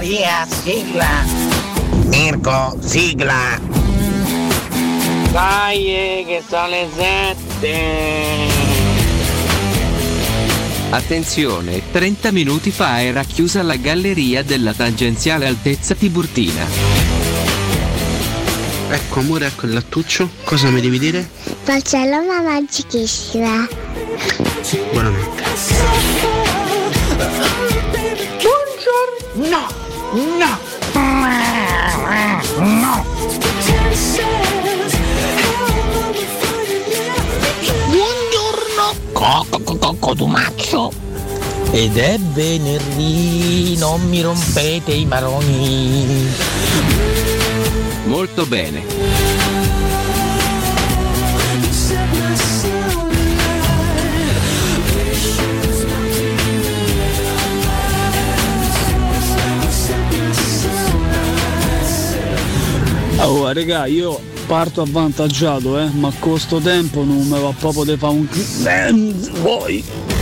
Maria, sigla. Mirko, sigla. Dai, che sono le 7. Attenzione, 30 minuti fa era chiusa la galleria della tangenziale Altezza Tiburtina. Ecco amore, ecco il lattuccio. Cosa mi devi dire? Barcellona magichissima. Buonanotte. No, no, no. Buongiorno, Codumaccio. Ed è venerdì, non mi rompete i maroni. Molto bene. Oh raga, io parto avvantaggiato, ma con sto tempo non me va proprio di fare un voi.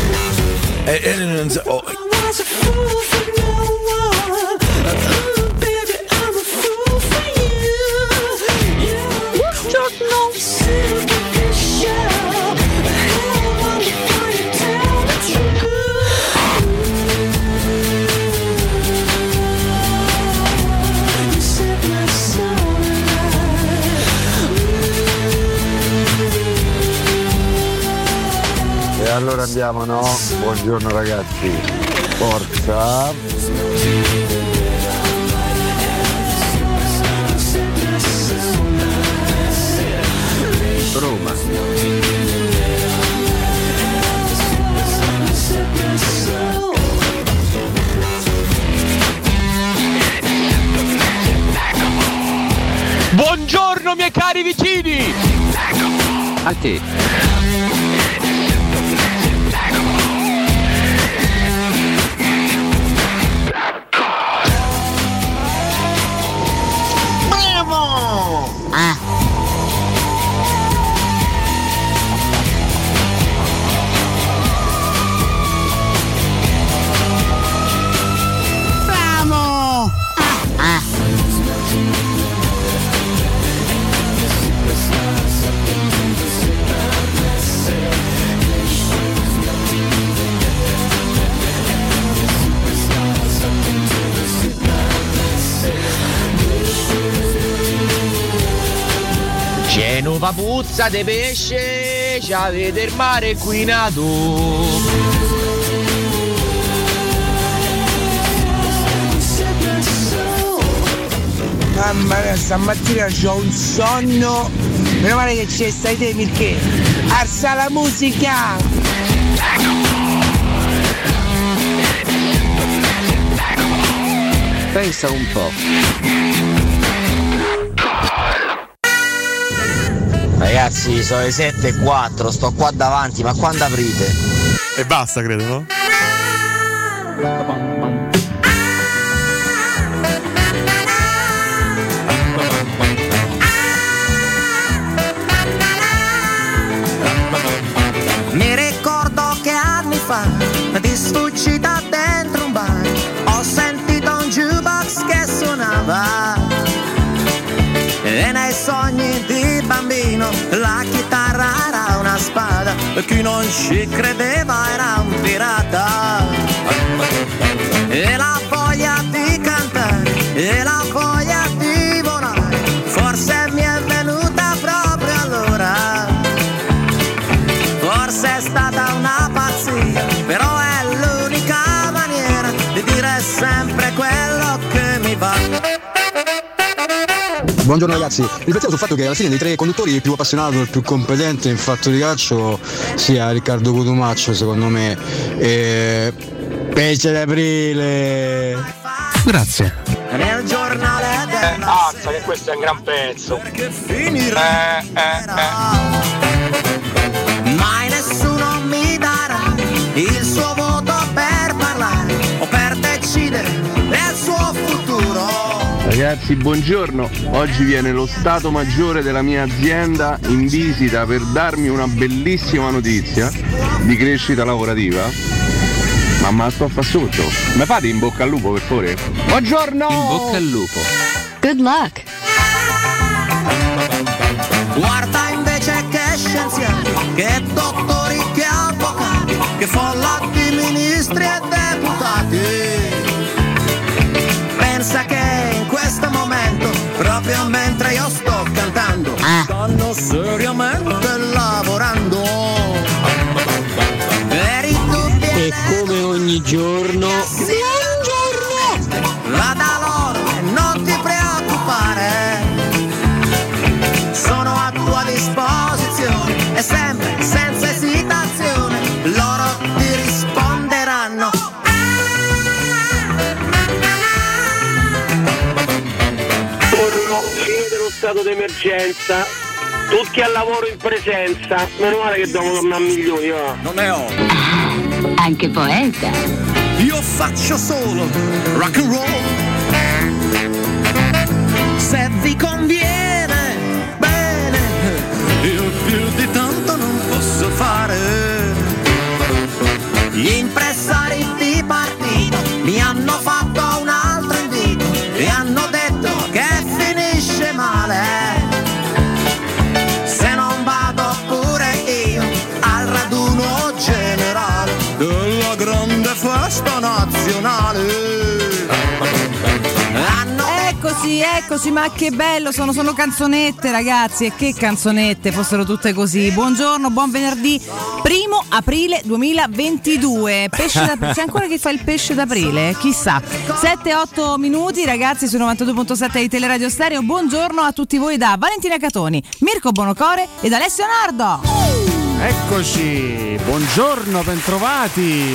E allora andiamo, no? Buongiorno ragazzi, forza! Roma. Buongiorno miei cari vicini! A te. Genova puzza de pesce, c'avete il mare inquinato. Mamma mia, stamattina c'ho un sonno. Meno male che ci stai te perché alza la musica. Pensa un po'. Ragazzi, sono le 7:04, sto qua davanti, ma quando aprite? E basta, credo, no? Mi ricordo che anni fa, di sfuggita dentro un bar, ho sentito un jukebox che suonava. E nei sogni di bambino la chitarra era una spada, e chi non ci credeva era un pirata. E la voglia di cantare, e la voglia di volare, forse mi è venuta proprio allora. Forse è stata una pazzia, però è l'unica maniera di dire sempre quello che mi va. Buongiorno ragazzi, riflettiamo sul fatto che alla fine dei tre conduttori il più appassionato, il più competente in fatto di calcio sia Riccardo Cotumaccio, secondo me. Pesce d'aprile. Grazie. Nel giornale Azza che questo è un gran pezzo. Mai nessuno mi darà il suo voto per parlare o per decidere del suo futuro. Ragazzi, buongiorno. Oggi viene lo Stato Maggiore della mia azienda in visita per darmi una bellissima notizia di crescita lavorativa. Mamma sto fa sotto. Mi fate in bocca al lupo per favore? Buongiorno! In bocca al lupo. Good luck. Guarda invece che scienziati, che dottori, che avvocati, che folla di ministri e deputati. Pensa che in questo momento, proprio mentre io sto cantando, stanno seriamente lavorando. Per i dubbi e come ogni giorno. Sì, un giorno! Va da loro e non ti preoccupare. Sono a tua disposizione e sempre senza esitazione loro ti risponderanno. Fine dello stato d'emergenza, tutti al lavoro in presenza, meno male che dobbiamo tornare a milioni, va. Non ne ho. Anche poeta. Io faccio solo rock and roll. Se vi conviene, bene, io più di tanto non posso fare. Gli impresari di partito mi hanno fatto un altro invito e hanno detto che finisce male se non vado pure io al raduno generale della grande festa nazionale. Eccoci, ma che bello, sono canzonette ragazzi, e che canzonette fossero tutte così. Buongiorno, buon venerdì 1 aprile 2022. C'è ancora chi fa il pesce d'aprile? Chissà. 7-8 minuti ragazzi su 92.7 di Teleradio Stereo. Buongiorno a tutti voi da Valentina Catoni, Mirko Bonocore ed Alessio Nardo. Eccoci, buongiorno, bentrovati.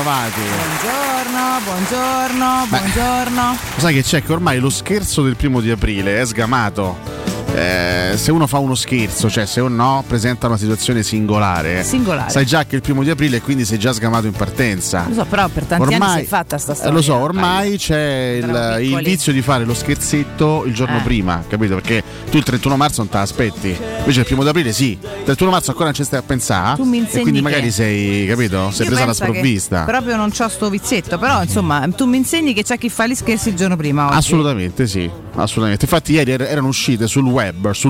Buongiorno. Sai che c'è che ormai lo scherzo del 1 di aprile è sgamato. Se uno fa uno scherzo, cioè se uno presenta una situazione singolare, sai già che il 1 di aprile e quindi sei già sgamato in partenza. Lo so, però per tanti anni si è fatta sta storia. Lo so, ormai c'è il vizio di fare lo scherzetto il giorno prima, capito? Perché tu il 31 marzo non te l'aspetti, invece il 1 di aprile sì, il 31 marzo ancora non ci stai a pensare e quindi magari sei, capito? Sei presa alla sprovvista. Proprio non c'ho sto vizietto, però insomma tu mi insegni che c'è chi fa gli scherzi il giorno prima oggi. Assolutamente sì, assolutamente. Infatti ieri erano uscite sul webs,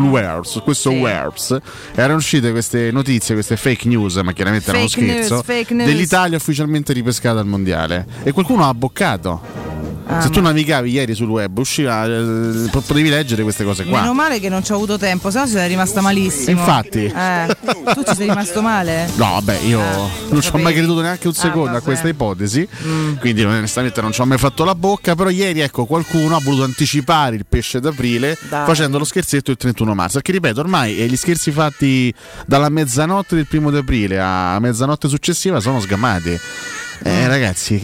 erano uscite queste notizie, queste fake news, ma chiaramente era uno scherzo, dell'Italia ufficialmente ripescata al mondiale, e qualcuno ha boccato. Se tu navigavi ieri sul web usciva, potevi leggere queste cose qua. Meno male che non ci ho avuto tempo, sennò sei rimasta malissimo. Infatti tu ci sei rimasto male? No, vabbè, io non ci ho mai creduto neanche un secondo a questa ipotesi, quindi onestamente non ci ho mai fatto la bocca. Però ieri, ecco, qualcuno ha voluto anticipare il pesce d'aprile facendo lo scherzetto il 31 marzo, perché ripeto, ormai gli scherzi fatti dalla mezzanotte del 1 di aprile a mezzanotte successiva sono sgamati. Ragazzi,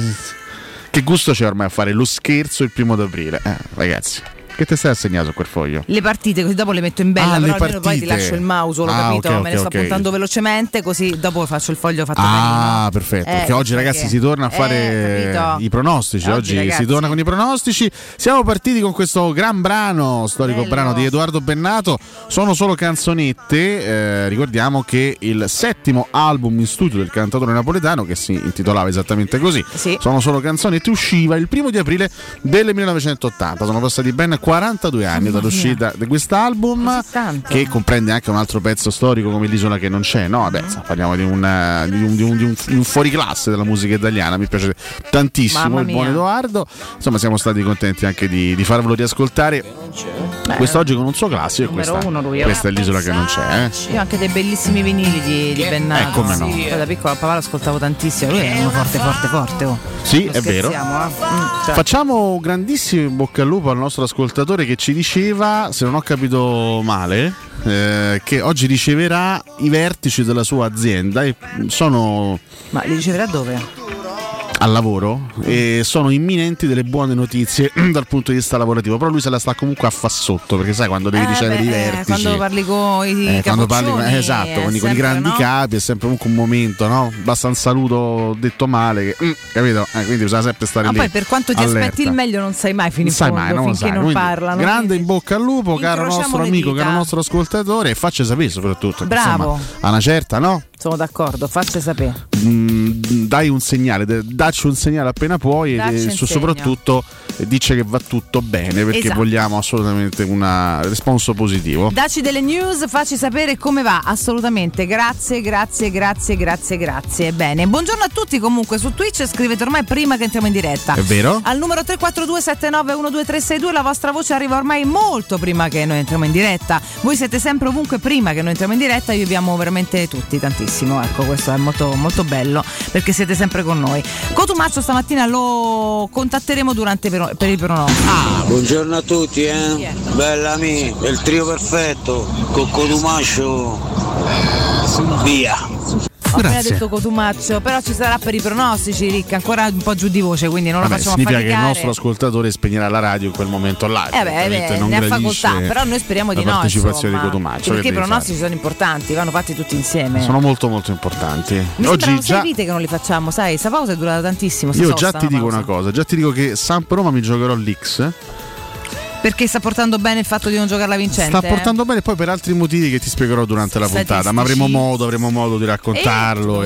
che gusto c'è ormai a fare lo scherzo il 1 d'aprile? Ragazzi, che ti stai assegnato quel foglio? Le partite, così dopo le metto in bella, però almeno poi ti lascio il mouse, l'ho capito? Me ne sto appuntando velocemente, così dopo faccio il foglio fatto carino. Perfetto, perché oggi ragazzi si torna a fare i pronostici, oggi ragazzi, si torna con i pronostici. Siamo partiti con questo gran brano, storico brano di Edoardo Bennato, Sono solo canzonette. Ricordiamo che il 7° album in studio del cantautore napoletano, che si intitolava esattamente così, Sono solo canzonette, usciva il 1 di aprile del 1980. Sono passati ben 42 anni dall'uscita di quest'album, che comprende anche un altro pezzo storico come L'isola che non c'è, no? Vabbè, parliamo di un fuoriclasse della musica italiana. Mi piace tantissimo il buon Edoardo. Insomma, siamo stati contenti anche di farvelo riascoltare quest'oggi con un suo classico. Questa è L'isola che non c'è. Io ho anche dei bellissimi vinili di Bennato. Come no? Io da piccola papà lo ascoltavo tantissimo. Lui è uno forte. Sì, è vero. Facciamo un grandissimo bocca al lupo al nostro ascoltatore che ci diceva, se non ho capito male, che oggi riceverà i vertici della sua azienda e sono... Ma li riceverà dove? Al lavoro, e sono imminenti delle buone notizie dal punto di vista lavorativo, però lui se la sta comunque a fa sotto, perché sai quando devi ricevere i vertici, quando parli con i esatto, con i grandi capi è sempre comunque un momento, no? Basta un saluto detto male che, capito? Quindi bisogna sempre stare lì. Ma poi per quanto ti aspetti il meglio non sai mai fino in fondo, finché non parlano. Grande in bocca al lupo, caro nostro amico, caro nostro ascoltatore, e faccia sapere soprattutto. Bravo. Insomma, a una certa, no? Sono d'accordo, facci sapere. Dai un segnale, dacci un segnale appena puoi e soprattutto dice che va tutto bene, perché vogliamo assolutamente un responso positivo. Dacci delle news, facci sapere come va, assolutamente. Grazie. Bene, buongiorno a tutti. Comunque su Twitch scrivete ormai prima che entriamo in diretta. È vero? Al numero 342-79-12362 la vostra voce arriva ormai molto prima che noi entriamo in diretta. Voi siete sempre ovunque prima che noi entriamo in diretta, vi abbiamo veramente tutti tantissimo. Ecco, questo è molto, molto bello perché siete sempre con noi. Cotumaccio stamattina lo contatteremo durante per il pronostico. Buongiorno a tutti, bella mia, il trio perfetto con Cotumaccio, via. Ho appena detto Cotumaccio, però ci sarà per i pronostici, Ricca, ancora un po' giù di voce, quindi non lo facciamo significa affaticare. Che il nostro ascoltatore spegnerà la radio in quel momento là. Ne ha facoltà, però noi speriamo di no. Partecipazione di Cotumaccio. Perché i pronostici sono importanti, vanno fatti tutti insieme. Sono molto molto importanti. Oggi già 6 vite che non li facciamo, sai, sta pausa è durata tantissimo. Io già ti dico una cosa, già ti dico che Samp Roma mi giocherò l'X. Perché sta portando bene il fatto di non giocarla vincente? Sta portando bene poi per altri motivi che ti spiegherò durante la puntata, ma avremo modo di raccontarlo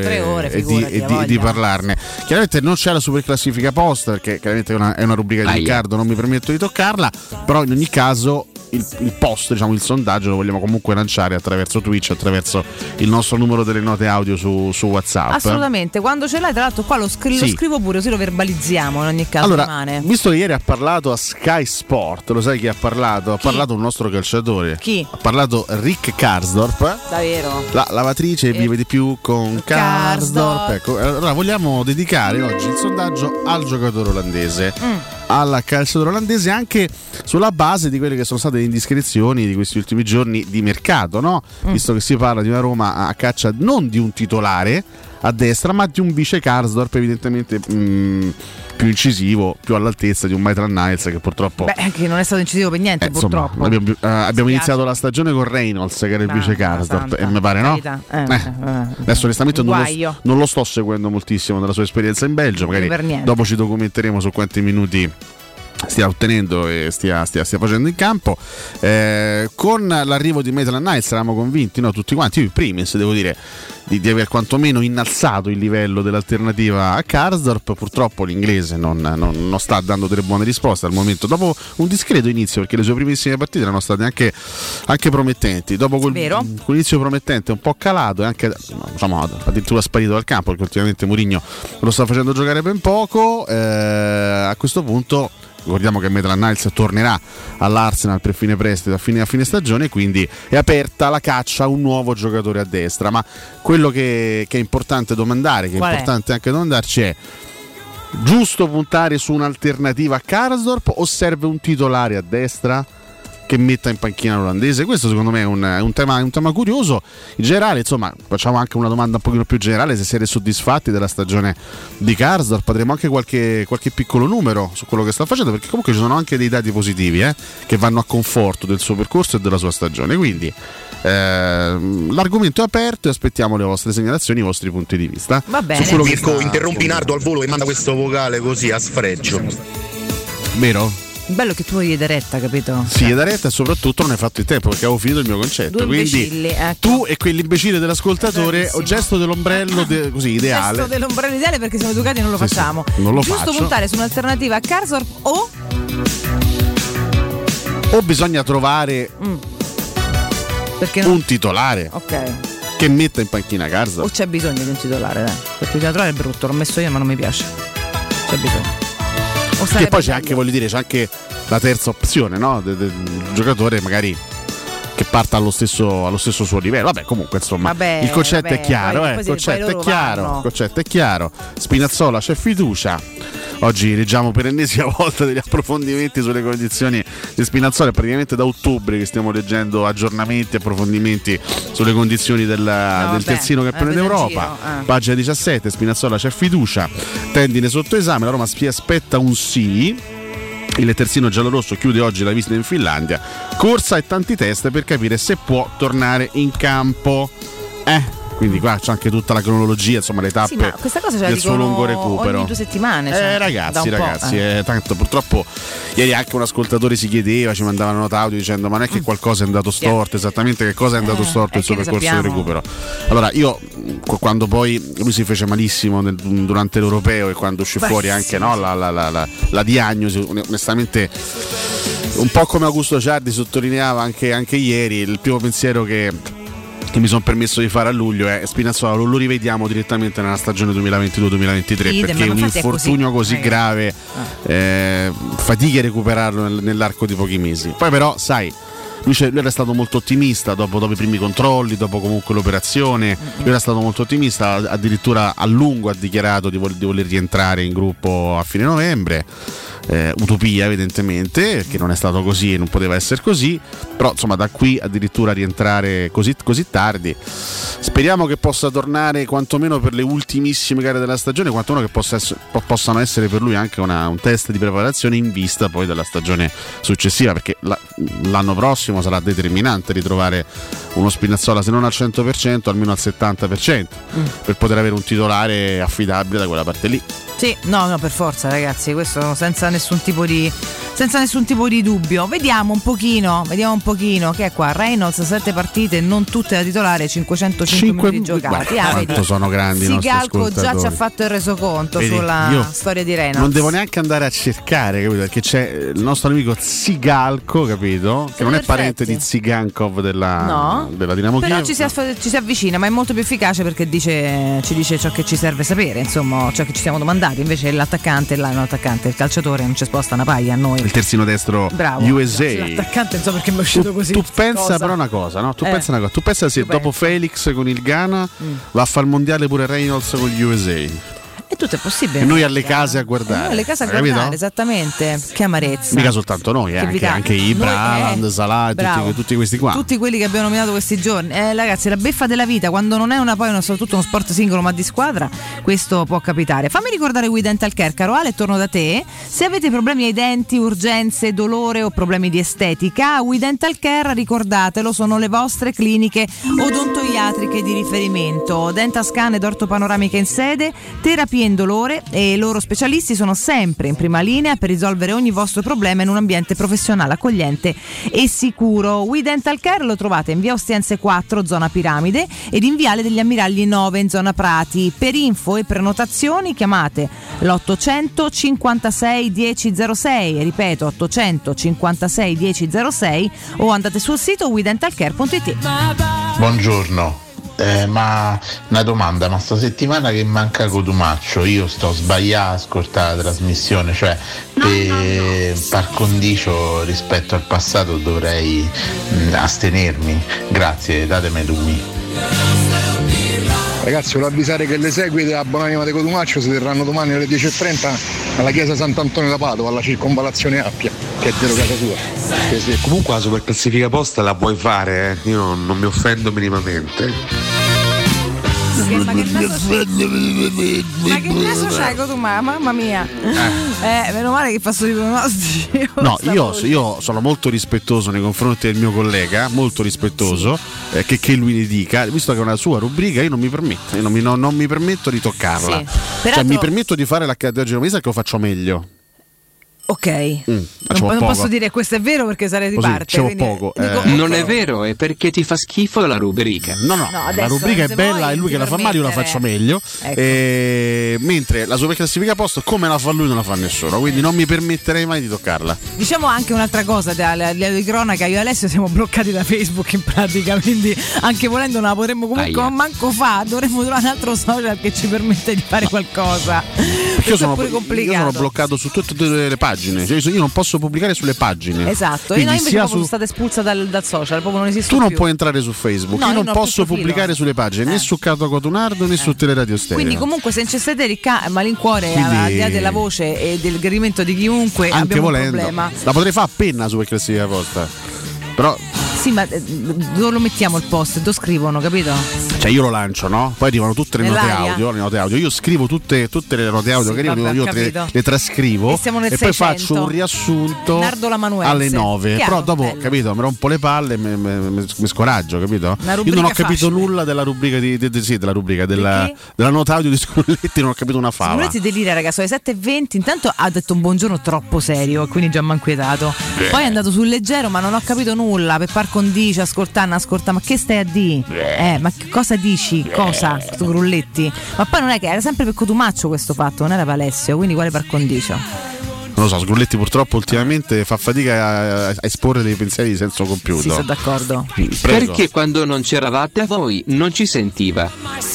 e di parlarne. Chiaramente non c'è la super classifica post, perché chiaramente è una rubrica di Riccardo, non mi permetto di toccarla, però in ogni caso il post, diciamo il sondaggio lo vogliamo comunque lanciare attraverso Twitch, attraverso il nostro numero delle note audio su WhatsApp. Assolutamente, quando ce l'hai, tra l'altro qua lo scrivo pure, così lo verbalizziamo in ogni caso. Allora, rimane. Visto che ieri ha parlato a Sky Sport, lo sai chi ha parlato? Ha parlato un nostro calciatore. Chi? Ha parlato Rick Karsdorp. Davvero? La lavatrice vive di più con Karsdorp. Ecco, allora vogliamo dedicare oggi il sondaggio al giocatore olandese. Alla calciatore olandese, anche sulla base di quelle che sono state le indiscrezioni di questi ultimi giorni di mercato, no? Visto che si parla di una Roma a caccia non di un titolare a destra, ma di un vice Karsdorp evidentemente più incisivo, più all'altezza di un Maitland-Niles che purtroppo che non è stato incisivo per niente, purtroppo. Abbiamo iniziato la stagione con Reynolds, che era il vice Karsdorp, e mi pare, no? Adesso onestamente non lo sto seguendo moltissimo dalla sua esperienza in Belgio, magari dopo ci documenteremo su quanti minuti stia ottenendo e stia facendo in campo. Con l'arrivo di Maitland-Niles eravamo convinti, no, tutti quanti, io in primis devo dire, di aver quantomeno innalzato il livello dell'alternativa a Karsdorp. Purtroppo l'inglese non sta dando delle buone risposte al momento, dopo un discreto inizio, perché le sue primissime partite erano state anche promettenti. Dopo quell'inizio promettente un po' calato e anche, diciamo, addirittura sparito dal campo, perché ultimamente Mourinho lo sta facendo giocare ben poco, a questo punto ricordiamo che Maitland-Niles tornerà all'Arsenal per fine prestito a fine stagione, quindi è aperta la caccia a un nuovo giocatore a destra. Ma quello che è importante domandare, che è importante anche domandarci, è: giusto puntare su un'alternativa a Karsdorp o serve un titolare a destra che metta in panchina l'olandese? Questo secondo me è un tema curioso. In generale, insomma, facciamo anche una domanda un pochino più generale: se siete soddisfatti della stagione di Karsdorp. Avremo anche qualche piccolo numero su quello che sta facendo, perché comunque ci sono anche dei dati positivi che vanno a conforto del suo percorso e della sua stagione. Quindi l'argomento è aperto e aspettiamo le vostre segnalazioni, i vostri punti di vista. Va bene. Mirko, interrompi Nardo al volo e manda questo vocale così a sfregio. Vero? Bello che tu hai da retta, capito? Sì, da retta, e soprattutto non hai fatto il tempo, perché avevo finito il mio concetto. Quindi tu e quell'imbecille dell'ascoltatore, o gesto dell'ombrello così ideale. Gesto dell'ombrello ideale, perché siamo educati e non lo facciamo. Sì, non lo Giusto faccio. Puntare su un'alternativa a Karsdorp o bisogna trovare un titolare che metta in panchina Karsdorp. O c'è bisogno di un titolare, dai. Perché il titolare è brutto, l'ho messo io ma non mi piace. C'è bisogno. Che poi c'è anche, voglio dire, c'è anche la terza opzione, no? Del giocatore magari che parta allo stesso suo livello. Vabbè, comunque, insomma, il concetto è chiaro, il concetto è chiaro. Spinazzola, c'è fiducia. Oggi leggiamo per ennesima volta degli approfondimenti sulle condizioni di Spinazzola. È praticamente da ottobre che stiamo leggendo aggiornamenti e approfondimenti sulle condizioni del terzino campione d'Europa. Pagina 17, Spinazzola, c'è fiducia, tendine sotto esame, la Roma si aspetta un sì. Il terzino giallorosso chiude oggi la visita in Finlandia. Corsa e tanti test per capire se può tornare in campo. quindi qua c'è anche tutta la cronologia, insomma le tappe ma questa cosa ce la del suo lungo recupero ogni 2 settimane, cioè, ragazzi tanto purtroppo ieri anche un ascoltatore si chiedeva, ci mandavano nota audio dicendo ma non è che qualcosa è andato storto, esattamente che cosa è andato storto il suo percorso di recupero. Allora io quando poi lui si fece malissimo durante l'Europeo e quando uscì fuori anche no, la diagnosi, onestamente un po' come Augusto Ciardi sottolineava anche ieri, il primo pensiero che mi sono permesso di fare a luglio è Spinazzola lo rivediamo direttamente nella stagione 2022-2023 perché un infortunio così grave fatichi a recuperarlo nell'arco di pochi mesi. Poi però sai, lui era stato molto ottimista dopo i primi controlli, dopo comunque l'operazione, lui era stato molto ottimista, addirittura a lungo ha dichiarato di voler rientrare in gruppo a fine novembre. Utopia evidentemente, perché non è stato così e non poteva essere così, però insomma da qui addirittura rientrare così tardi, speriamo che possa tornare quantomeno per le ultimissime gare della stagione, quantomeno che possano essere per lui anche un test di preparazione in vista poi della stagione successiva, perché l'anno prossimo sarà determinante ritrovare uno Spinazzola se non al 100% almeno al 70% per poter avere un titolare affidabile da quella parte lì. Sì, no, per forza ragazzi, questo senza nessun tipo di dubbio. Vediamo un pochino che è qua. Reynolds 7 partite, non tutte da titolare, 505 minuti giocati. Quanto sono grandi i nostri ascoltatori. Sigalco già ci ha fatto il resoconto sulla storia di Reynolds. Non devo neanche andare a cercare, capito? Perché c'è il nostro amico Sigalco, capito? Che non è parente di Zigankov della Dinamo Kiev. Però ci si avvicina, ma è molto più efficace perché ci dice ciò che ci serve sapere, insomma, ciò che ci siamo domandati. Invece l'attaccante, il calciatore non ci sposta una paia a noi. Il terzino destro USA. L'attaccante non so perché mi è uscito così. Tu pensa però una cosa, no? Tu pensa se dopo Felix con il Ghana va a fare il mondiale pure Reynolds con gli USA. E tutto è possibile. E noi alle case a guardare. Alle case a guardare, esattamente. Che amarezza. Mica soltanto noi, anche Ibra, Haaland, Salah, tutti questi qua. Tutti quelli che abbiamo nominato questi giorni. Ragazzi, la beffa della vita, quando non è soprattutto uno sport singolo ma di squadra, questo può capitare. Fammi ricordare We Dental Care, caro Ale, torno da te. Se avete problemi ai denti, urgenze, dolore o problemi di estetica, We Dental Care, ricordatelo, sono le vostre cliniche odontoiatriche di riferimento. Dentascan ed ortopanoramica in sede, terapie in dolore, e i loro specialisti sono sempre in prima linea per risolvere ogni vostro problema in un ambiente professionale accogliente e sicuro. We Dental Care lo trovate in via Ostiense 4, zona Piramide, ed in viale degli Ammiragli 9, in zona Prati. Per info e prenotazioni chiamate l'856 1006, ripeto 856 1006, o andate sul sito wedentalcare.it. Buongiorno. Ma una domanda, ma sta settimana che manca Cotumaccio io sto sbagliando a ascoltare la trasmissione, cioè par condicio rispetto al passato dovrei astenermi, grazie, datemi lumi. Ragazzi, volevo avvisare che le seguite a Buonanima di Cotumaccio si terranno domani alle 10.30 alla chiesa Sant'Antonio da Padova, alla circonvallazione Appia, che è dietro casa sua. Comunque la super classifica posta la puoi fare, io non mi offendo minimamente. Ma che naso c'hai tu, mamma mia. Meno male che fa solo i pronostici. No, io sono molto rispettoso nei confronti del mio collega, molto rispettoso, che lui ne dica, visto che è una sua rubrica, io non mi permetto, non mi permetto di toccarla. Sì. Cioè mi permetto di fare l'accademia genovese, che lo faccio meglio. Ok, non posso dire questo è vero perché sarei di parte. Poco. Non è vero, è perché ti fa schifo la rubrica. No, la rubrica è bella e lui che la fa male io la faccio meglio. Ecco. Mentre la super classifica post, come la fa lui non la fa nessuno, quindi non mi permetterei mai di toccarla. Diciamo anche un'altra cosa, di cronaca, io e Alessio siamo bloccati da Facebook in pratica, quindi anche volendo non la potremmo comunque manco fa, dovremmo trovare un altro social che ci permette di fare qualcosa. Perché io sono bloccato su tutte le pagine. Cioè io non posso pubblicare sulle pagine. Esatto, io invece sono stata espulsa dal social, proprio non esiste. Tu non puoi entrare su Facebook, io non posso pubblicare sulle pagine né su Cato Cotunardo né su Teleradio Stereo. Quindi comunque se c'è state ricca malincuore al di là della voce e del gradimento di chiunque, anche abbiamo volendo, un problema. la potrei fare appena su per classifica posta. Però Sì, ma dove lo mettiamo il post? Dove scrivono, capito? Cioè io lo lancio, no? Poi arrivano tutte le note audio. Io scrivo tutte le note audio che arrivano, io le trascrivo e poi faccio un riassunto alle 9. Chiaro, però dopo, bello. Capito, mi rompo le palle e mi scoraggio, capito? Io non ho capito nulla della rubrica della nota audio di Sgrulletti, non ho capito una fava. Sgrulletti delira, ragazzi, alle 7:20 intanto ha detto un buongiorno troppo serio, quindi già mi ha inquietato. Poi è andato sul leggero, ma non ho capito nulla. Per par condicio, ascolta, ma che stai a dire? Ma cosa dici? Cosa? Sgrulletti? Ma poi non è che era sempre per Cotumaccio questo fatto, non era per Alessio, quindi quale par condicio? Non lo so, Sgrulletti purtroppo ultimamente fa fatica a esporre dei pensieri di senso compiuto. Sì, sono d'accordo. Prego. Perché quando non c'eravate a voi non ci sentiva?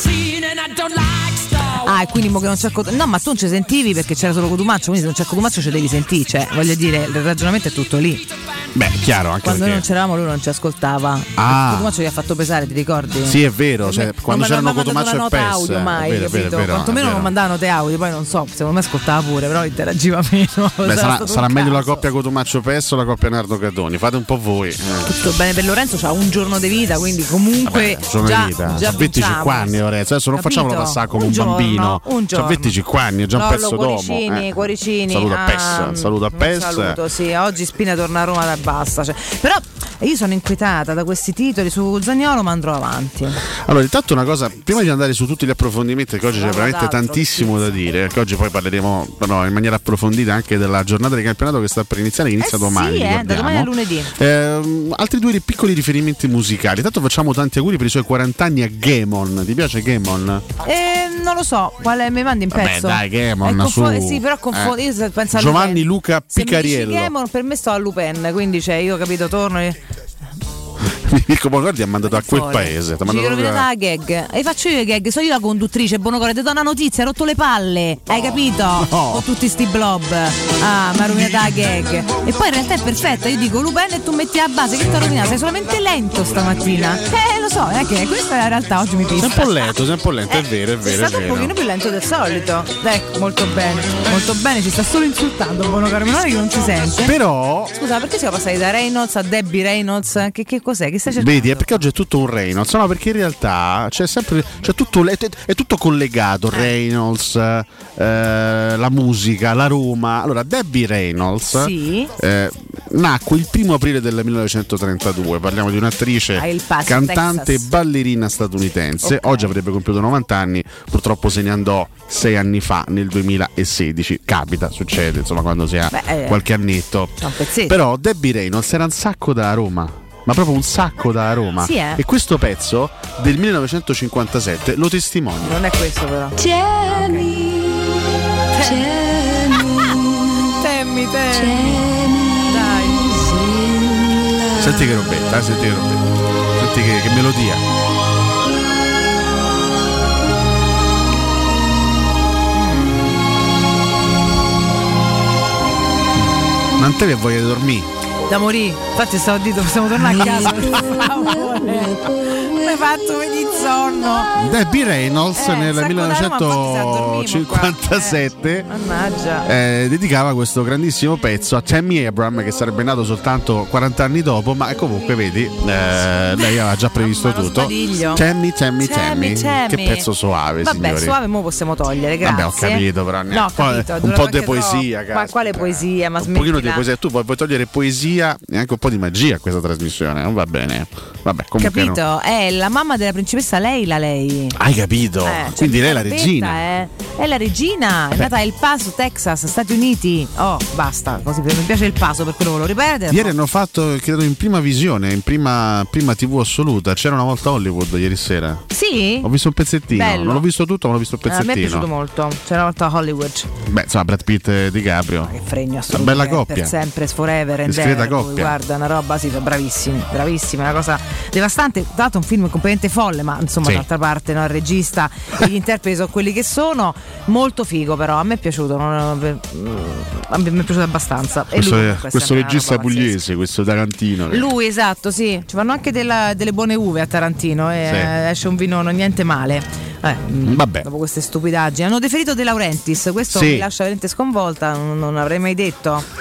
E quindi mo che non c'è no, ma tu non ci sentivi perché c'era solo Cotumaccio, quindi se non c'è Cotumaccio ci devi sentire, cioè voglio dire, il ragionamento è tutto lì. Beh, chiaro, anche quando perché noi non c'eravamo lui non ci ascoltava. Cotumaccio gli ha fatto pesare, ti ricordi? Sì, è vero, cioè, quando c'erano Cotumaccio e PES audio mai, è capito? Vero, quantomeno non mandavano note audio, poi non so, secondo me ascoltava pure, però interagiva meno. Beh, sarà meglio la coppia Cotumaccio PES o la coppia Nardo Catoni, fate un po' voi. Tutto bene per Lorenzo, c'ha un giorno di vita, quindi comunque già 25 anni Lorenzo, adesso non facciamolo passare come un bambino. Un giorno. 25 anni, è già un pezzo d'uomo. Cuoricini. Saluto a PES. Saluto, sì. Oggi Spina torna a Roma da basta. Cioè. Però io sono inquietata da questi titoli su Zaniolo, ma andrò avanti. Allora, intanto una cosa, prima di andare su tutti gli approfondimenti, perché oggi c'è veramente tantissimo da dire, che oggi poi parleremo però in maniera approfondita anche della giornata di campionato che sta per iniziare, che inizia domani. Da domani a lunedì. Altri due piccoli riferimenti musicali. Intanto facciamo tanti auguri per i suoi 40 anni a Gamon. Ti piace Gamon? Non lo so, quale mi mandi in pezzo? Dai, Gamon sì, però confondo. Io penso a Giovanni Luca Picariello. Se Gamon, per me sto a Lupin, quindi io capito, torno. Mirko Bonocordi ha mandato a quel paese. Ci rovinata la gag. E faccio io le gag, sono io la conduttrice. Bonocordi, ti do una notizia, hai rotto le palle. Hai capito? Con tutti sti blob. Mi ha rovinato la gag. E poi in realtà è perfetta. Io dico Lupin e tu metti la base. Che ti ha rovinato? Sei solamente lento stamattina. Lo so, è che questa è la realtà. Oggi mi pista. Sei un po' lento, è vero. Sei stato un pochino più lento del solito. Ecco, molto bene, ci sta solo insultando Bonocordi, che non si sente. Però scusa, perché siamo passati da Reynolds a Debbie Reynolds? Che cos'è? Che stai cercando? Vedi, è perché oggi è tutto un Reynolds, no? Perché in realtà c'è tutto collegato, Reynolds, la musica, la Roma. Allora, Debbie Reynolds nacque il 1 aprile del 1932. Parliamo di un'attrice, cantante e ballerina statunitense. Okay. Oggi avrebbe compiuto 90 anni, purtroppo se ne andò 6 anni fa, nel 2016. Capita, succede, insomma, quando si ha qualche annetto. Però Debbie Reynolds era un sacco da Roma. Ma proprio un sacco da Roma. Sì, E questo pezzo del 1957 lo testimonia. Non è questo però. Tieni. Dai. Senti che robetta, senti che melodia. Non te ne voglia dormire. Da morì, infatti stavo dicendo possiamo tornare a casa per favore. Mi hai fatto venire sonno. Debbie Reynolds nel 1957 dedicava questo grandissimo pezzo a Tammy Abraham, che sarebbe nato soltanto 40 anni dopo, ma comunque vedi lei aveva già previsto tutto. Tammy. Che pezzo suave. Vabbè, signori. Suave mo possiamo togliere, grazie. Vabbè, ho capito, però no, capito, un po' di poesia, ma quale poesia? Ma un pochino di poesia. Tu puoi togliere poesia e anche un po' di magia a questa trasmissione, non va bene. Vabbè, comunque capito? No. È la mamma della principessa Leila, lei. Hai capito? Quindi lei è la regina. È la regina, è nata a El Paso, Texas, Stati Uniti. Oh, basta, così mi piace Il Paso, per quello lo ripetere. Ieri hanno fatto, credo, in prima visione, in prima TV assoluta. C'era una volta Hollywood ieri sera. Sì? Ho visto un pezzettino. Bello. Non l'ho visto tutto, ma l'ho visto il pezzettino. A me è piaciuto molto. C'era una volta Hollywood. Beh, insomma, Brad Pitt e DiCaprio. Che fregno, una bella coppia. Per sempre, forever. Discreta coppia. Guarda, una roba, sì, bravissimi, una cosa devastante. Tra l'altro un film completamente folle, ma insomma, d'altra parte, no, il regista e gli interpreti sono quelli che sono. Molto figo, però a me è piaciuto. Mi è piaciuto abbastanza. Questo regista pugliese, questo Tarantino. Lui, esatto, sì. Ci fanno anche delle buone uve a Tarantino e esce un vino niente male. Vabbè. Dopo queste stupidaggini hanno deferito De Laurentiis. Questo mi lascia veramente sconvolta. Non avrei mai detto.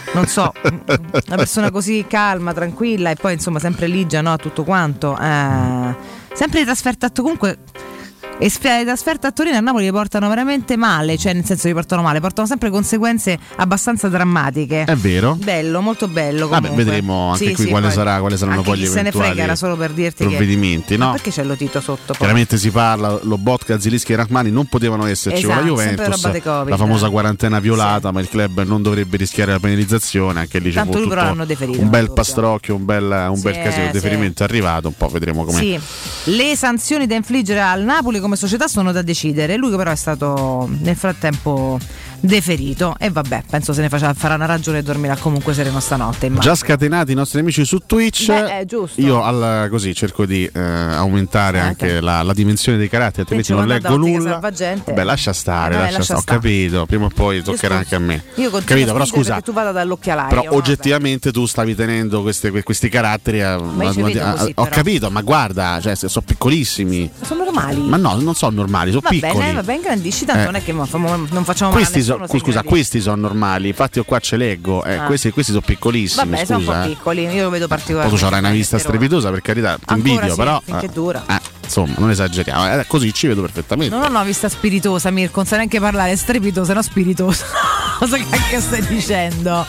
non so, una persona così calma, tranquilla e poi insomma sempre ligia, no, a tutto quanto, sempre di trasferta comunque. E le trasferte a Torino e a Napoli li portano veramente male, cioè nel senso li portano male, portano sempre conseguenze abbastanza drammatiche. È vero. Bello, molto bello comunque. Vabbè, vedremo anche qui quali saranno poi gli eventuali se ne frega, era solo per dirti provvedimenti, che... no? Ma perché c'è Lotito sotto? Poi? Chiaramente si parla, Lobotka, Zilinski e Rachmani non potevano esserci con la Juventus, la famosa quarantena violata, ma il club non dovrebbe rischiare la penalizzazione, anche lì c'è tutto un bel pastrocchio, un bel casino di deferimento è arrivato, un po' vedremo com'è. Sì. Le sanzioni da infliggere al Napoli come società sono da decidere, lui però è stato nel frattempo deferito e vabbè, penso se ne farà una ragione e dormirà comunque sereno stanotte, immagino. Già scatenati i nostri amici su Twitch. Beh, giusto. Io così cerco di aumentare anche la dimensione dei caratteri, altrimenti non leggo nulla. Beh, lascia stare, ho capito, prima o poi toccherà anche a me. Io capito, però scusa, che tu vada dall'occhialario. Però oggettivamente tu stavi tenendo questi caratteri ho capito, ma guarda, cioè sono piccolissimi. Sono normali. Ma no, non sono normali, sono piccoli. Va bene, grandisci, tanto non è che non facciamo male. Questi sono normali, infatti io qua ce leggo, questi sono piccolissimi. Vabbè, sono un po' piccoli, io lo vedo particolarmente. Tu c'avrai una vista strepitosa, per carità, ti invidio, però finché dura. Insomma, non esageriamo, così ci vedo perfettamente. Non ho una vista spiritosa, Mirko, non sai neanche parlare, strepitosa, no spiritosa. Cosa cacchio stai dicendo?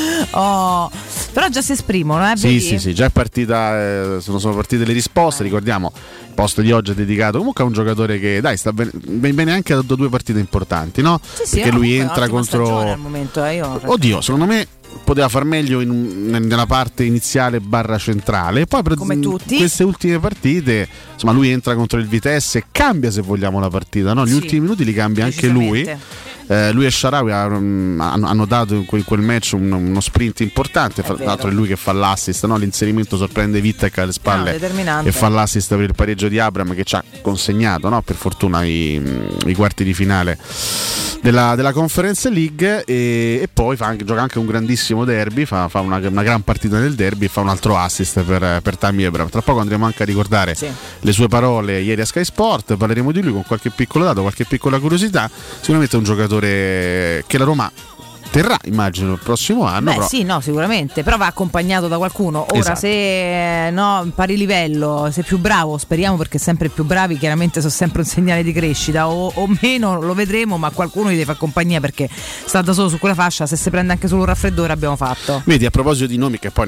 Però già si esprimono, Sì, già è partita, sono partite le risposte, ricordiamo. Il post di oggi è dedicato comunque a un giocatore che sta bene anche da 2 partite importanti, no? Sì, perché lui entra contro al momento, oddio, secondo me poteva far meglio nella parte iniziale / centrale, poi come tutti queste ultime partite, insomma, lui entra contro il Vitesse e cambia, se vogliamo, la partita, no? Gli ultimi minuti li cambia anche lui. Lui e Shaarawy hanno dato in quel match uno sprint importante, tra l'altro è lui che fa l'assist, no? L'inserimento sorprende Vittek alle spalle e fa l'assist per il pareggio di Abraham, che ci ha consegnato, no? Per fortuna i quarti di finale della Conference League, e poi gioca anche un grandissimo derby, fa una gran partita nel derby e fa un altro assist per Tammy Abraham. Tra poco andremo anche a ricordare le sue parole ieri a Sky Sport, parleremo di lui con qualche piccolo dato, qualche piccola curiosità. Sicuramente è un giocatore che la Roma terrà, immagino, il prossimo anno. Sì, no, sicuramente, però va accompagnato da qualcuno. Ora, se pari livello, sei più bravo, speriamo, perché sempre più bravi chiaramente sono sempre un segnale di crescita, o meno lo vedremo, ma qualcuno gli deve fare compagnia, perché sta da solo su quella fascia, se si prende anche solo un raffreddore abbiamo fatto. Vedi, a proposito di nomi che poi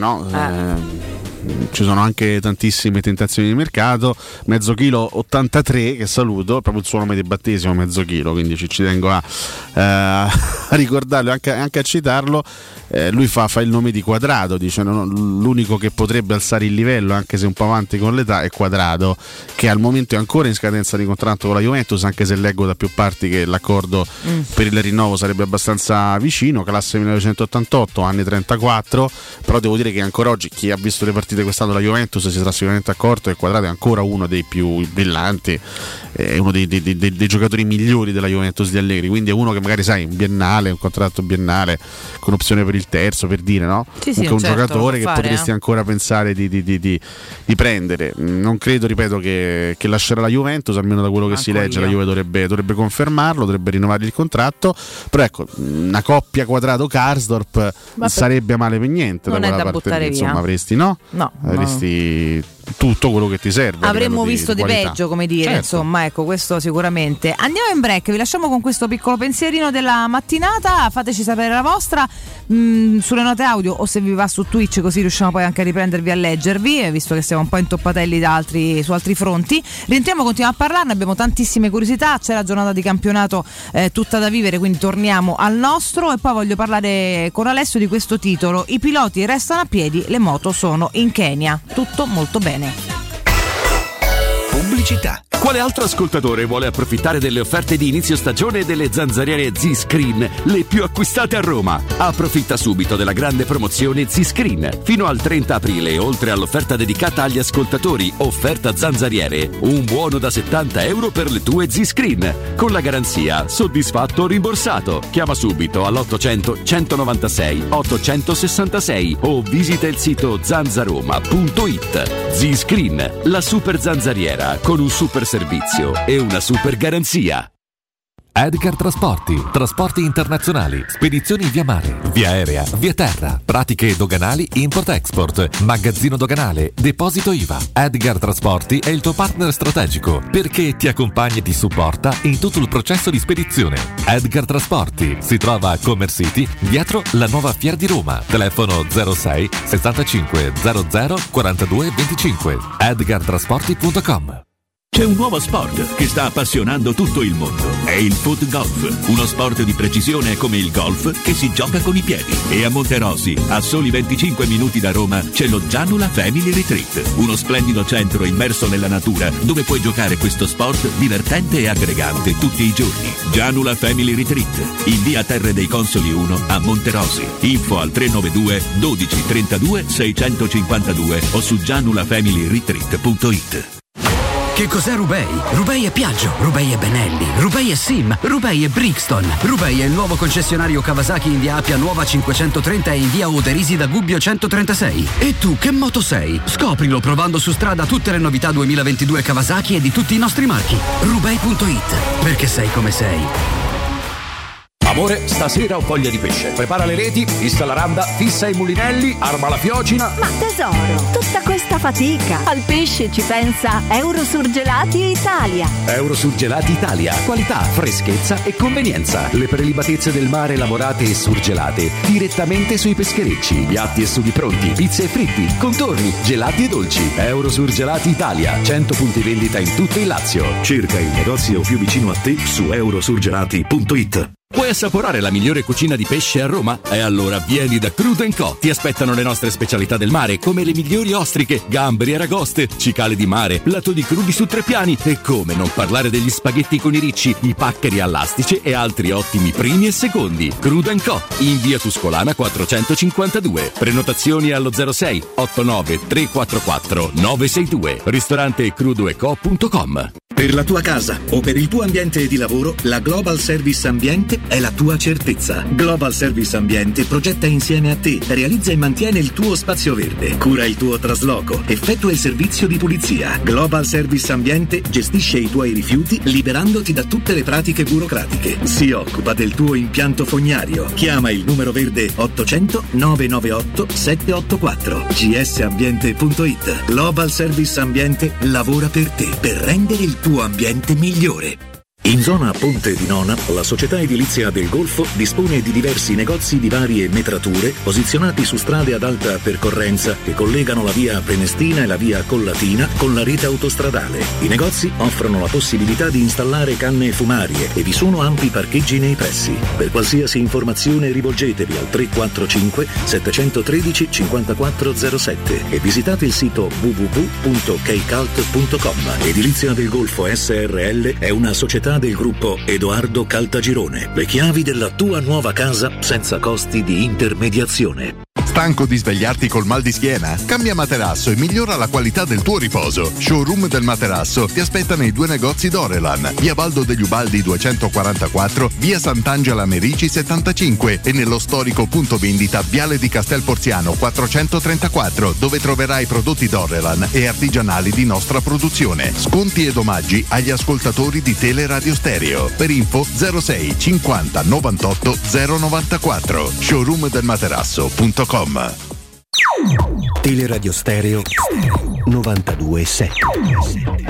ci sono anche tantissime tentazioni di mercato. Mezzo chilo 83, che saluto, proprio il suo nome di battesimo, mezzo chilo, quindi ci tengo a ricordarlo, anche a citarlo. Lui fa il nome di Quadrado, dice l'unico che potrebbe alzare il livello, anche se un po' avanti con l'età, è Quadrado, che al momento è ancora in scadenza di contratto con la Juventus, anche se leggo da più parti che l'accordo per il rinnovo sarebbe abbastanza vicino. Classe 1988, anni 34, però devo dire che ancora oggi chi ha visto le partite quest'anno la Juventus si sarà sicuramente accorto che Quadrado è ancora uno dei più brillanti, è uno dei giocatori migliori della Juventus di Allegri, quindi è uno che magari, sai, un contratto biennale con opzione per il terzo, per dire, no? Sì, un giocatore che potresti ancora pensare di prendere. Non credo, ripeto, che lascerà la Juventus, almeno da quello che si legge. La Juve dovrebbe confermarlo, dovrebbe rinnovargli il contratto, però ecco, una coppia Quadrado-Karsdorp sarebbe male per niente. Non da è quella da parte buttare lì, insomma, via. Avresti avresti tutto quello che ti serve. Avremmo visto di peggio, come dire, certo. Insomma, ecco, questo sicuramente. Andiamo in break, vi lasciamo con questo piccolo pensierino della mattinata. Fateci sapere la vostra sulle note audio, o se vi va su Twitch, così riusciamo poi anche a riprendervi a leggervi, visto che siamo un po' intoppatelli su altri fronti. Rientriamo, continuiamo a parlarne, abbiamo tantissime curiosità, c'è la giornata di campionato tutta da vivere, quindi torniamo al nostro. E poi voglio parlare con Alessio di questo titolo: i piloti restano a piedi, le moto sono in Kenya. Tutto molto bene. Pubblicità. Quale altro ascoltatore vuole approfittare delle offerte di inizio stagione delle zanzariere Z-Screen, le più acquistate a Roma? Approfitta subito della grande promozione Z-Screen. Fino al 30 aprile, oltre all'offerta dedicata agli ascoltatori, offerta zanzariere, un buono da €70 per le tue Z-Screen, con la garanzia soddisfatto o rimborsato. Chiama subito all'800 196 866 o visita il sito zanzaroma.it. Z-Screen, la super zanzariera con un super servizio e una super garanzia. Edgar Trasporti, trasporti internazionali, spedizioni via mare, via aerea, via terra, pratiche doganali import-export, magazzino doganale, deposito IVA. Edgar Trasporti è il tuo partner strategico perché ti accompagna e ti supporta in tutto il processo di spedizione. Edgar Trasporti si trova a Commerce City, dietro la nuova Fiera di Roma. Telefono 06 65 00 42 25. edgartrasporti.com. C'è un nuovo sport che sta appassionando tutto il mondo. È il foot golf, uno sport di precisione come il golf che si gioca con i piedi. E a Monterosi, a soli 25 minuti da Roma, c'è lo Gianula Family Retreat, uno splendido centro immerso nella natura dove puoi giocare questo sport divertente e aggregante tutti i giorni. Gianula Family Retreat, in via Terre dei Consoli 1 a Monterosi. Info al 392 12 32 652 o su gianulafamilyretreat.it. Che cos'è Rubei? Rubei è Piaggio, Rubei è Benelli, Rubei è Sim, Rubei è Brixton. Rubei è il nuovo concessionario Kawasaki in via Appia Nuova 530 e in via Oderisi da Gubbio 136. E tu che moto sei? Scoprilo provando su strada tutte le novità 2022 Kawasaki e di tutti i nostri marchi. Rubei.it, perché sei come sei. Amore, stasera ho voglia di pesce. Prepara le reti, fissa la randa, fissa i mulinelli, arma la fiocina. Ma tesoro, tutta questa fatica. Al pesce ci pensa Eurosurgelati Italia. Eurosurgelati Italia. Qualità, freschezza e convenienza. Le prelibatezze del mare lavorate e surgelate direttamente sui pescherecci. Piatti e sughi pronti, pizze e fritti, contorni, gelati e dolci. Eurosurgelati Italia. 100 punti vendita in tutto il Lazio. Cerca il negozio più vicino a te su eurosurgelati.it. Vuoi assaporare la migliore cucina di pesce a Roma? E allora vieni da Crudo & Co. Ti aspettano le nostre specialità del mare, come le migliori ostriche, gamberi e aragoste, cicale di mare, plato di crudi su 3 piani e come non parlare degli spaghetti con i ricci, i paccheri all'astice e altri ottimi primi e secondi. Crudo & Co. in via Tuscolana 452. Prenotazioni allo 06 89 344 962. Ristorante crudoeco.com. Per la tua casa o per il tuo ambiente di lavoro, la Global Service Ambiente è la tua certezza. Global Service Ambiente progetta insieme a te, realizza e mantiene il tuo spazio verde, cura il tuo trasloco, effettua il servizio di pulizia. Global Service Ambiente gestisce i tuoi rifiuti liberandoti da tutte le pratiche burocratiche. Si occupa del tuo impianto fognario. Chiama il numero verde 800 998 784. gsambiente.it. Global Service Ambiente lavora per te, per rendere il tuo ambiente migliore. In zona Ponte di Nona, la società edilizia del Golfo dispone di diversi negozi di varie metrature posizionati su strade ad alta percorrenza che collegano la via Prenestina e la via Collatina con la rete autostradale. I negozi offrono la possibilità di installare canne fumarie e vi sono ampi parcheggi nei pressi. Per qualsiasi informazione rivolgetevi al 345 713 5407 e visitate il sito www.kcalt.com. Edilizia del Golfo SRL è una società del gruppo Edoardo Caltagirone. Le chiavi della tua nuova casa senza costi di intermediazione. Stanco di svegliarti col mal di schiena? Cambia materasso e migliora la qualità del tuo riposo. Showroom del materasso ti aspetta nei 2 negozi Dorelan, via Baldo degli Ubaldi 244, via Sant'Angela Merici 75 e nello storico punto vendita Viale di Castel Porziano 434, dove troverai prodotti Dorelan e artigianali di nostra produzione. Sconti ed omaggi agli ascoltatori di Teleradio Stereo. Per info 06 50 98 094. showroomdelmaterasso.com. Teleradio Stereo 92.7.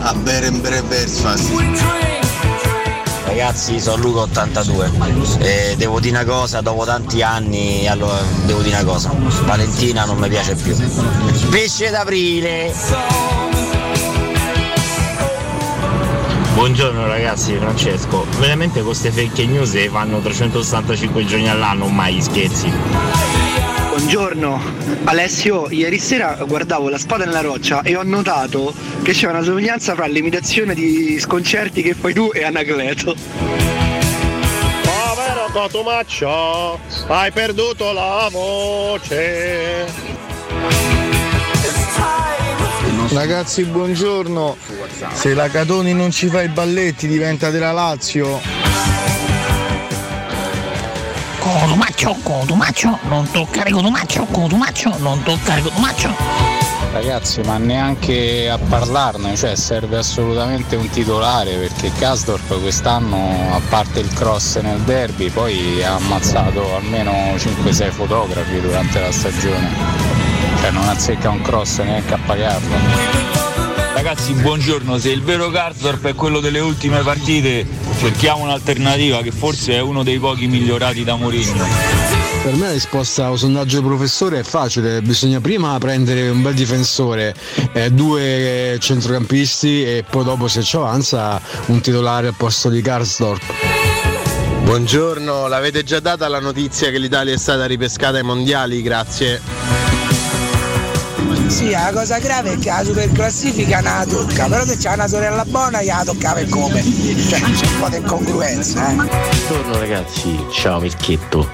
a bere in breakfast. Ragazzi, sono Luca 82 e devo dire una cosa, dopo tanti anni, allora devo dire una cosa, Valentina non mi piace più. Pesce d'aprile! Buongiorno ragazzi, Francesco, veramente queste fake news vanno 365 giorni all'anno, mai scherzi. Buongiorno, Alessio, ieri sera guardavo La spada nella roccia e ho notato che c'è una somiglianza fra l'imitazione di sconcerti che fai tu e Anacleto. Povero Cotumaccio, hai perduto la voce. Ragazzi, buongiorno. Se la Catoni non ci fa i balletti diventa della Lazio. Cotumaccio, non toccare Cotumaccio, non toccare Cotumaccio. Ragazzi, ma neanche a parlarne, cioè serve assolutamente un titolare, perché Karsdorp quest'anno, a parte il cross nel derby, poi ha ammazzato almeno 5-6 fotografi durante la stagione, cioè non azzecca un cross neanche a pagarlo. Ragazzi, buongiorno, se il vero Karsdorp è quello delle ultime partite, cerchiamo un'alternativa che forse è uno dei pochi migliorati da Mourinho. Per me la risposta al sondaggio professore è facile, bisogna prima prendere un bel difensore, 2 centrocampisti e poi dopo, se ci avanza, un titolare al posto di Karsdorp. Buongiorno, l'avete già data la notizia che l'Italia è stata ripescata ai mondiali? Grazie. Sì, la cosa grave è che la super classifica non la tocca, però se c'è una sorella buona gliela toccava e come? Cioè c'è un po' di incongruenza, Buongiorno ragazzi, ciao Mirchetto.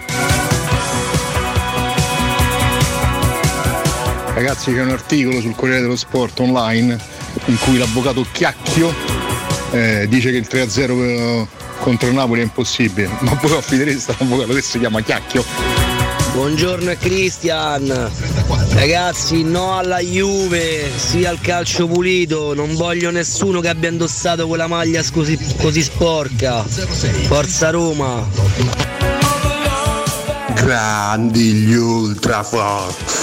Ragazzi, c'è un articolo sul Corriere dello Sport online in cui l'avvocato Chiacchio dice che il 3-0 contro il Napoli è impossibile, ma voi affidereste all'avvocato che si chiama Chiacchio? Buongiorno Cristian, ragazzi, no alla Juve, sì al calcio pulito, non voglio nessuno che abbia indossato quella maglia così sporca. Forza Roma. Grandi gli Ultrafox.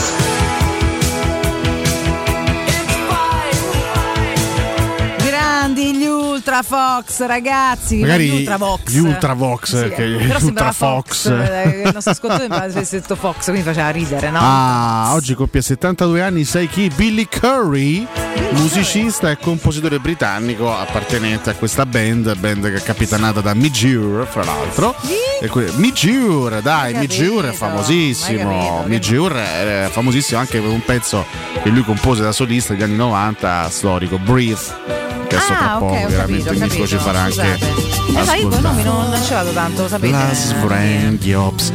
Gli Ultrafox, ragazzi, magari gli Ultravox. Gli Ultravox, sì, che però sembrava Ultrafox. Il nostro ascoltatore mi avesse detto Fox, quindi faceva ridere, no? Ah, oggi compie 72 anni, sai chi? Billy Currie, musicista e compositore britannico appartenente a questa band che è capitanata da Midge Ure, fra l'altro. Midge Ure, dai, Midge Ure è famosissimo. Midge Ure è famosissimo anche per un pezzo che lui compose da solista negli anni 90, storico, Breathe. Adesso tra poco veramente il disco ci farà anche io con i nomi non ci vado tanto, sapete. Las Vrengiops,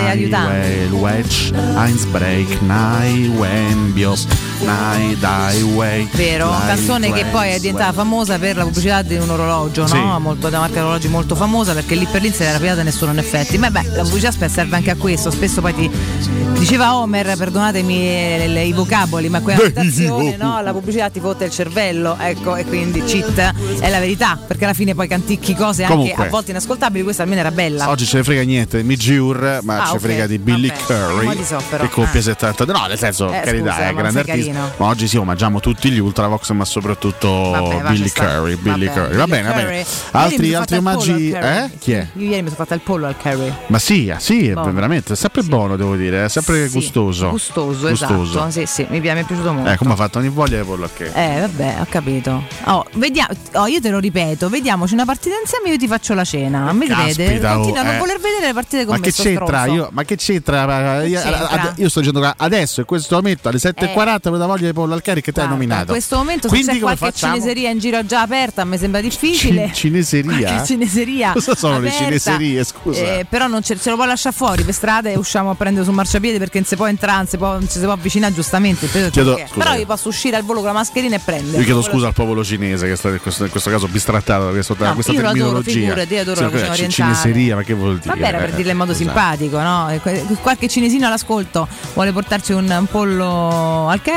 Wedge, Einsbreak, Nai Wembios, Nai Dai Way. Vero, canzone che poi è diventata famosa per la pubblicità di un orologio, sì. No? Molto, da marca di orologi molto famosa, perché lì per lì se l'era pigliata nessuno in effetti. Ma beh, la pubblicità serve anche a questo. Spesso poi ti diceva Homer, perdonatemi i vocaboli, ma quella citazione, no? La pubblicità ti fotte il cervello, ecco, e quindi cheat è la verità, perché alla fine poi canticchi cose anche a volte inascoltabili. Questa almeno era bella. Oggi ce ne frega niente di Midge Ure, ma ce ne frega di Billy Currie, che compie 70. No, nel senso, carità, è grande artista. Ma oggi sì, omaggiamo tutti gli Ultravox, ma soprattutto Billy Currie. Va bene. Altri omaggi. Chi è? Io ieri mi sono fatta il pollo al curry. Ma sì, veramente, è sempre buono, devo dire, è sempre gustoso. Gustoso, esatto. Sì, mi è piaciuto molto. Come ha fatto ogni voglia di pollo al curry. Vabbè, ho capito. Vediamo, io te lo ripeto, vediamoci una partita insieme, io ti faccio la cena. A me crede? Continua a non voler vedere le partite con me. Ma che c'entra? Io sto dicendo adesso, in questo momento alle 7:40 mi da voglia di pollo al curry che ti hai nominato. In questo momento se c'è qualche cineseria in giro già aperta, a me sembra difficile. Cineseria? Cosa sono aperta, le cineserie, scusa? Però non ce lo può lasciare fuori per strada e usciamo a prendere sul marciapiede, perché non si può entrare, non si può avvicinare, giustamente. Però io posso uscire al volo con la mascherina e prendere. Io chiedo scusa al popolo cinese che sta in questo caso bistrattato da questa terminologia. Io adoro la cucina orientale. Cineseria, ma che vuol dire? Vabbè, era per dirla in modo simpatico, no? Qualche cinesino all'ascolto vuole portarci un pollo al curry,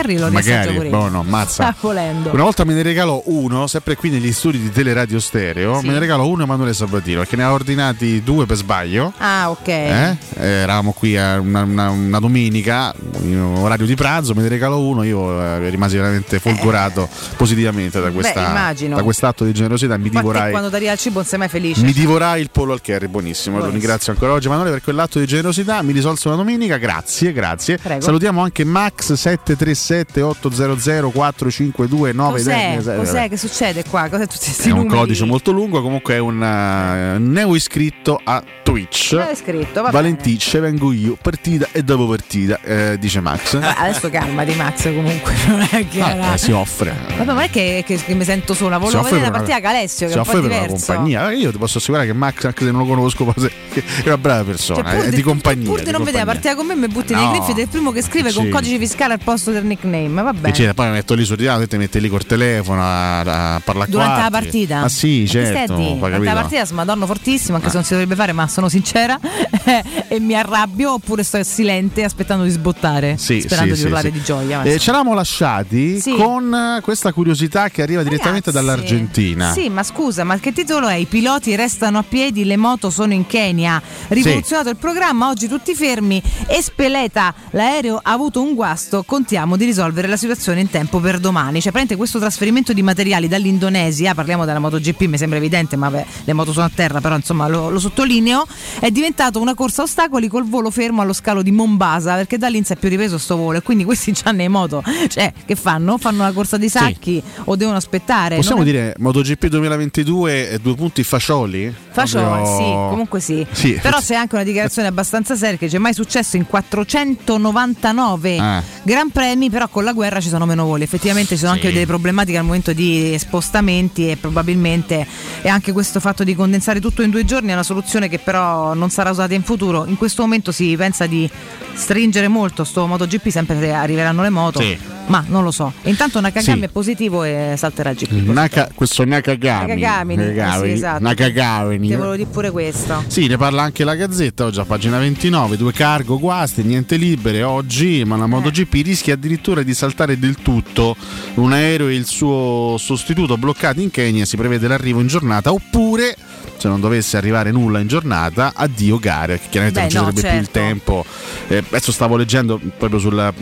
Kerry lo riassaggio pure io. No, mazza. Volendo. Una volta me ne regalò uno, sempre qui negli studi di Teleradio Stereo, me ne regalò uno Emanuele Sabatino, perché ne ha ordinati 2 per sbaglio. Ah, ok. Eravamo qui a una domenica, in orario di pranzo, me ne regalò uno, io rimasi veramente folgorato positivamente da quest'atto di generosità. Mi divorai, quando ti arriva il cibo non sei mai felice. Mi divorai il pollo al curry, buonissimo. Lo ringrazio ancora oggi Emanuele per quell'atto di generosità, mi risolse una domenica, grazie. Prego. Salutiamo anche Max 737 800 452 9. Cos'è che succede qua? Cos'è tutti questi è un numeri? codice molto lungo, comunque è un neo iscritto a Twitch. Valenticce, vengo io, partita e dopo partita, dice Max. Adesso calmati Max, comunque non è che si offre. Vabbè, ma non è che mi sento sola, volevo vedere la partita con Alessio, che è un po' diverso. Una compagnia. Io ti posso assicurare che Max, anche se non lo conosco, è una brava persona, è di compagnia. Pur di non vedere la partita con me, mi butti nei griffi del primo che scrive con codice fiscale al posto del nickname. Vabbè. Poi mi metto lì sul divano, ti metti lì col telefono a parlare durante la partita. Ah sì, certo. Durante la partita smadonno fortissimo, anche se non si dovrebbe fare, ma sono sincera e mi arrabbio, oppure sto silente aspettando di sbottare, sperando di urlare di gioia. Ci eravamo lasciati con questa curiosità che arriva direttamente dall'Argentina. Sì, ma scusa, ma che titolo è? I piloti restano a piedi, le moto sono in Kenya. Rivoluzionato il programma, oggi tutti fermi. Espeleta, l'aereo ha avuto un guasto, contiamo di risolvere la situazione in tempo per domani. Cioè, praticamente questo trasferimento di materiali dall'Indonesia, parliamo della MotoGP, mi sembra evidente, ma le moto sono a terra, però insomma lo sottolineo, è diventato una corsa a ostacoli col volo fermo allo scalo di Mombasa, perché da lì non si è più ripreso sto volo, e quindi questi già nei moto, cioè che fanno? Fanno una corsa di sacchi o devono aspettare? Possiamo dire MotoGP 2022 2 punti Fascioli? Sì, comunque sì. Però c'è anche una dichiarazione abbastanza seria che c'è mai successo in 499 Gran Premi, però con la guerra ci sono meno voli. Effettivamente ci sono anche delle problematiche al momento di spostamenti, e probabilmente è anche questo fatto di condensare tutto in 2 giorni è una soluzione che però non sarà usata in futuro. In questo momento si pensa di stringere molto sto MotoGP, sempre se arriveranno le moto, ma non lo so. E intanto Nakagami è positivo e salterà il GP. Questo Nakagami, esatto. Nakagami. Ti volevo dire pure questo. Sì, ne parla anche la Gazzetta oggi a pagina 29, 2 cargo, guasti, niente libere oggi, ma la MotoGP rischia addirittura di saltare del tutto. Un aereo e il suo sostituto bloccati in Kenya, si prevede l'arrivo in giornata, oppure se non dovesse arrivare nulla in giornata, addio gare, che chiaramente non ci sarebbe più il tempo. Adesso stavo leggendo proprio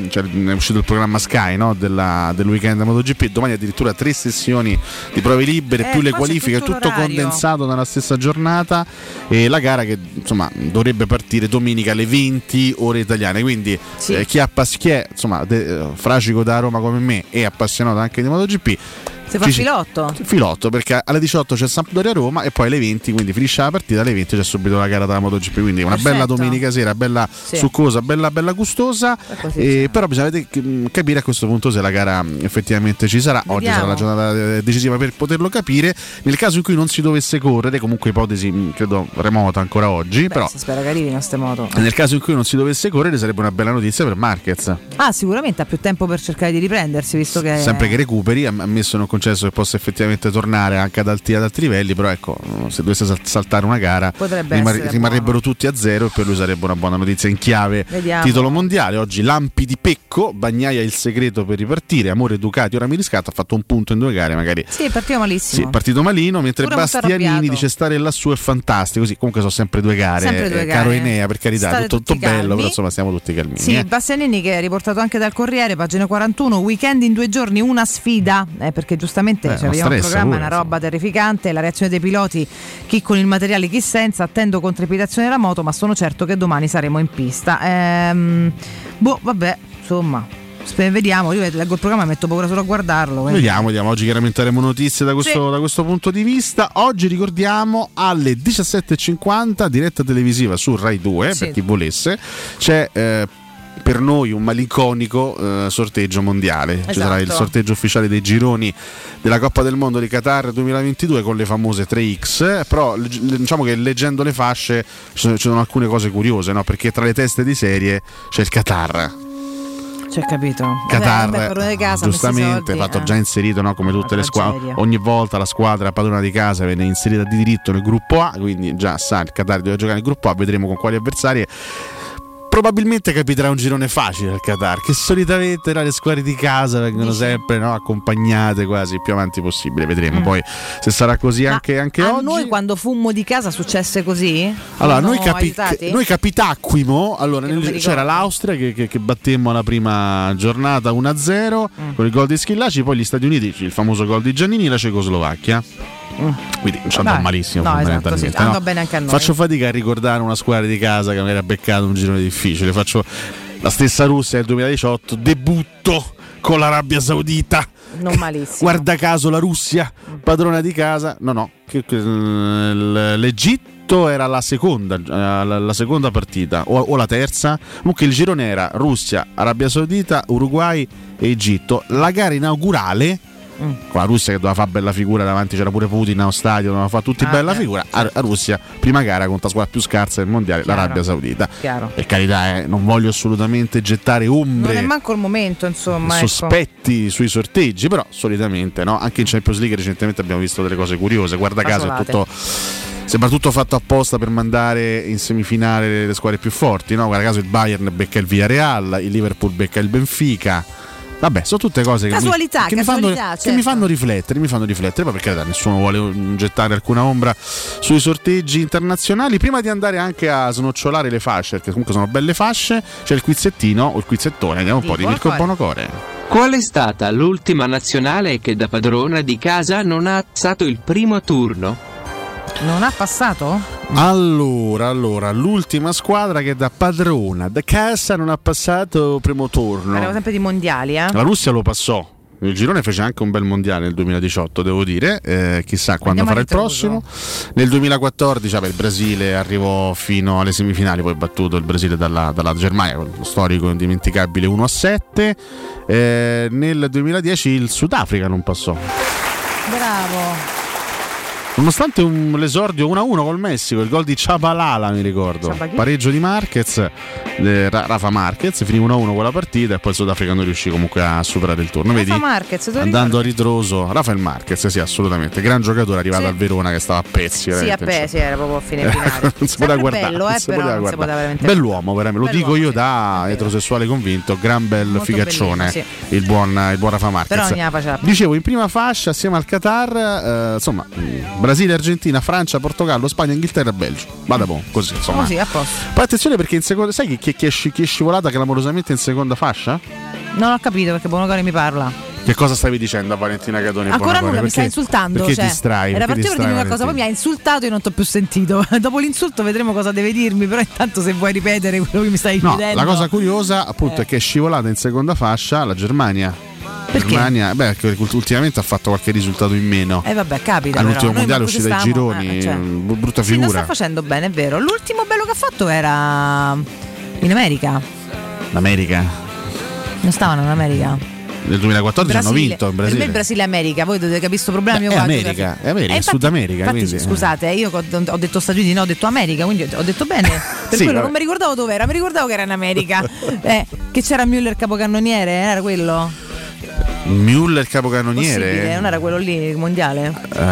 è uscito il programma Sky, no? del weekend MotoGP, domani addirittura 3 sessioni di prove libere più le qualifiche, tutto condensato nella stessa giornata, e la gara che insomma dovrebbe partire domenica alle 20 ore italiane, quindi chi è fracico da Roma come me e appassionato anche di MotoGP si fa filotto, perché alle 18 c'è Sampdoria Roma e poi alle 20, quindi finisce la partita, alle 20 c'è subito la gara della MotoGP, quindi una bella domenica sera, bella succosa, bella gustosa, però bisogna capire a questo punto se la gara effettivamente ci sarà. Oggi sarà la giornata decisiva per poterlo capire. Nel caso in cui non si dovesse correre, comunque ipotesi credo remota ancora oggi, però si spera che arrivi in queste moto. Nel caso in cui non si dovesse correre sarebbe una bella notizia per Marquez. Sicuramente ha più tempo per cercare di riprendersi, visto che sempre che recuperi, ammesso non concesso che possa effettivamente tornare anche ad alti livelli, però ecco, se dovesse saltare una gara rimarrebbero tutti a zero, e per lui sarebbe una buona notizia in chiave titolo mondiale. Oggi lampi di Pecco, Bagnaia il segreto per ripartire, Amore Ducati ora mi riscatto, ha fatto un punto in 2 gare, magari è partito malissimo. Partito malino, mentre pure Bastianini dice stare lassù è fantastico. Sì, comunque sono sempre 2 gare, caro Enea, per carità, tutto bello, però insomma stiamo tutti calmini. Bastianini, che è riportato anche dal Corriere, pagina 41, weekend in 2 giorni, una sfida, perché giustamente vediamo il programma, è una roba terrificante, la reazione dei piloti, chi con il materiale, chi senza, attendo con trepidazione la moto, ma sono certo che domani saremo in pista. Vabbè, insomma, vediamo, io leggo il programma e metto paura solo a guardarlo. Vediamo, oggi chiaramente avremo notizie da questo punto di vista. Oggi ricordiamo alle 17.50 diretta televisiva su Rai 2, per chi volesse, c'è per noi un malinconico sorteggio mondiale. Ci sarà il sorteggio ufficiale dei gironi della Coppa del Mondo di Qatar 2022 con le famose 3X, però diciamo che leggendo le fasce ci sono alcune cose curiose, no? Perché tra le teste di serie c'è il Qatar. C'è capito. Qatar, casa, giustamente fatto già inserito, no? Come tutte le squadre, ogni volta la squadra padrona di casa viene inserita di diritto nel gruppo A, quindi già sa il Qatar deve giocare nel gruppo A, vedremo con quali avversari. Probabilmente capiterà un girone facile al Qatar, che solitamente le squadre di casa vengono sempre accompagnate quasi il più avanti possibile. Vedremo poi se sarà così anche oggi. Noi quando fummo di casa successe così? Allora, noi capitacquimo. Allora, c'era l'Austria che battemmo la prima giornata 1-0 con il gol di Schillaci, poi gli Stati Uniti, il famoso gol di Giannini, la Cecoslovacchia. Quindi non ci andò malissimo, esatto, sì, andò bene anche a noi. Faccio fatica a ricordare una squadra di casa che mi era beccato un girone difficile. Faccio la stessa Russia nel 2018, debutto con l'Arabia Saudita. Non malissimo. Guarda caso la Russia, padrona di casa. L'Egitto era la seconda partita o la terza. Comunque il girone era Russia, Arabia Saudita, Uruguay e Egitto. La gara inaugurale con la Russia che doveva fare bella figura davanti, c'era pure Putin allo stadio, doveva fare tutti bella figura. A Russia, prima gara contro la squadra più scarsa del mondiale, l'Arabia Saudita. Per carità, non voglio assolutamente gettare ombre, non è manco il momento, insomma, sospetti sui sorteggi, però solitamente anche in Champions League recentemente abbiamo visto delle cose curiose. Guarda caso è tutto, sembra tutto fatto apposta per mandare in semifinale le squadre più forti, no? Guarda caso il Bayern becca il Villarreal, il Liverpool becca il Benfica. Vabbè, sono tutte cose che mi fanno riflettere, poi perché nessuno vuole gettare alcuna ombra sui sorteggi internazionali. Prima di andare anche a snocciolare le fasce, perché comunque sono belle fasce, c'è il quizzettino o il quizzettone, andiamo un po' di Mirko Bonocore. Qual è stata l'ultima nazionale che da padrona di casa non ha passato il primo turno? Non ha passato? Allora, l'ultima squadra che da padrona da casa non ha passato primo turno. Parliamo sempre di mondiali, La Russia lo passò. Il girone fece anche un bel mondiale nel 2018, devo dire. Chissà quando farà il prossimo. Nel 2014 il Brasile arrivò fino alle semifinali, poi battuto il Brasile dalla Germania, con lo storico indimenticabile 1-7. Nel 2010 il Sudafrica non passò. Bravo. Nonostante l'esordio 1-1 col Messico, il gol di Chabalala, mi ricordo, pareggio di Marquez, Rafa Marquez, finì 1-1 quella partita e poi il Sudafrica non riuscì comunque a superare il turno. Rafa Vedi? Marquez, andando a ritroso, Rafael Marquez, sì, assolutamente, gran giocatore, arrivato al Verona che stava a pezzi. Sì, a pezzi, era proprio a fine finale. Non si poteva guardare, bello, non si poteva veramente. Bell'uomo, veramente, lo dico io da eterosessuale convinto, gran bel molto figaccione, il buon Rafa Marquez. Però dicevo, in prima fascia assieme al Qatar, insomma, Brasile, Argentina, Francia, Portogallo, Spagna, Inghilterra e Belgio. Vada così, insomma. Così, a posto. Poi attenzione perché in seconda, sai chi è scivolata clamorosamente in seconda fascia? Non ho capito perché Bonocore mi parla. Che cosa stavi dicendo a Valentina Catoni? Ancora nulla, mi sta insultando. Perché distrai? Era partito per dirmi una cosa, poi mi ha insultato e non ti ho più sentito. Dopo l'insulto vedremo cosa deve dirmi, però intanto se vuoi ripetere quello che mi stai chiedendo. La cosa curiosa appunto è che è scivolata in seconda fascia la Germania. Perché? Germania, perché ultimamente ha fatto qualche risultato in meno. Vabbè, capita. All'ultimo mondiale è uscita ai gironi, brutta figura. Sì, lo sta facendo bene, è vero. L'ultimo bello che ha fatto era in America. L'America? Non stavano in America? Nel 2014 hanno vinto in Brasile. Per me il Brasile è America, voi dovete capire questo problema. È America, è Sud America. Infatti, quindi, scusate, io ho detto Stati Uniti, no, ho detto America, quindi ho detto bene. Per quello non mi ricordavo dove era, mi ricordavo che era in America. Che c'era Müller capocannoniere, era quello? Müller capocannoniere? Possibile, non era quello lì mondiale?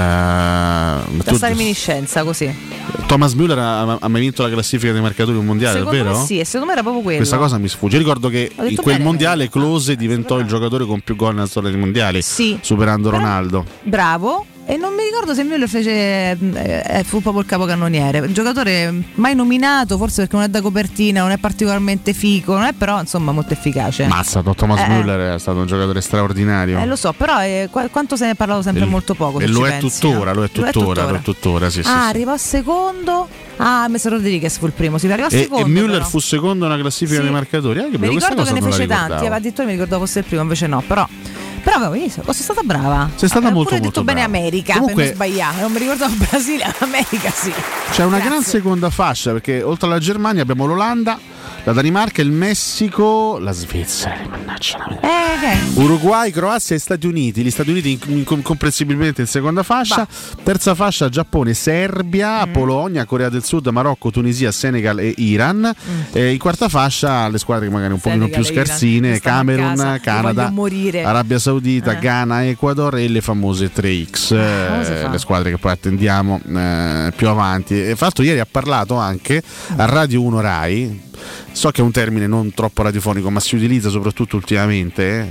Da stare miniscenza così. Thomas Müller ha mai vinto la classifica dei marcatori mondiale, secondo vero? Me sì, secondo me era proprio quello. Questa cosa mi sfugge. Ricordo che in quel mondiale Klose diventò il giocatore con più gol nella storia dei mondiali, superando Ronaldo. Bravo. E non mi ricordo se Müller fu proprio il capocannoniere. Un giocatore mai nominato, forse perché non è da copertina, non è particolarmente fico, non è però insomma molto efficace. Mazza, Thomas Müller è stato un giocatore straordinario. Lo so, però quanto se ne è parlato sempre molto poco. E lo è tuttora, sì. Arrivò secondo. Messer Rodriguez fu il primo, si arrivò secondo. E Müller fu secondo nella classifica dei marcatori. Mi ricordo che ne fece tanti, addirittura mi ricordavo fosse il primo, invece no, però avevo visto, sei stata brava. Sei stata molto detto brava. Bene America, comunque, per non sbagliare, non mi ricordavo Brasile, America sì. C'è una gran seconda fascia perché oltre alla Germania abbiamo l'Olanda, la Danimarca, il Messico, la Svizzera, mannaggia la Uruguay, Croazia e Stati Uniti. Gli Stati Uniti incomprensibilmente in seconda fascia. Terza fascia Giappone, Serbia, Polonia, Corea del Sud, Marocco, Tunisia, Senegal e Iran. In quarta fascia le squadre che magari un po' più scarsine, Camerun, Canada, Arabia Saudita, Ghana, Ecuador e le famose 3X, le squadre che poi attendiamo più avanti. Fra l'altro ieri ha parlato anche a Radio 1 Rai So che è un termine non troppo radiofonico, ma si utilizza soprattutto ultimamente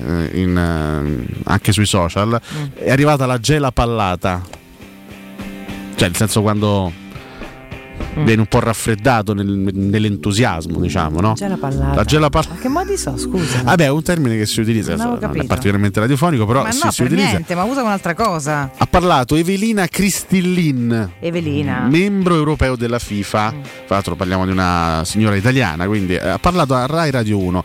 anche sui social. È arrivata la gela pallata, cioè nel senso quando viene un po' raffreddato nell'entusiasmo, diciamo, no? Gela pallata. La gela pallata. Che modi so, scusa? Vabbè, è un termine che si utilizza, non è particolarmente radiofonico, però ma no, si utilizza. Niente, ma usa un'altra cosa. Ha parlato Evelina Cristillin, membro europeo della FIFA. Tra l'altro parliamo di una signora italiana, quindi ha parlato a Rai Radio 1.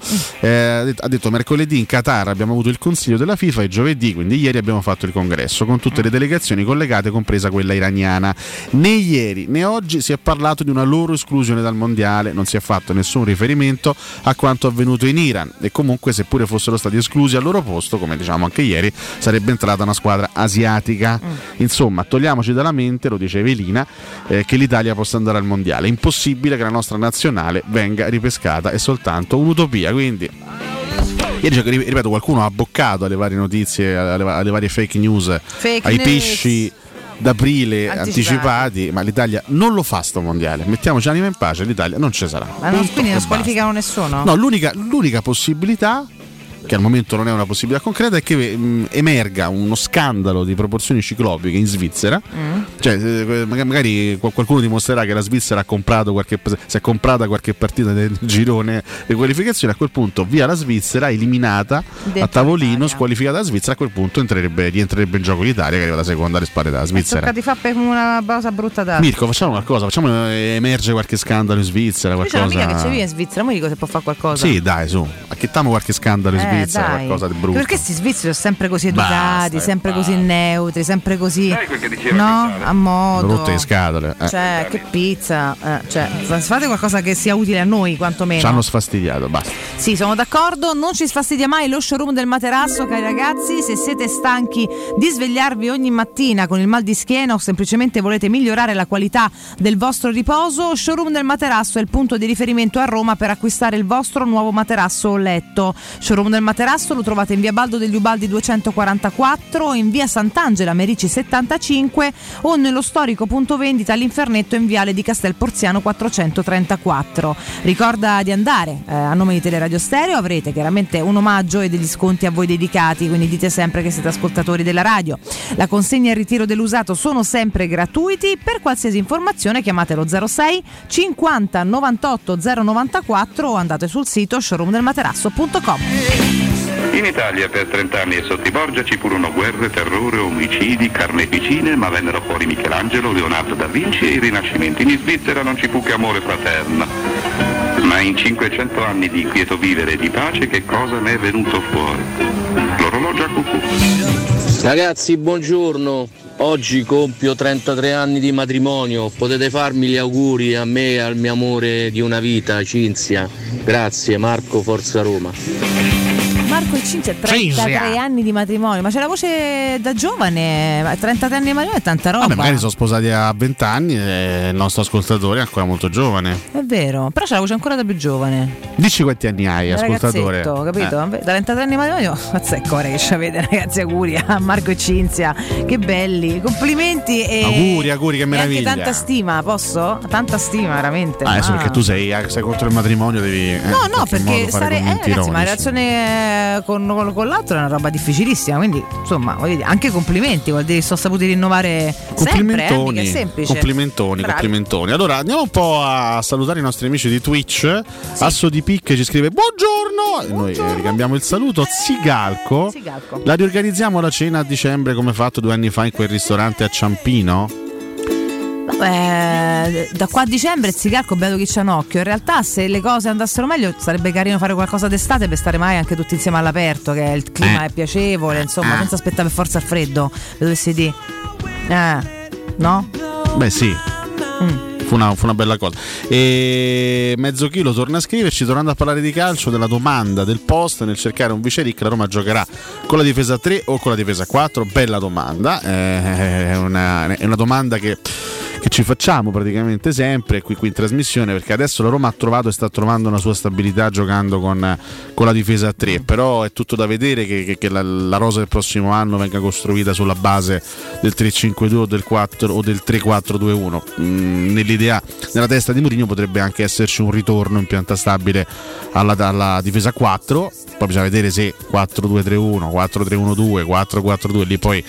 Ha detto mercoledì in Qatar abbiamo avuto il consiglio della FIFA e giovedì, quindi ieri, abbiamo fatto il congresso con tutte le delegazioni collegate, compresa quella iraniana. Né ieri né oggi si è parlato di una loro esclusione dal mondiale, non si è fatto nessun riferimento a quanto avvenuto in Iran, e comunque seppure fossero stati esclusi al loro posto, come diciamo anche ieri, sarebbe entrata una squadra asiatica. Insomma, togliamoci dalla mente, lo dice Evelina, che l'Italia possa andare al mondiale. È impossibile che la nostra nazionale venga ripescata, è soltanto un'utopia. Quindi ieri, ripeto, qualcuno ha abboccato alle varie notizie, alle varie fake news, ai pesci d'aprile anticipati, ma l'Italia non lo fa sto mondiale, mettiamoci anima in pace, l'Italia non ci sarà. Ma quindi non squalificano nessuno? No, l'unica possibilità, che al momento non è una possibilità concreta, è che emerga uno scandalo di proporzioni ciclopiche in Svizzera. Cioè, magari qualcuno dimostrerà che la Svizzera si è comprata qualche partita del girone di qualificazione. A quel punto via la Svizzera, eliminata a tavolino, squalificata la Svizzera. A quel punto rientrerebbe in gioco l'Italia, che arriva la seconda alle spalle della Svizzera. Tocca di fare per una cosa brutta data. Mirko, facciamo qualcosa, facciamo emergere qualche scandalo in Svizzera, qualcosa. C'è un'amica che c'è via in Svizzera, ma dico se può fare qualcosa. Sì, dai, su, acchettiamo qualche scandalo in Svizzera. Qualcosa di brutto. Perché questi svizzeri sono sempre così educati, sempre così neutri, sempre così, no? A modo. Rotte le scatole. Cioè, che pizza. Cioè, fate qualcosa che sia utile a noi, quantomeno. Ci hanno sfastidiato, basta. Sì, sono d'accordo, non ci sfastidia mai lo showroom del materasso, cari ragazzi. Se siete stanchi di svegliarvi ogni mattina con il mal di schiena o semplicemente volete migliorare la qualità del vostro riposo, showroom del materasso è il punto di riferimento a Roma per acquistare il vostro nuovo materasso o letto. Showroom del materasso lo trovate in via Baldo degli Ubaldi 244, in via Sant'Angela Merici 75 o nello storico punto vendita all'Infernetto in viale di Castel Porziano 434. Ricorda di andare a nome di Teleradio Stereo, avrete chiaramente un omaggio e degli sconti a voi dedicati, quindi dite sempre che siete ascoltatori della radio. La consegna e il ritiro dell'usato sono sempre gratuiti. Per qualsiasi informazione chiamatelo 06 50 98 094 o andate sul sito showroomdelmaterasso.com. In Italia per 30 anni e sotto i Borgia ci furono guerre, terrore, omicidi, carneficine, ma vennero fuori Michelangelo, Leonardo da Vinci e il Rinascimento. In Svizzera non ci fu che amore fraterno, ma in 500 anni di quieto vivere e di pace che cosa ne è venuto fuori? L'orologio a cucù. Ragazzi, buongiorno. Oggi compio 33 anni di matrimonio, potete farmi gli auguri a me e al mio amore di una vita, Cinzia. Grazie, Marco, Forza Roma. Marco e Cinzia, 33 anni di matrimonio, ma c'è la voce da giovane, 33 anni di matrimonio è tanta roba. Vabbè, magari sono sposati a 20 anni e il nostro ascoltatore è ancora molto giovane. È vero, però c'è la voce ancora da più giovane. Dici quanti anni hai, ascoltatore? Capito? Da 33 anni di matrimonio, mazzecore che ci avete, ragazzi, auguri a Marco e Cinzia, che belli, complimenti e auguri, che meraviglia. E anche tanta stima, posso? Tanta stima, veramente. Adesso perché tu sei contro il matrimonio devi no, perché stare ragazzi, ma la relazione con l'altro è una roba difficilissima, quindi insomma voglio dire, anche complimenti, vuol dire che sono saputi rinnovare complimentoni, sempre, che è semplice. Complimentoni. Allora andiamo un po' a salutare i nostri amici di Twitch. Sì. Asso di Pic ci scrive buongiorno. Noi ricambiamo il saluto. Zigalco. La riorganizziamo la cena a dicembre come fatto 2 anni fa in quel ristorante a Ciampino? Da qua a dicembre Zigalco, beato chi c'ha un occhio. In realtà, se le cose andassero meglio, sarebbe carino fare qualcosa d'estate per stare mai anche tutti insieme all'aperto, che il clima è piacevole, insomma, senza aspettare per forza il freddo. Lo dovessi dire, no? Beh, sì. Fu una bella cosa. E Mezzo Chilo torna a scriverci, tornando a parlare di calcio, della domanda del post nel cercare un viceric. La Roma giocherà con la difesa 3 o con la difesa 4? Bella domanda, è una domanda che che ci facciamo praticamente sempre qui in trasmissione, perché adesso la Roma ha trovato e sta trovando una sua stabilità giocando con la difesa a 3, però è tutto da vedere che la rosa del prossimo anno venga costruita sulla base del 3-5-2 o del 4 o del 3-4-2-1. Nell'idea, nella testa di Mourinho potrebbe anche esserci un ritorno in pianta stabile alla difesa 4, poi bisogna vedere se 4-2-3-1, 4-3-1-2, 4-4-2, lì poi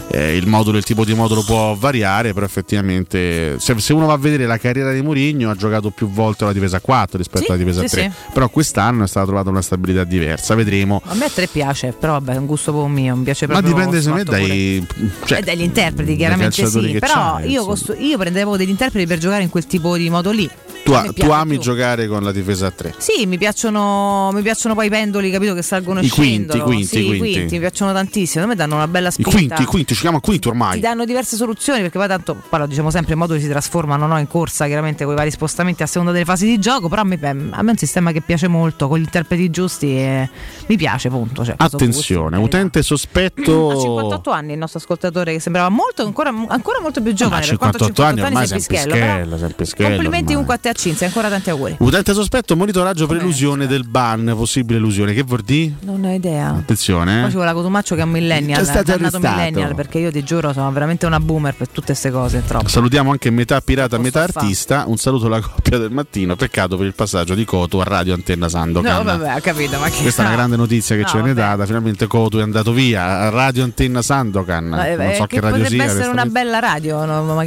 il tipo di modulo può variare, però effettivamente se uno va a vedere la carriera di Mourinho ha giocato più volte la difesa 4 rispetto alla difesa 3, sì. Però quest'anno è stata trovata una stabilità diversa, vedremo. A me 3 piace, però vabbè è un gusto proprio mio, mi piace proprio. Ma dipende se me dagli interpreti, chiaramente sì, però io prendevo degli interpreti per giocare in quel tipo di modo lì. Tu ami giocare con la difesa a 3? Sì, mi piacciono poi i pendoli, capito, che salgono e scendono. I quinti mi piacciono tantissimo, a me danno una bella spinta. I quinti, si chiama quinto ormai. Ti danno diverse soluzioni, perché poi tanto, lo diciamo sempre, i moduli si trasformano, no, in corsa, chiaramente con i vari spostamenti a seconda delle fasi di gioco, però a me è un sistema che piace molto, con gli interpreti giusti mi piace, punto. Cioè, attenzione, utente sospetto. Ha 58 anni il nostro ascoltatore, che sembrava ancora molto più giovane. 58 anni ormai sempre schella. Complimenti comunque a te, Cinzia, ancora tanti auguri. Utente sospetto, monitoraggio per elusione del ban, possibile elusione, che vuol dire? Non ho idea. Attenzione. Poi ci vuole la Cotumaccio che è un millennial, millennial, perché io ti giuro sono veramente una boomer per tutte queste cose, è troppo. Salutiamo anche metà pirata, metà artista. Un saluto alla coppia del mattino, peccato per il passaggio di Cotu a Radio Antenna Sandokan. No, vabbè, ho capito, ma questa è una grande notizia che ci viene data, finalmente Cotu è andato via a Radio Antenna Sandokan. Non so che radio sia. Potrebbe essere una bella radio,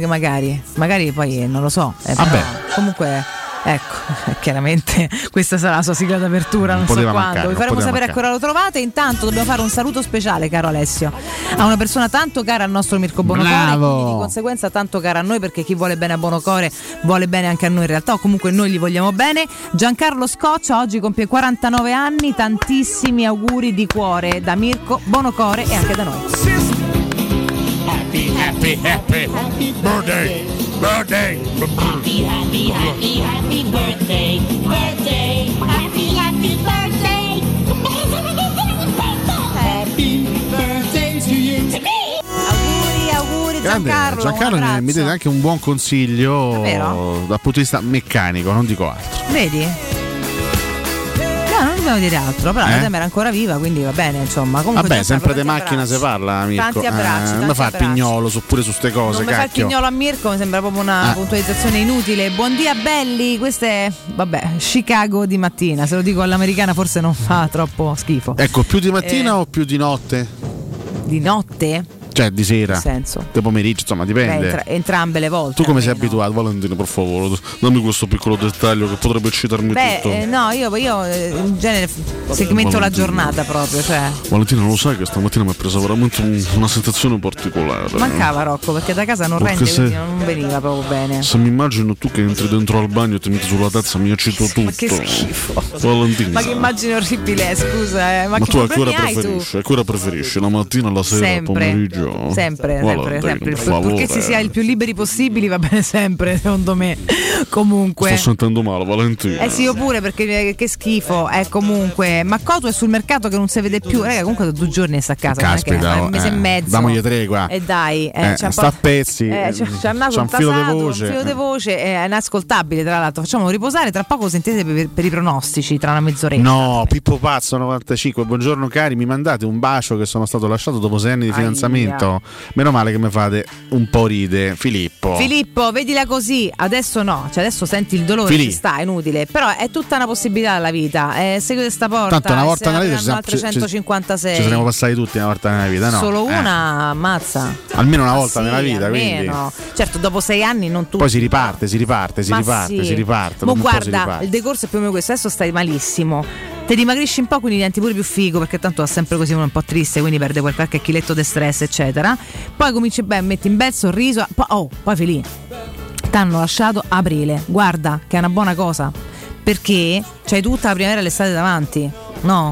magari poi non lo so. Vabbè. Comunque ecco, chiaramente questa sarà la sua sigla d'apertura, non so quando. Vi faremo sapere a che ora lo trovate. Intanto dobbiamo fare un saluto speciale, caro Alessio, a una persona tanto cara al nostro Mirko Bonocore, quindi di conseguenza tanto cara a noi, perché chi vuole bene a Bonocore vuole bene anche a noi in realtà, o comunque noi gli vogliamo bene. Giancarlo Scoccia oggi compie 49 anni, tantissimi auguri di cuore da Mirko Bonocore e anche da noi. Happy birthday. Birthday. Happy birthday. Birthday. Happy birthday. Happy birthday to you. Auguri Giancarlo mi date anche un buon consiglio dal punto di vista meccanico, non dico altro. Vedi? Non dobbiamo dire altro, però la tema era ancora viva, quindi va bene, insomma. Comunque, vabbè, sempre di macchina si parla, Mirko. Tanti abbracci. Non mi fa il pignolo pure su ste cose. Non mi fa il pignolo a Mirko, mi sembra proprio una puntualizzazione inutile. Buondì belli, questo è Chicago di mattina. Se lo dico all'americana forse non fa troppo schifo. Ecco, più di mattina o più di notte? Di notte? Cioè di sera, nel senso, di pomeriggio, insomma dipende. Entrambe le volte. Tu come sei abituato, Valentino, per favore, dammi questo piccolo dettaglio che potrebbe eccitarmi tutto. No, io in genere segmento la giornata proprio, cioè. Valentina, lo sai che stamattina mi ha preso veramente una sensazione particolare. Mancava Rocco, perché da casa non rende, quindi non veniva proprio bene. Se mi immagino tu che entri dentro al bagno e ti metti sulla tazza, mi eccito tutto. Ma che schifo. Valentina. Ma che immagine orribile, scusa. Ma che tu a che ora preferisci? A che ora preferisci? La mattina, la sera, il pomeriggio? Sempre. Purché si sia il più liberi possibili, va bene sempre, secondo me. Comunque. Sto sentendo male, Valentina. Sì, io pure, perché che schifo. Comunque. Ma Cotu è sul mercato che non si vede più. Raga, comunque da 2 giorni sta a casa. Caspita, un mese e mezzo. Damogli 3 qua. E dai, sta a pezzi. C'ha un filo di voce. È inascoltabile, tra l'altro. Facciamolo riposare. Tra poco sentite per i pronostici, tra una mezz'oretta. No, Pippo Pazzo 95. Buongiorno cari, mi mandate un bacio che sono stato lasciato dopo 6 anni di fidanzamento. Meno male che mi fate un po' ride. Filippo, vedila così. Adesso no, cioè adesso senti il dolore, ci sta, è inutile. Però è tutta una possibilità alla vita. Segui questa porta. Tanto una volta nella vita altre 156. Ci saremo passati tutti una volta nella vita, no? Solo una, ammazza. Almeno una volta nella vita, quindi. Certo, dopo 6 anni non tutti. Poi si riparte. Ma guarda, il decorso è più o meno questo. Adesso stai malissimo. Ti dimagrisci un po', quindi diventi pure più figo, perché tanto è sempre così, uno un po' triste, quindi perde qualche chiletto di stress, eccetera. Poi cominci metti un bel sorriso, poi Felì, t'hanno lasciato aprile. Guarda che è una buona cosa, perché c'hai tutta la primavera e l'estate davanti, no?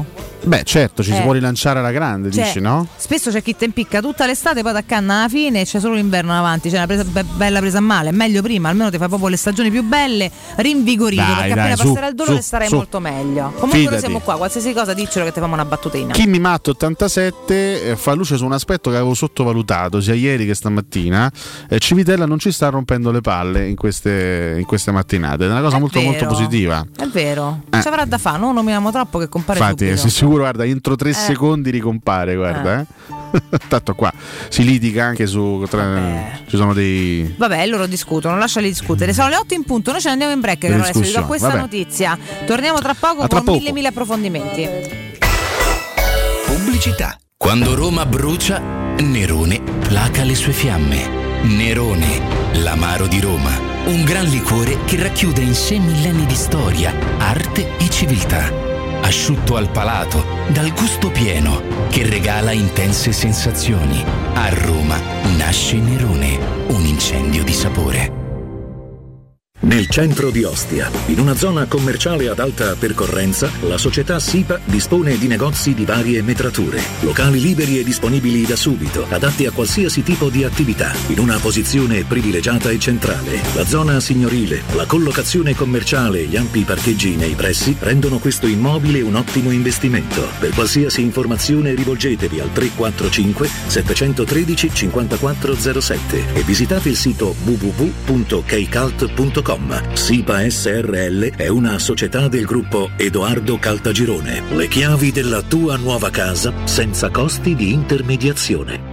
Beh, certo, ci si può rilanciare alla grande, dici, no? Spesso c'è chi te impicca tutta l'estate, poi t'accanna alla fine e c'è solo l'inverno davanti. C'è una bella presa a male. È meglio prima, almeno ti fai proprio le stagioni più belle, rinvigorito, perché appena passerà il dolore starai molto meglio. Comunque noi siamo qua, qualsiasi cosa diccelo che ti facciamo una battutina. Kimmy Matto 87 fa luce su un aspetto che avevo sottovalutato sia ieri che stamattina. Civitella non ci sta rompendo le palle in queste mattinate. È una cosa molto positiva. È vero, ci avrà da fare, non nominiamo troppo che compare infatti, subito. Sicuro, guarda, entro 3 secondi ricompare, guarda. Tanto qua si litiga anche su ci sono dei... Vabbè, loro discutono, lasciali discutere. Sono le 8 in punto, noi ce ne andiamo in break, caro Alessio, ti do questa notizia. Torniamo tra poco con mille approfondimenti. Pubblicità. Quando Roma brucia, Nerone placa le sue fiamme. Nerone, l'amaro di Roma, un gran liquore che racchiude in sé millenni di storia, arte e civiltà. Asciutto al palato, dal gusto pieno, che regala intense sensazioni. A Roma nasce Nerone, un incendio di sapore. Nel centro di Ostia, in una zona commerciale ad alta percorrenza, la società SIPA dispone di negozi di varie metrature, locali liberi e disponibili da subito, adatti a qualsiasi tipo di attività, in una posizione privilegiata e centrale. La zona signorile, la collocazione commerciale e gli ampi parcheggi nei pressi rendono questo immobile un ottimo investimento. Per qualsiasi informazione rivolgetevi al 345 713 5407 e visitate il sito www.keicalt.com. SIPA SRL è una società del gruppo Edoardo Caltagirone. Le chiavi della tua nuova casa senza costi di intermediazione.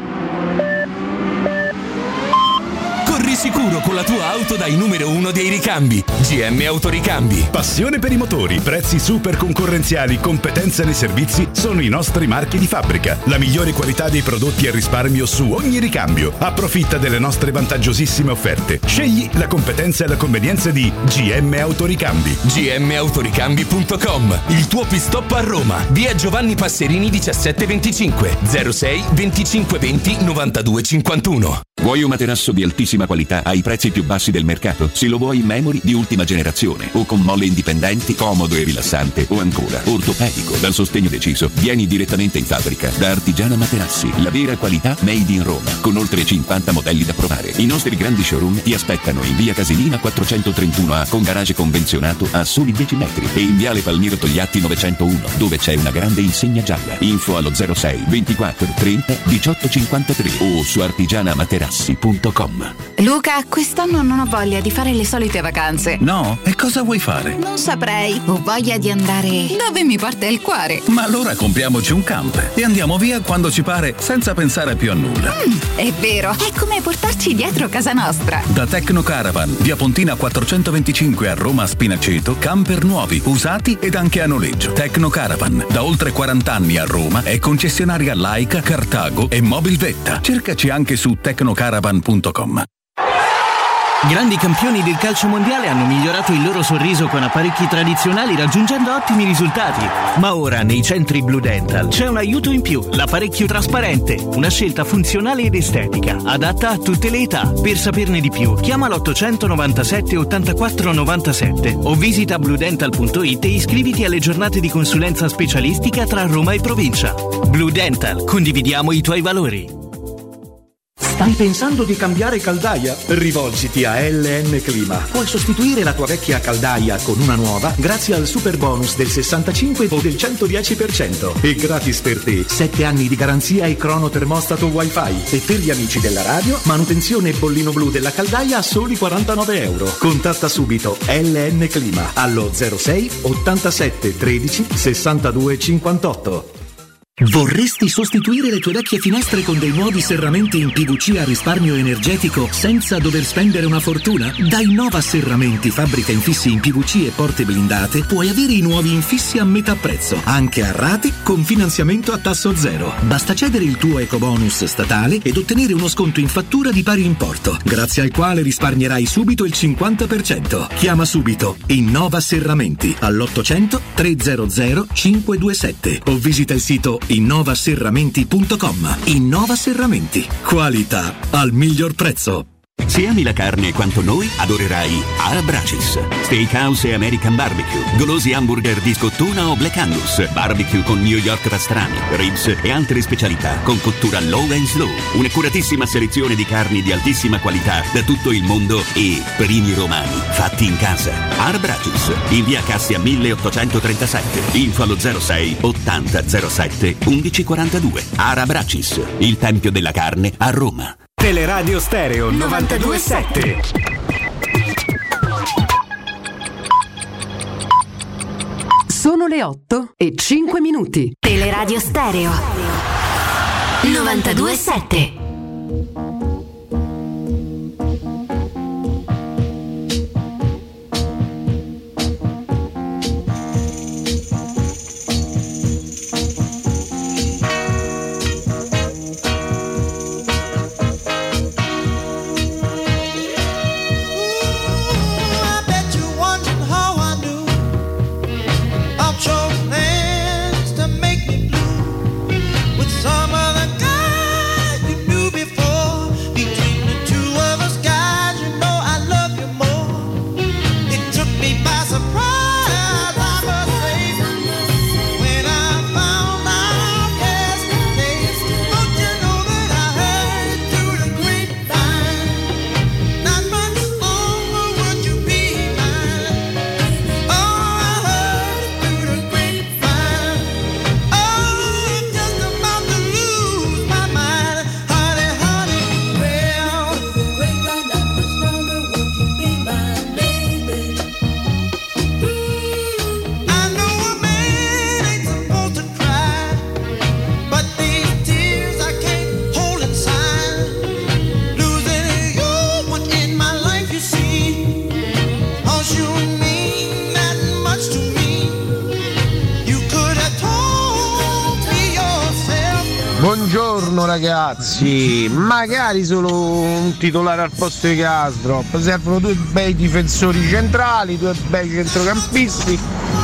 Corri sicuro con la tua auto dai numero 1 dei ricambi. GM Autoricambi. Passione per i motori, prezzi super concorrenziali, competenza nei servizi sono i nostri marchi di fabbrica. La migliore qualità dei prodotti e risparmio su ogni ricambio. Approfitta delle nostre vantaggiosissime offerte. Scegli la competenza e la convenienza di GM Autoricambi. gmautoricambi.com. Il tuo pit-stop a Roma. Via Giovanni Passerini 1725 06 25 20 92 51. Vuoi un materasso di altissima qualità ai prezzi più bassi del mercato? Se lo vuoi in memory di ultima generazione o con molle indipendenti, comodo e rilassante, o ancora ortopedico dal sostegno deciso, vieni direttamente in fabbrica da Artigiana Materassi, la vera qualità made in Roma, con oltre 50 modelli da provare. I nostri grandi showroom ti aspettano in via Casilina 431A con garage convenzionato a soli 10 metri e in viale Palmiro Togliatti 901 dove c'è una grande insegna gialla. Info allo 06 24 30 18 53 o su artigianamaterassi.com. Luca, quest'anno non ho voglia di fare le solite vacanze. No? E cosa vuoi fare? Non saprei. Ho voglia di andare dove mi porta il cuore. Ma allora compriamoci un camper e andiamo via quando ci pare senza pensare più a nulla. È vero, è come portarci dietro casa nostra. Da Tecno Caravan, via Pontina 425 a Roma Spinaceto, camper nuovi, usati ed anche a noleggio. Tecno Caravan, da oltre 40 anni a Roma, è concessionaria Laika, Cartago e Mobilvetta. Cercaci anche su tecnocaravan.com. Grandi campioni del calcio mondiale hanno migliorato il loro sorriso con apparecchi tradizionali raggiungendo ottimi risultati. Ma ora nei centri Blue Dental c'è un aiuto in più, l'apparecchio trasparente, una scelta funzionale ed estetica, adatta a tutte le età. Per saperne di più, chiama l'897 84 97 o visita bluedental.it e iscriviti alle giornate di consulenza specialistica tra Roma e provincia. Blue Dental, condividiamo i tuoi valori. Stai pensando di cambiare caldaia? Rivolgiti a LN Clima. Puoi sostituire la tua vecchia caldaia con una nuova grazie al super bonus del 65 o del 110%. E gratis per te 7 anni di garanzia e cronotermostato wifi. E per gli amici della radio, manutenzione bollino blu della caldaia a soli €49. Contatta subito LN Clima allo 06 87 13 62 58. Vorresti sostituire le tue vecchie finestre con dei nuovi serramenti in PVC a risparmio energetico senza dover spendere una fortuna? Da Innova Serramenti, fabbrica infissi in PVC e porte blindate, puoi avere i nuovi infissi a metà prezzo, anche a rate con finanziamento a tasso zero. Basta cedere il tuo ecobonus statale ed ottenere uno sconto in fattura di pari importo, grazie al quale risparmierai subito il 50%. Chiama subito Innova Serramenti all'800 300 527 o visita il sito innovaserramenti.com. Innova Serramenti, qualità al miglior prezzo. Se ami la carne quanto noi, adorerai Arabracis. Steakhouse e American Barbecue, golosi hamburger di scottuna o Black Angus, barbecue con New York pastrami, ribs e altre specialità con cottura low and slow. Un'accuratissima selezione di carni di altissima qualità da tutto il mondo e primi romani fatti in casa. Arabracis, in via Cassia 1837, info allo 06 80 07 1142. Arabracis, il tempio della carne a Roma. Teleradio Stereo 92.7. Sono le 8:05. Teleradio Stereo 92.7. Buongiorno ragazzi, magari solo un titolare al posto di Karsdorp, servono due bei difensori centrali, due bei centrocampisti,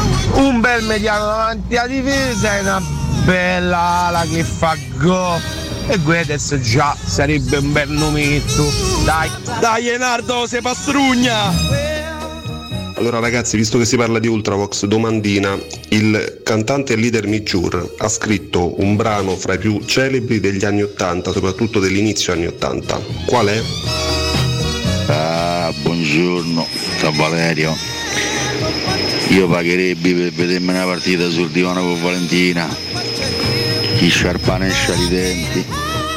un bel mediano davanti alla difesa e una bella ala che fa gol. E Guedes già sarebbe un bel numetto. Dai Enardo, se pastrugna! Allora ragazzi, visto che si parla di Ultravox, domandina: il cantante e leader Mijur ha scritto un brano fra i più celebri degli anni 80, soprattutto dell'inizio anni 80. Qual è? Buongiorno, da Valerio. Io pagherebbe per vedermi una partita sul divano con Valentina, chi sciarpanescia i denti.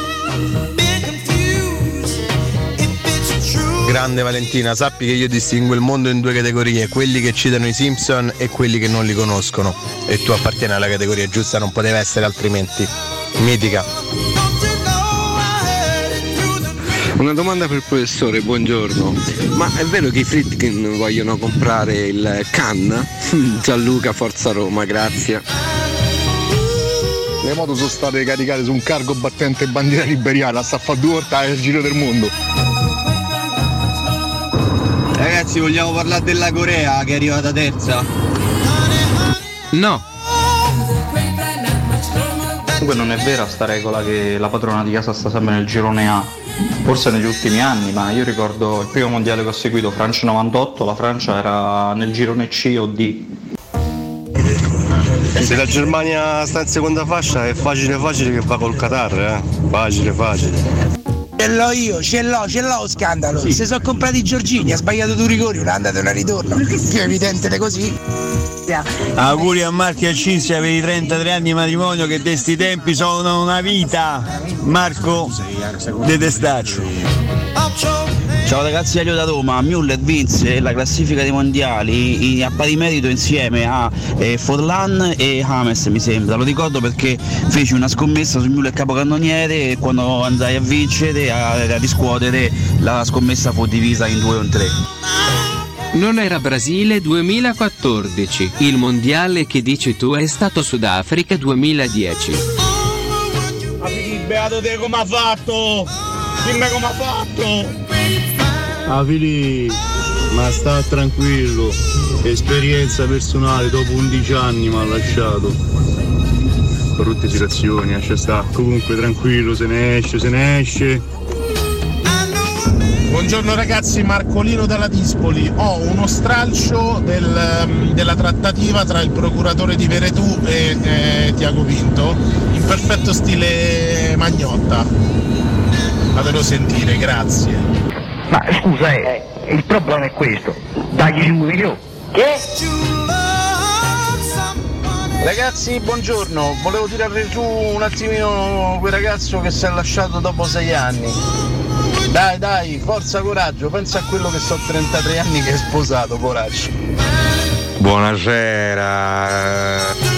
Grande Valentina, sappi che io distingo il mondo in due categorie, quelli che citano i Simpson e quelli che non li conoscono, e tu appartieni alla categoria giusta, non poteva essere altrimenti. Mitica. Una domanda per il professore, buongiorno. Ma è vero che i Friedkin vogliono comprare il Can? Gianluca, Forza Roma, grazie. Le moto sono state caricate su un cargo battente bandiera liberiana, sta a fare 2 volte al giro del mondo. Ragazzi, vogliamo parlare della Corea che è arrivata terza? No. Comunque non è vera sta regola che la padrona di casa sta sempre nel girone A, forse negli ultimi anni, ma io ricordo il primo mondiale che ho seguito, Francia 98, la Francia era nel girone C o D. Se la Germania sta in seconda fascia è facile che va col Qatar, facile. Ce l'ho lo scandalo. Sì. Se sono comprati i Giorgini, ha sbagliato 2 rigori, una andata e una ritorno. Più evidente di così. Auguri a Marco e a Cinzia per i 33 anni di matrimonio che de sti tempi sono una vita. Marco De Testaccio. Ciao ragazzi, Elio da Roma. Müller vinse la classifica dei mondiali a pari merito insieme a Forlan e James, mi sembra. Lo ricordo perché feci una scommessa su Müller capocannoniere e quando andai a vincere, a riscuotere, la scommessa fu divisa in 2 o in 3. Non era Brasile 2014. Il mondiale che dici tu è stato Sudafrica 2010. Beato te come ha fatto? Dimmi come ha fatto! Fili, ma sta tranquillo, esperienza personale, dopo 11 anni mi ha lasciato. Brutte situazioni, lascia sta. Comunque tranquillo, se ne esce. Buongiorno ragazzi, Marcolino dalla Dispoli. Ho uno stralcio della trattativa tra il procuratore di Veretù e Tiago Pinto in perfetto stile Magnotta. Fatelo sentire, grazie. Ma scusa, il problema è questo. Dagli 5 milioni. Che? Ragazzi, buongiorno, volevo tirare giù un attimino quel ragazzo che si è lasciato dopo 6 anni. Dai, forza, coraggio, pensa a quello che so 33 anni che è sposato, coraggio. Buonasera.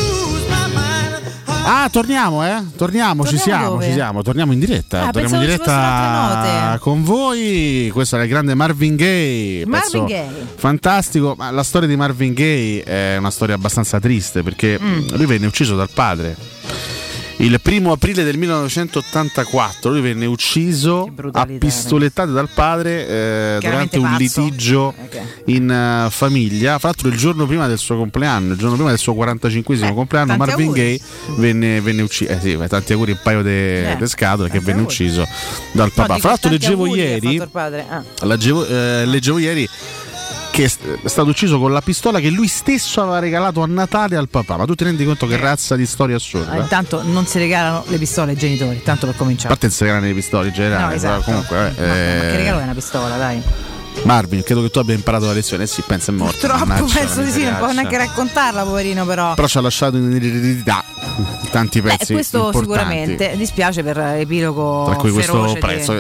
Torniamo, ci siamo, torniamo in diretta. Torniamo in diretta con voi. Questo è il grande Marvin Gaye. Fantastico, ma la storia di Marvin Gaye è una storia abbastanza triste perché lui venne ucciso dal padre. Il 1 aprile del 1984 lui venne ucciso a pistolettate dal padre durante un litigio in famiglia. Fra l'altro il giorno prima del suo compleanno, il giorno prima del suo 45esimo compleanno, Marvin Gaye venne ucciso. Tanti auguri, un paio di scatole che venne ucciso dal papà. Fra l'altro leggevo ieri che è stato ucciso con la pistola che lui stesso aveva regalato a Natale al papà. Ma tu ti rendi conto che razza di storia assurda? Intanto non si regalano le pistole ai genitori, tanto per cominciare. A parte non si regalano le pistole in generale, no, esatto. Comunque ma che regalo è una pistola, dai. Marvin, credo che tu abbia imparato la lezione. Sì, pensa è morto. Purtroppo penso di sì, non può neanche raccontarla, poverino, però ci ha lasciato in eredità tanti pezzi. Questo importanti. Sicuramente. Dispiace per l'epilogo. Tra cui questo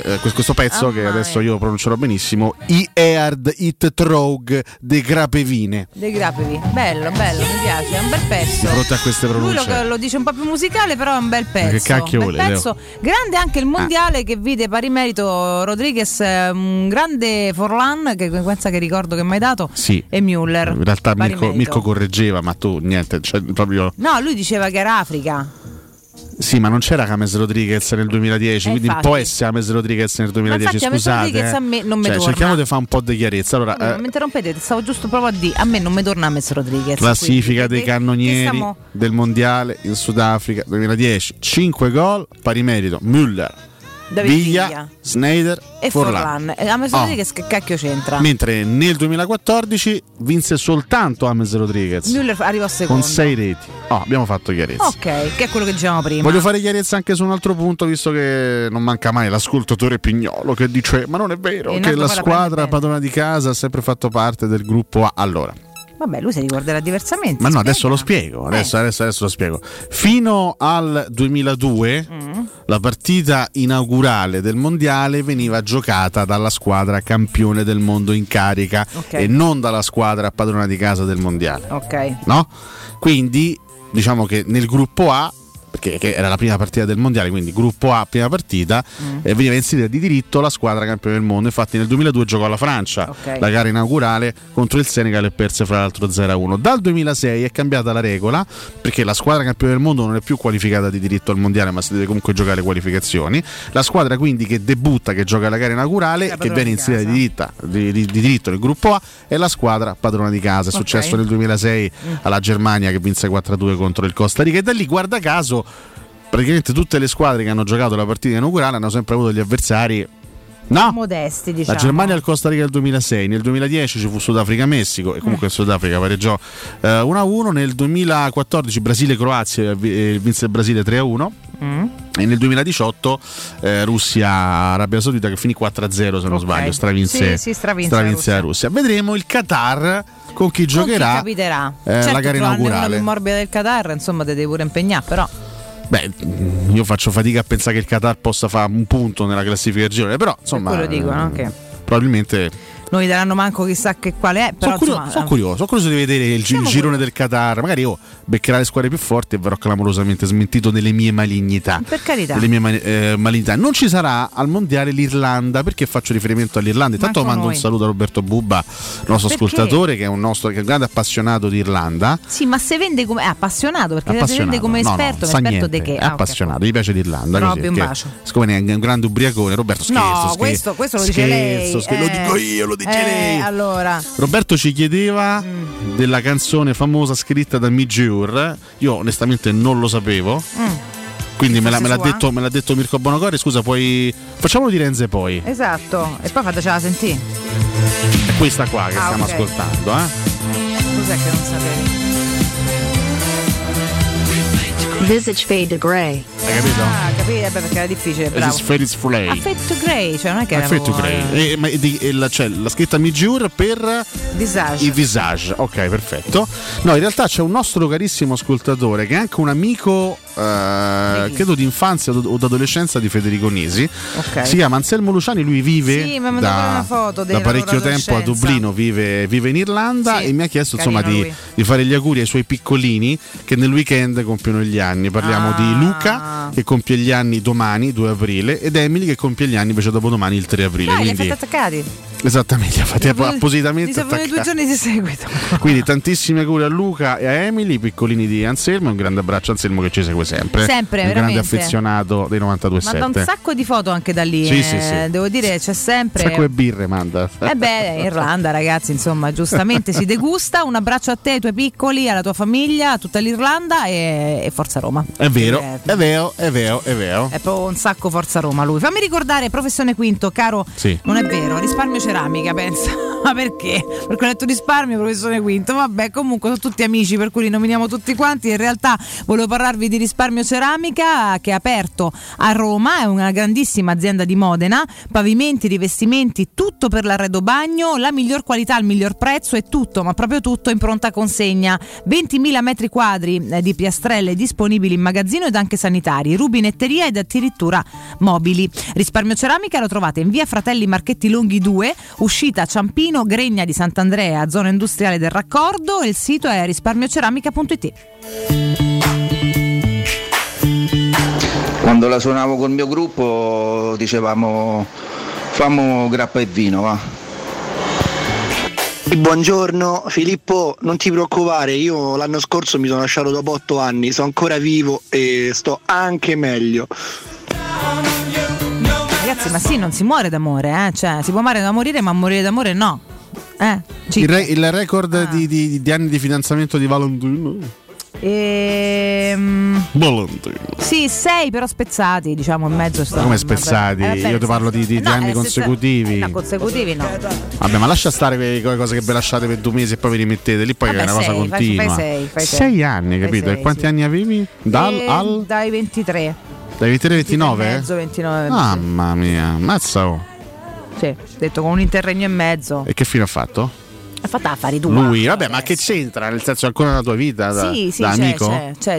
pezzo che adesso io pronuncerò benissimo. I Eard It Trog de Grapevine. De Grapevi, bello, mi piace, è un bel pezzo. Pronto a queste pronunce. Lui lo dice un po' più musicale, però è un bel pezzo. Che cacchio vuole? Grande anche il mondiale che vide pari merito Rodriguez, un grande Forlan, che pensa che ricordo che mi hai dato, sì. E Müller. In realtà Mirko correggeva, ma tu niente, cioè, proprio. No, lui diceva che era Africa. Sì, ma non c'era James Rodriguez nel 2010, quindi infatti. Può essere James Rodriguez nel 2010, scusate. Rodriguez a me non mi torna. Cerchiamo di fare un po' di chiarezza. Allora, non mi interrompete, stavo giusto proprio a dire, a me non mi torna James Rodriguez. Classifica dei cannonieri del mondiale in Sudafrica 2010, 5 gol, pari merito Müller, Villa, Sneijder e Forlan. James Rodriguez che cacchio c'entra? Mentre nel 2014 vinse soltanto James Rodriguez. Müller arrivò secondo con 6 reti. Abbiamo fatto chiarezza. Ok, che è quello che dicevamo prima. Voglio fare chiarezza anche su un altro punto, visto che non manca mai l'ascoltatore Pignolo che dice: ma non è vero che la squadra padrona di casa ha sempre fatto parte del gruppo A. Allora, vabbè, lui si ricorderà diversamente. Ma no, adesso lo spiego. Adesso lo spiego. Fino al 2002 la partita inaugurale del mondiale veniva giocata dalla squadra campione del mondo in carica, e non dalla squadra padrona di casa del mondiale. Ok. No? Quindi diciamo che nel gruppo A, che era la prima partita del mondiale, quindi gruppo A, prima partita, veniva inserita di diritto la squadra campione del mondo. Infatti nel 2002 giocò la Francia, la gara inaugurale contro il Senegal, e perse fra l'altro 0-1. Dal 2006 è cambiata la regola, perché la squadra campione del mondo non è più qualificata di diritto al mondiale, ma si deve comunque giocare le qualificazioni. La squadra quindi che debutta, che gioca la gara inaugurale, che viene inserita di diritto nel gruppo A, è la squadra padrona di casa. È successo nel 2006 alla Germania, che vinse 4-2 contro il Costa Rica, e da lì, guarda caso, praticamente tutte le squadre che hanno giocato la partita inaugurale hanno sempre avuto gli avversari modesti, diciamo. La Germania al Costa Rica nel 2006, nel 2010 ci fu Sudafrica-Messico, e comunque il Sudafrica pareggiò 1-1. Nel 2014 Brasile-Croazia, vinse il Brasile 3-1. E nel 2018 Russia-Arabia Saudita, che finì 4-0 se non sbaglio, stravinse la Russia. Vedremo il Qatar con chi giocherà, capiterà. La gara inaugurale. La più morbida del Qatar, insomma, te devi pure impegnare, però. Beh, io faccio fatica a pensare che il Qatar possa fare un punto nella classifica del girone, però insomma, quello dicono, probabilmente non gli daranno manco chissà che quale è. Però sono curioso di vedere il girone del Qatar. Magari beccherà le squadre più forti e verrò clamorosamente smentito delle mie malignità. Per carità. Delle mie malignità. Non ci sarà al mondiale l'Irlanda. Perché faccio riferimento all'Irlanda? Intanto mando un saluto a Roberto Bubba, nostro ascoltatore, che è un grande appassionato di Irlanda. Sì, ma se vende come appassionato, perché se vende come esperto, esperto di che? È appassionato, gli piace l'Irlanda. Proprio un bacio. Siccome è un grande ubriacone, Roberto, scherzo. No, questo lo dice lei. Lo dico io, lo dice lei. Allora, Roberto ci chiedeva della canzone famosa scritta da Mijur. Io onestamente non lo sapevo. Quindi me l'ha detto Mirko Bonocore. Scusa, poi facciamolo di Renze poi. Esatto, e poi fatecela sentire. È questa qua che stiamo ascoltando, Cos'è che non sapevi? Visage Fade Grey. Hai capito? Ah, capito, perché era difficile, bravo. This is Fade is Grey. A Fade to Grey, cioè non è che era Fade to Grey. C'è la scritta Mijur per Visage. il Visage. Ok, perfetto. No, in realtà c'è un nostro carissimo ascoltatore che è anche un amico credo di infanzia o d'adolescenza di Federico Nisi. Okay. Si chiama Anselmo Luciani, lui vive una foto da parecchio tempo a Dublino, vive in Irlanda, e mi ha chiesto insomma di fare gli auguri ai suoi piccolini che nel weekend compiono gli anni. Parliamo di Luca che compie gli anni domani 2 aprile ed Emily che compie gli anni invece dopodomani il 3 aprile. Li quindi fate attaccati. Esattamente, li ha fatti appositamente attaccati. 2 giorni di seguito. Quindi tantissimi auguri a Luca e a Emily, i piccolini di Anselmo. Un grande abbraccio a Anselmo che ci segue sempre un veramente grande affezionato dei 92.7. Manda un sacco di foto anche da lì, sì. Devo dire, c'è sempre un sacco di birre manda. Irlanda, ragazzi, insomma, giustamente si degusta. Un abbraccio a te, ai tuoi piccoli, alla tua famiglia, a tutta l'Irlanda e Forza Roma. È vero. È proprio un sacco Forza Roma lui. Fammi ricordare Professione Quinto, caro. Sì. Non è vero, risparmio ceramica, pensa. Ma perché? Perché ho detto risparmio, Professione Quinto. Vabbè, comunque sono tutti amici, per cui li nominiamo tutti quanti. In realtà volevo parlarvi di Risparmio Ceramica, che è aperto a Roma, è una grandissima azienda di Modena, pavimenti, rivestimenti, tutto per l'arredo bagno, la miglior qualità, il miglior prezzo, è tutto, ma proprio tutto in pronta consegna. 20.000 metri quadri di piastrelle disponibili in magazzino ed anche sanitari, rubinetteria ed addirittura mobili. Risparmio Ceramica lo trovate in via Fratelli Marchetti Longhi 2, uscita Ciampino, Gregna di Sant'Andrea, zona industriale del raccordo, e il sito è risparmioceramica.it. Quando la suonavo col mio gruppo dicevamo fammo grappa e vino, va. Buongiorno Filippo, non ti preoccupare, io l'anno scorso mi sono lasciato dopo 8 anni, sono ancora vivo e sto anche meglio. Ragazzi, ma sì, non si muore d'amore, cioè si può amare da morire, ma morire d'amore no. Il record di anni di fidanzamento di Valentino. Sì, 6 però spezzati, diciamo, in mezzo. Come spezzati? Io ti parlo di anni consecutivi. No, consecutivi no. Vabbè, ma lascia stare quelle cose che ve lasciate per 2 mesi e poi vi rimettete lì, poi è una cosa continua. Fai 6 anni, capito? E quanti anni avevi? Dai 23. Dai 23 29? Mezzo, 29. Mamma mia, mazza. Sì, detto con un interregno e mezzo. E che fine ha fatto? Ha fatto affari tu. Lui, vabbè, ma che c'entra? Nel senso, ancora nella tua vita da amico? C'è.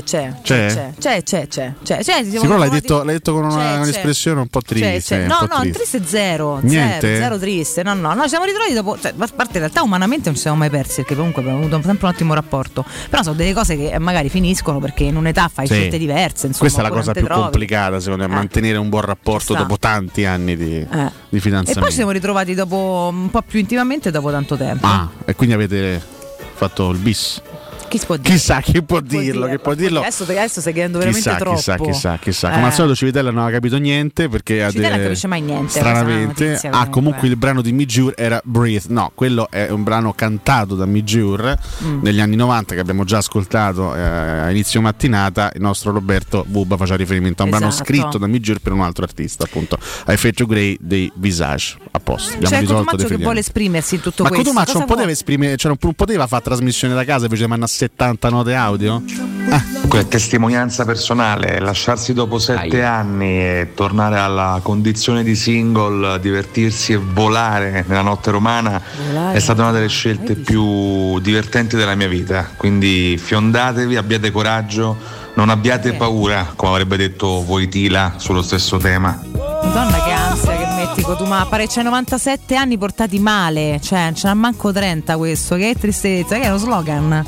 Però l'hai detto con un'espressione un po' triste. No, triste zero. Niente? Zero triste. No, ci siamo ritrovati dopo. Cioè, a parte in realtà umanamente non ci siamo mai persi, perché comunque abbiamo avuto sempre un ottimo rapporto. Però sono delle cose che magari finiscono perché in un'età fai scelte diverse. Insomma, questa è la cosa più complicata, secondo me, mantenere un buon rapporto dopo tanti anni di fidanzamento. E poi ci siamo ritrovati dopo un po' più intimamente dopo tanto tempo. E quindi avete fatto il bis? Chi può dire? Chissà chi può dirlo. Adesso stai chiedendo veramente troppo. Chissà. Come al solito Civitella non ha capito niente, perché Civitella non capisce mai niente. Stranamente. Comunque il brano di Mijur era Breathe. No, quello è un brano cantato da Mijur negli anni 90 che abbiamo già ascoltato a inizio mattinata. Il nostro Roberto Bubba faceva riferimento a un brano scritto da Mijur per un altro artista, appunto, a effetto Grey dei Visage. A posto. C'è Cotumaccio che vuole esprimersi in tutto questo. Ma Cotumaccio non poteva esprimere, cioè non poteva fare trasmissione da casa invece di mandare 70 note audio? Testimonianza personale, lasciarsi dopo 7 anni e tornare alla condizione di single, divertirsi e volare nella notte romana è stata una delle scelte più divertenti della mia vita, quindi fiondatevi, abbiate coraggio, non abbiate paura, come avrebbe detto Voitila sullo stesso tema. Madonna che ansia che metti Cotumà, pare c'è 97 anni portati male, cioè ce n'ha manco 30 questo, che tristezza, che è uno slogan.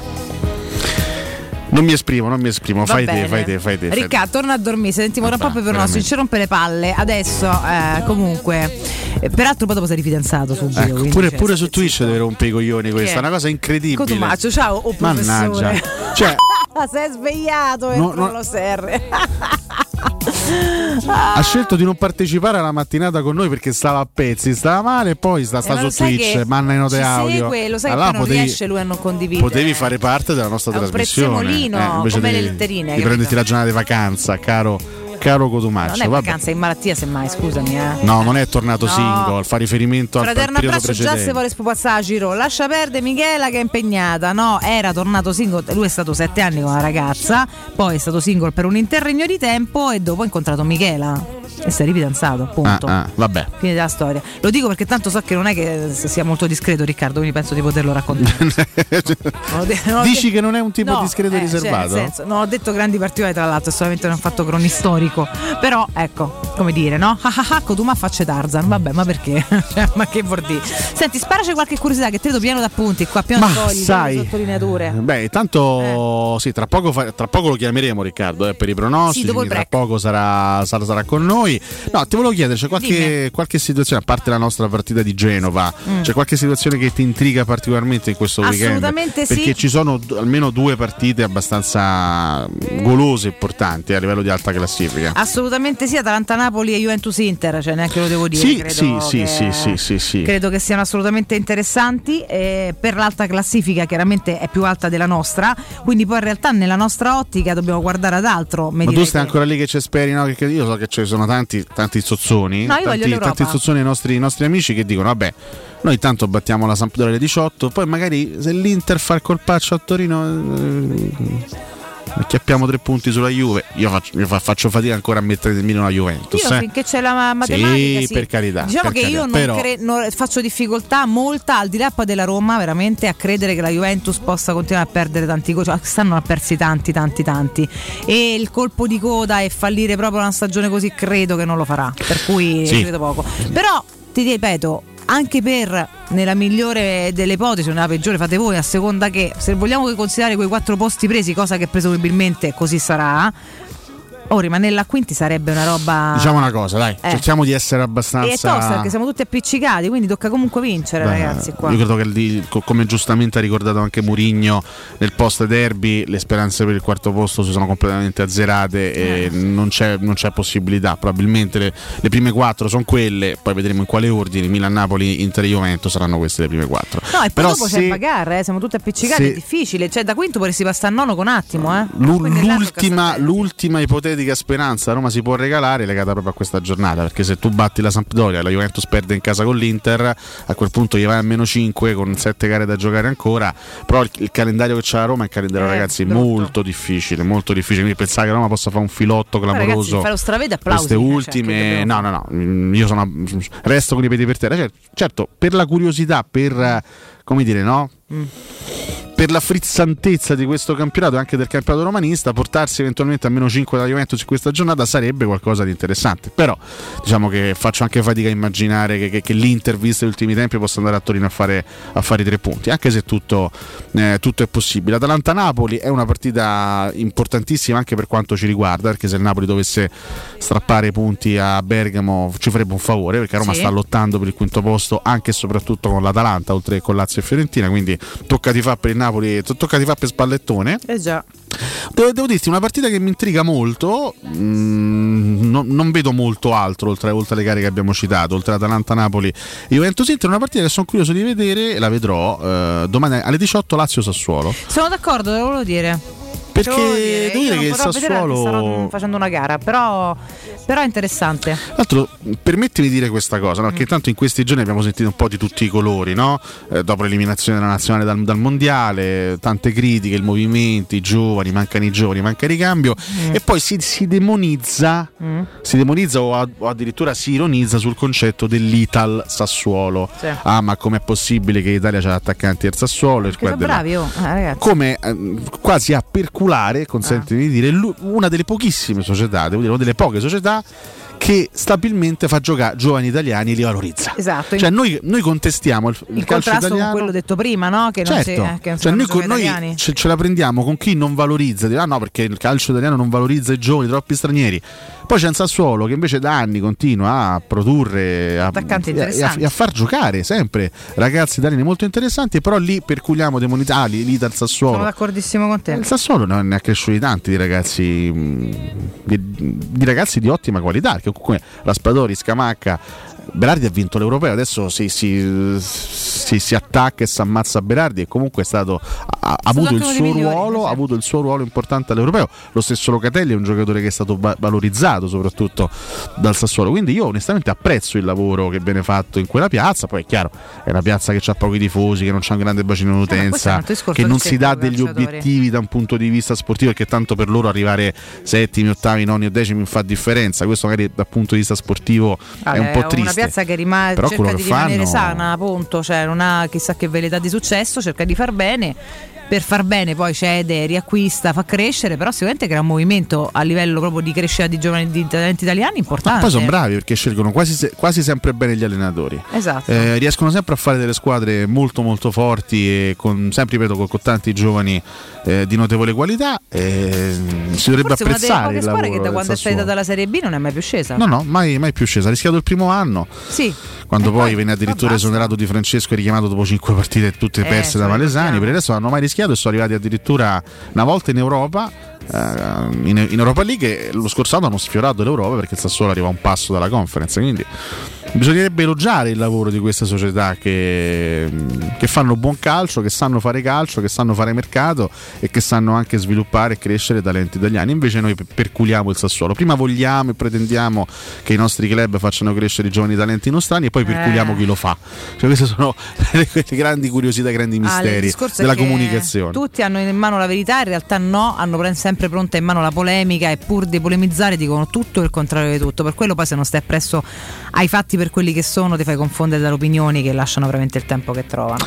Non mi esprimo, fai te. Riccardo, torna a dormire, sentiamo tra poco per nostro, ci rompe le palle. Adesso, comunque, peraltro poi dopo sei rifidanzato subito. Pure su Twitch deve rompere i coglioni questa, è una cosa incredibile. Cotumaccio, ciao, professore. Mannaggia. Cioè, sei svegliato e non lo serve. Ha scelto di non partecipare alla mattinata con noi perché stava a pezzi, stava male, e poi sta su Twitch, manna in note audio. Segue, lo sai allora che non riesce lui a non condividere. Potevi fare parte della nostra trasmissione. Invece come le letterine. Di prenderti la giornata di vacanza, caro Cotumaccio. Non è vacanza, è in malattia semmai, scusami. No, non è tornato single, fa riferimento al periodo precedente. Già se vuole spupazzare a giro, lascia perdere Michela che è impegnata. No, era tornato single, lui è stato 7 anni con una ragazza, poi è stato single per un interregno di tempo e dopo ha incontrato Michela e si è rifidanzato, punto. Vabbè. Fine della storia. Lo dico perché tanto so che non è che sia molto discreto Riccardo, quindi penso di poterlo raccontare. Dici che non è un tipo discreto e riservato? Cioè, nel senso, non ho detto grandi particolari, tra l'altro, è solamente un fatto cronistorico. Però ecco, come dire, no? Cotuma faccia Tarzan, vabbè, ma perché? Ma che vuol dire? Senti, sparaci qualche curiosità che te do pieno d'appunti qua, pieno di fogli, pieno di sottolineature. Beh, tanto sì, tra poco lo chiameremo Riccardo per i pronostici, sì, tra poco sarà con noi. No, ti volevo chiedere, c'è qualche situazione, a parte la nostra partita di Genova, c'è qualche situazione che ti intriga particolarmente in questo weekend? Assolutamente sì. Perché ci sono almeno 2 partite abbastanza golose, importanti a livello di alta classifica. Assolutamente sì, Atalanta-Napoli e Juventus-Inter, cioè neanche lo devo dire. Sì. Credo che siano assolutamente interessanti. Per l'alta classifica chiaramente è più alta della nostra, quindi poi in realtà nella nostra ottica dobbiamo guardare ad altro. Ma tu stai ancora lì che ci speri, no? Che io so che ci sono tanti zozzoni, no, tanti zozzoni i nostri amici che dicono vabbè, noi intanto battiamo la Sampdoria alle 18, poi magari se l'Inter fa il colpaccio a Torino acchiappiamo 3 punti sulla Juve. Io faccio fatica ancora a mettere in meno la Juventus. Io finché c'è la matematica, sì, per carità. Diciamo che io non faccio difficoltà molta, al di là poi della Roma, veramente a credere che la Juventus possa continuare a perdere tanti gol. Cioè, quest'anno ha persi tanti. E il colpo di coda e fallire proprio una stagione così credo che non lo farà. Per cui credo poco. Però ti ripeto, anche per, nella migliore delle ipotesi, nella peggiore fate voi, a seconda che, se vogliamo considerare quei 4 posti presi, cosa che presumibilmente così sarà, rimanere a quinti sarebbe una roba. Diciamo una cosa, dai, cerchiamo di essere abbastanza. E è tosta perché siamo tutti appiccicati, quindi tocca comunque vincere, ragazzi. Qua. Io credo che come giustamente ha ricordato anche Mourinho nel post derby, le speranze per il 4º posto si sono completamente azzerate e non c'è possibilità. Probabilmente le prime 4 sono quelle, poi vedremo in quale ordine. Milan, Napoli, Inter e Juventus saranno queste le prime 4. No, e poi dopo c'è il bagarre, siamo tutti appiccicati, è difficile. Cioè, da quinto potresti passare al nono con attimo. L'ultima ipotetica speranza Roma si può regalare legata proprio a questa giornata, perché se tu batti la Sampdoria e la Juventus perde in casa con l'Inter, a quel punto gli vai a meno 5 con 7 gare da giocare ancora. Però il calendario che c'ha la Roma è un calendario, ragazzi, molto difficile. Quindi pensare che Roma possa fare un filotto clamoroso, ragazzi, lo stravede, applausi, queste ultime, no, io resto con i piedi per terra. Certo, per la curiosità, per come dire, no? Per la frizzantezza di questo campionato e anche del campionato romanista, portarsi eventualmente a meno 5 dalla Juventus in questa giornata sarebbe qualcosa di interessante. Però diciamo che faccio anche fatica a immaginare che l'Inter, visto gli ultimi tempi, possa andare a Torino a fare i 3 punti, anche se tutto è possibile. Atalanta-Napoli è una partita importantissima anche per quanto ci riguarda, perché se il Napoli dovesse strappare i punti a Bergamo ci farebbe un favore, perché Roma sta lottando per il 5º posto anche e soprattutto con l'Atalanta, oltre che con Lazio e Fiorentina, quindi tocca di fare per il Napoli, tocca di fare per spallettone. Già. Devo dirti, una partita che mi intriga molto, non vedo molto altro oltre alle gare che abbiamo citato, oltre Atalanta, Napoli e Juventus Inter. Una partita che sono curioso di vedere, la vedrò domani alle 18, Lazio-Sassuolo. Sono d'accordo, lo volevo dire. Perché devo dire che il Sassuolo stanno facendo una gara, però è interessante. Tra l'altro, permettimi di dire questa cosa, no? Che intanto in questi giorni abbiamo sentito un po' di tutti i colori, no? Dopo l'eliminazione della nazionale dal mondiale, tante critiche, il movimento, i giovani, mancano i giovani, manca il ricambio, e poi si demonizza o addirittura si ironizza sul concetto dell'Ital Sassuolo. Sì. Ma com'è possibile che l'Italia c'ha attaccanti del Sassuolo? Che sono bravi, ragazzi. Come quasi a perculare, consentimi di dire, una delle pochissime società, devo dire, una delle poche società che stabilmente fa giocare giovani italiani e li valorizza. Esatto. Cioè noi contestiamo il calcio contrasto italiano con quello detto prima, no? Che non certo. che non Cioè noi ce la prendiamo con chi non valorizza, dirà no perché il calcio italiano non valorizza i giovani, troppi stranieri. Poi c'è un Sassuolo che invece da anni continua a produrre attaccanti interessanti e a far giocare sempre ragazzi italiani molto interessanti, però lì perculiamo demonità, lì dal Sassuolo. Sono d'accordissimo con te. Il Sassuolo ne ha cresciuti tanti di ragazzi di ragazzi di ottima qualità, perché comunque Raspadori, Scamacca, Berardi ha vinto l'Europeo, adesso si attacca e si ammazza Berardi e comunque è stato ha avuto il suo ruolo importante all'Europeo. Lo stesso Locatelli è un giocatore che è stato valorizzato soprattutto dal Sassuolo, quindi io onestamente apprezzo il lavoro che viene fatto in quella piazza. Poi è chiaro, è una piazza che ha pochi tifosi, che non c'ha un grande bacino di utenza, che non si dà degli obiettivi da un punto di vista sportivo, perché tanto per loro arrivare settimi, ottavi, noni o decimi fa differenza. Questo magari dal punto di vista sportivo è un po' triste. Una piazza che cerca di rimanere sana, appunto, cioè non ha chissà che velleità di successo, cerca di far bene. Per far bene poi cede, riacquista, fa crescere, però sicuramente crea un movimento a livello proprio di crescita di giovani, di talenti italiani importante. Ma poi sono bravi perché scelgono quasi sempre bene gli allenatori. Esatto. Riescono sempre a fare delle squadre molto molto forti e sempre ripeto con tanti giovani di notevole qualità. Si dovrebbe forse apprezzare il lavoro. Forse una delle poche squadre che da quando è salita dalla Serie B non è mai più scesa. No, mai più scesa. Ha rischiato il primo anno. Sì. Quando poi venne addirittura esonerato Di Francesco e richiamato dopo 5 partite tutte perse da Malesani. Per adesso non hanno mai rischiato e sono arrivati addirittura una volta in Europa, in Europa League. Lo scorso anno hanno sfiorato l'Europa perché il Sassuolo arriva a un passo dalla Conference, quindi bisognerebbe elogiare il lavoro di queste società che fanno buon calcio, che sanno fare calcio, che sanno fare mercato e che sanno anche sviluppare e crescere talenti italiani. Invece noi perculiamo il Sassuolo, prima vogliamo e pretendiamo che i nostri club facciano crescere i giovani talenti nostrani e poi perculiamo chi lo fa. Cioè, queste sono le grandi curiosità, i grandi misteri della comunicazione. Tutti hanno in mano la verità, in realtà no, hanno sempre pronta in mano la polemica e pur di polemizzare dicono tutto e il contrario di tutto. Per quello poi se non stai appresso ai fatti per quelli che sono ti fai confondere dalle opinioni che lasciano veramente il tempo che trovano.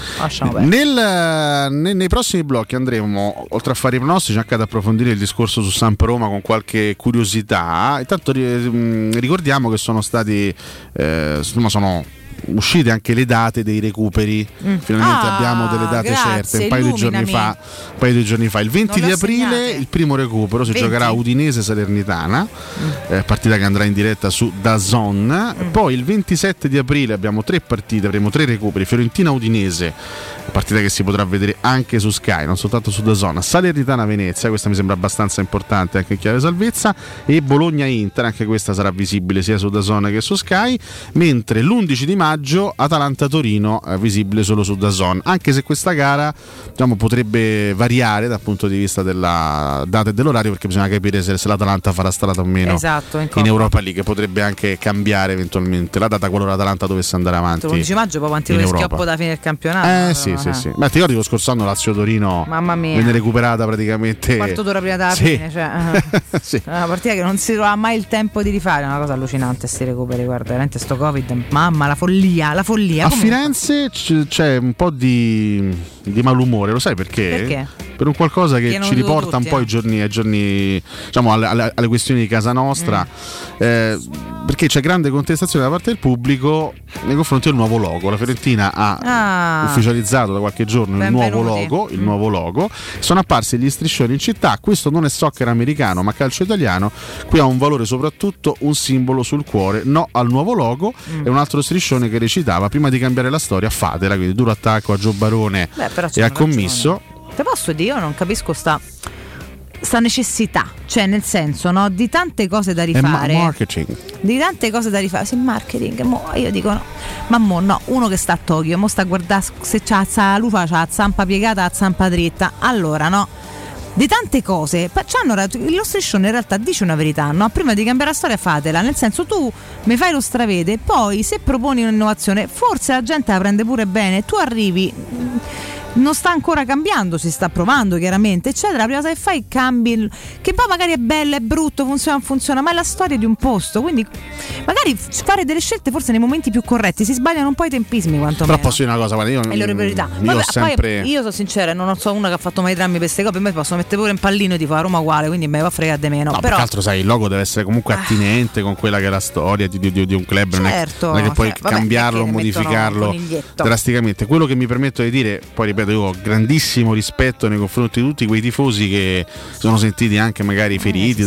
Nei prossimi blocchi andremo, oltre a fare i pronostici, anche ad approfondire il discorso su Samp-Roma con qualche curiosità. Intanto ricordiamo che sono stati sono uscite anche le date dei recuperi. Finalmente abbiamo delle date certe. Un paio di giorni fa il 20 di aprile il primo recupero, si giocherà Udinese-Salernitana, partita che andrà in diretta su DAZN. Poi il 27 di aprile abbiamo 3 partite, avremo 3 recuperi: Fiorentina-Udinese, partita che si potrà vedere anche su Sky, non soltanto su DAZN. Salernitana-Venezia, questa mi sembra abbastanza importante anche in chiave salvezza, e Bologna-Inter, anche questa sarà visibile sia su DAZN che su Sky. Mentre l'11 di maggio Atalanta-Torino visibile solo su DAZN, anche se questa gara potrebbe variare dal punto di vista della data e dell'orario, perché bisogna capire se l'Atalanta farà strada o meno in Europa League. Potrebbe anche cambiare eventualmente la data qualora l'Atalanta dovesse andare avanti. L'11 maggio proprio anticipo di schioppo da fine del campionato. Sì. Ma ti ricordi lo scorso anno Lazio-Torino venne recuperata praticamente quarto d'ora prima della fine, cioè, una partita che non si trova mai il tempo di rifare. È una cosa allucinante sti recuperi, guarda, veramente sto Covid, mamma, la follia. A Firenze c'è un po' di malumore, lo sai perché? Per un qualcosa che ci riporta un po' ai giorni alle questioni di casa nostra, perché c'è grande contestazione da parte del pubblico nei confronti del nuovo logo. La Fiorentina ha ufficializzato da qualche giorno il nuovo logo. Sono apparsi gli striscioni in città. Questo non è soccer americano ma calcio italiano. Qui ha un valore soprattutto un simbolo sul cuore: no al nuovo logo. E un altro striscione che recitava: prima di cambiare la storia fatela. Quindi duro attacco a Gio Barone e a Commisso. Te posso dire, io non capisco sta necessità, cioè nel senso, no, di tante cose da rifare, marketing, di tante cose da rifare, marketing. Io dico no, ma no, uno che sta a Tokyo sta a guardare se c'ha la lufa, c'ha la zampa piegata, la zampa dritta, allora no, di tante cose lo striscione in realtà dice una verità, no? Prima di cambiare la storia fatela, nel senso, tu mi fai lo stravede, poi se proponi un'innovazione forse la gente la prende pure bene, tu arrivi non sta ancora cambiando, si sta provando chiaramente, eccetera. La prima cosa che fai, cambi, che poi magari è bello, è brutto, funziona, non funziona, ma è la storia di un posto, quindi magari fare delle scelte forse nei momenti più corretti. Si sbagliano un po' i tempismi, quantomeno. Però posso dire una cosa, guarda, io e le priorità. Io sono sincera, non so una che ha fatto mai drammi per queste cose, per me posso mettere pure un pallino e ti fa Roma uguale, quindi me va a fregare di meno. No, però più che altro sai, il logo deve essere comunque attinente con quella che è la storia di un club, certo, non è che puoi cambiarlo o modificarlo drasticamente. Quello che mi permetto di dire, poi ripeto, io ho grandissimo rispetto nei confronti di tutti quei tifosi che sono sentiti anche magari feriti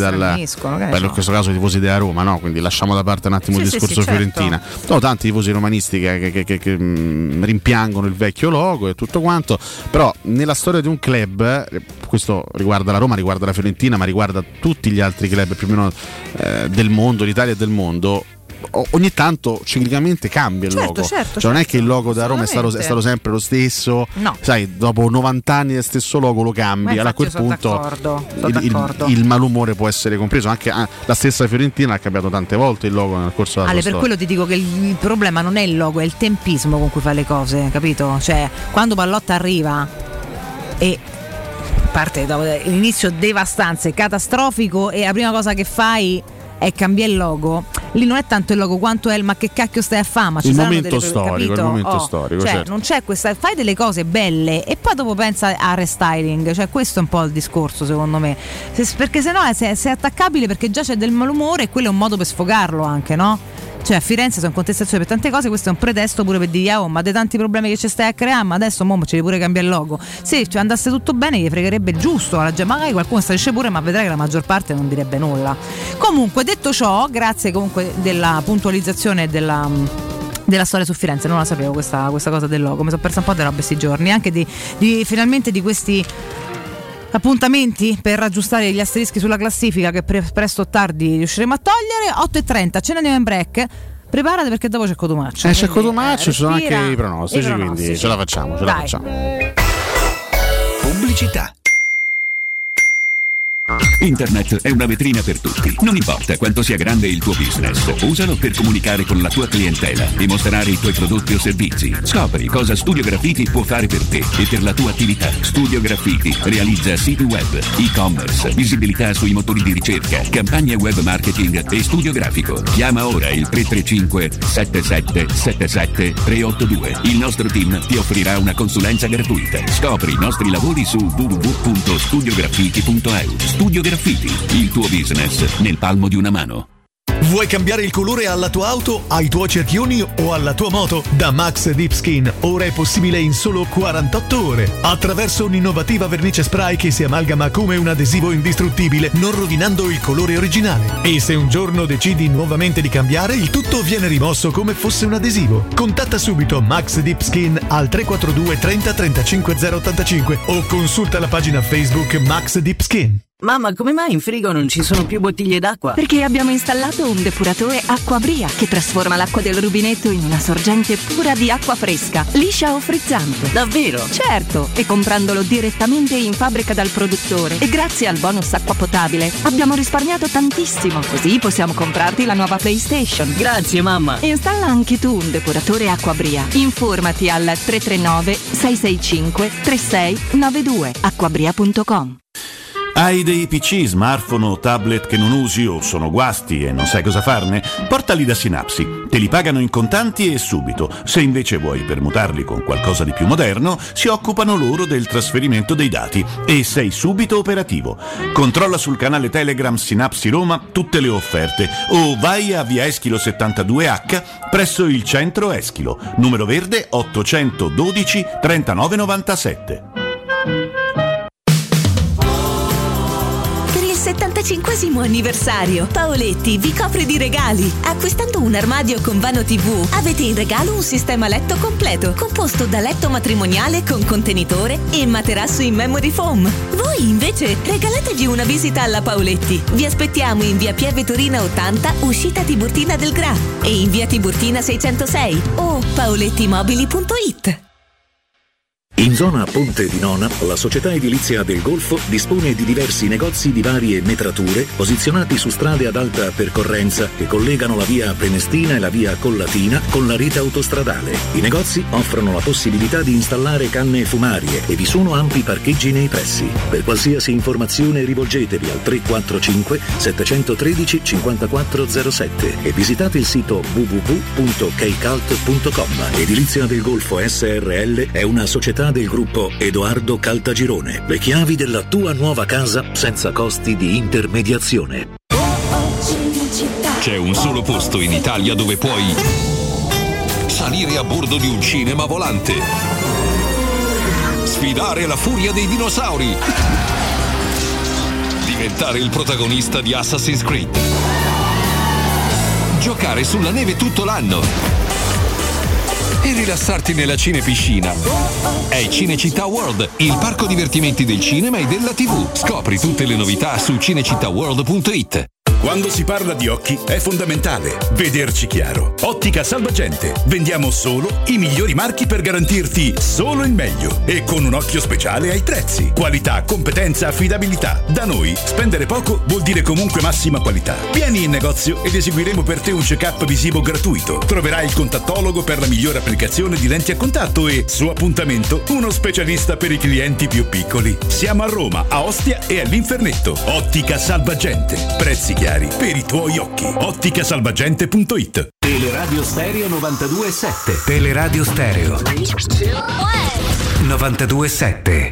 in questo caso i tifosi della Roma, no? Quindi lasciamo da parte un attimo il discorso Fiorentina. Certo. Sono tanti tifosi romanisti che rimpiangono il vecchio logo e tutto quanto, però nella storia di un club, questo riguarda la Roma, riguarda la Fiorentina, ma riguarda tutti gli altri club più o meno del mondo, l'Italia e del mondo, ogni tanto ciclicamente cambia il logo. Certo, non è che il logo della Roma è stato sempre lo stesso, no. Sai, dopo 90 anni del stesso logo lo cambi, allora a quel punto il malumore può essere compreso. Anche la stessa Fiorentina ha cambiato tante volte il logo nel corso della sua storia. Per quello ti dico che il problema non è il logo, è il tempismo con cui fa le cose, capito? Cioè, quando Pallotta arriva e parte l'inizio devastante, catastrofico, e la prima cosa che fai è cambiare il logo, lì non è tanto il logo quanto è il ma che cacchio stai a fare, ma il momento storico, il momento storico, cioè certo. Non c'è questa, fai delle cose belle e poi dopo pensa a restyling, cioè questo è un po' il discorso secondo me, perché sennò sei attaccabile perché già c'è del malumore e quello è un modo per sfogarlo anche, no? Cioè a Firenze sono contestazioni per tante cose, questo è un pretesto pure per dire ma dei tanti problemi che ci stai a creare, ma adesso ce li pure cambia il logo. Se andasse tutto bene gli fregherebbe giusto alla gente, magari qualcuno starisce pure, ma vedrai che la maggior parte non direbbe nulla. Comunque, detto ciò, grazie comunque della puntualizzazione della storia su Firenze, non la sapevo questa cosa del logo, mi sono persa un po' di roba questi giorni, anche di finalmente di questi appuntamenti per aggiustare gli asterischi sulla classifica che presto o tardi riusciremo a togliere. 8:30, ce ne andiamo in break. Preparate perché dopo c'è Cotumaccio. C'è Cotumaccio, ci sono anche i pronostici, quindi ce la facciamo. Pubblicità. Internet è una vetrina per tutti. Non importa quanto sia grande il tuo business, usalo per comunicare con la tua clientela e mostrare i tuoi prodotti o servizi. Scopri cosa Studio Graffiti può fare per te e per la tua attività. Studio Graffiti realizza siti web, e-commerce, visibilità sui motori di ricerca, campagne web marketing e studio grafico. Chiama ora il 335 7777 382. Il nostro team ti offrirà una consulenza gratuita. Scopri i nostri lavori su www.studiograffiti.eu. Studio Graffiti, il tuo business nel palmo di una mano. Vuoi cambiare il colore alla tua auto, ai tuoi cerchioni o alla tua moto? Da Max Deep Skin ora è possibile in solo 48 ore attraverso un'innovativa vernice spray che si amalgama come un adesivo indistruttibile, non rovinando il colore originale. E se un giorno decidi nuovamente di cambiare, il tutto viene rimosso come fosse un adesivo. Contatta subito Max Deep Skin al 342 30 35 085 o consulta la pagina Facebook Max Deep Skin. Mamma, come mai in frigo non ci sono più bottiglie d'acqua? Perché abbiamo installato un depuratore Acquabria che trasforma l'acqua del rubinetto in una sorgente pura di acqua fresca, liscia o frizzante. Davvero? Certo, e comprandolo direttamente in fabbrica dal produttore e grazie al bonus acqua potabile abbiamo risparmiato tantissimo, così possiamo comprarti la nuova PlayStation. Grazie mamma. Installa anche tu un depuratore Acquabria. Informati al 339 665 3692 acquabria.com. Hai dei PC, smartphone o tablet che non usi o sono guasti e non sai cosa farne? Portali da Synapsi. Te li pagano in contanti e subito. Se invece vuoi permutarli con qualcosa di più moderno, si occupano loro del trasferimento dei dati e sei subito operativo. Controlla sul canale Telegram Synapsi Roma tutte le offerte o vai a via Eschilo 72H presso il centro Eschilo, numero verde 812 3997. 75° anniversario, Paoletti vi copre di regali. Acquistando un armadio con vano TV avete in regalo un sistema letto completo composto da letto matrimoniale con contenitore e materasso in memory foam. Voi invece regalatevi una visita alla Paoletti. Vi aspettiamo in via Pieve Torina 80, uscita Tiburtina del Gra, e in via Tiburtina 606 o paolettimobili.it. In zona Ponte di Nona, la società edilizia del Golfo dispone di diversi negozi di varie metrature posizionati su strade ad alta percorrenza che collegano la via Prenestina e la via Collatina con la rete autostradale. I negozi offrono la possibilità di installare canne fumarie e vi sono ampi parcheggi nei pressi. Per qualsiasi informazione rivolgetevi al 345 713 5407 e visitate il sito www.keicalt.com. Edilizia del Golfo SRL è una società del gruppo Edoardo Caltagirone. Le chiavi della tua nuova casa senza costi di intermediazione. C'è un solo posto in Italia dove puoi salire a bordo di un cinema volante, sfidare la furia dei dinosauri, diventare il protagonista di Assassin's Creed, giocare sulla neve tutto l'anno e rilassarti nella cinepiscina. È Cinecittà World, il parco divertimenti del cinema e della TV. Scopri tutte le novità su cinecittàworld.it. Quando si parla di occhi è fondamentale vederci chiaro. Ottica Salvagente. Vendiamo solo i migliori marchi per garantirti solo il meglio e con un occhio speciale ai prezzi. Qualità, competenza, affidabilità. Da noi spendere poco vuol dire comunque massima qualità. Vieni in negozio ed eseguiremo per te un check-up visivo gratuito. Troverai il contattologo per la migliore applicazione di lenti a contatto e, su appuntamento, uno specialista per i clienti più piccoli. Siamo a Roma, a Ostia e all'Infernetto. Ottica Salvagente. Prezzi chiari per i tuoi occhi. Otticasalvagente.it. Teleradio Stereo 92.7. Teleradio Stereo 92.7.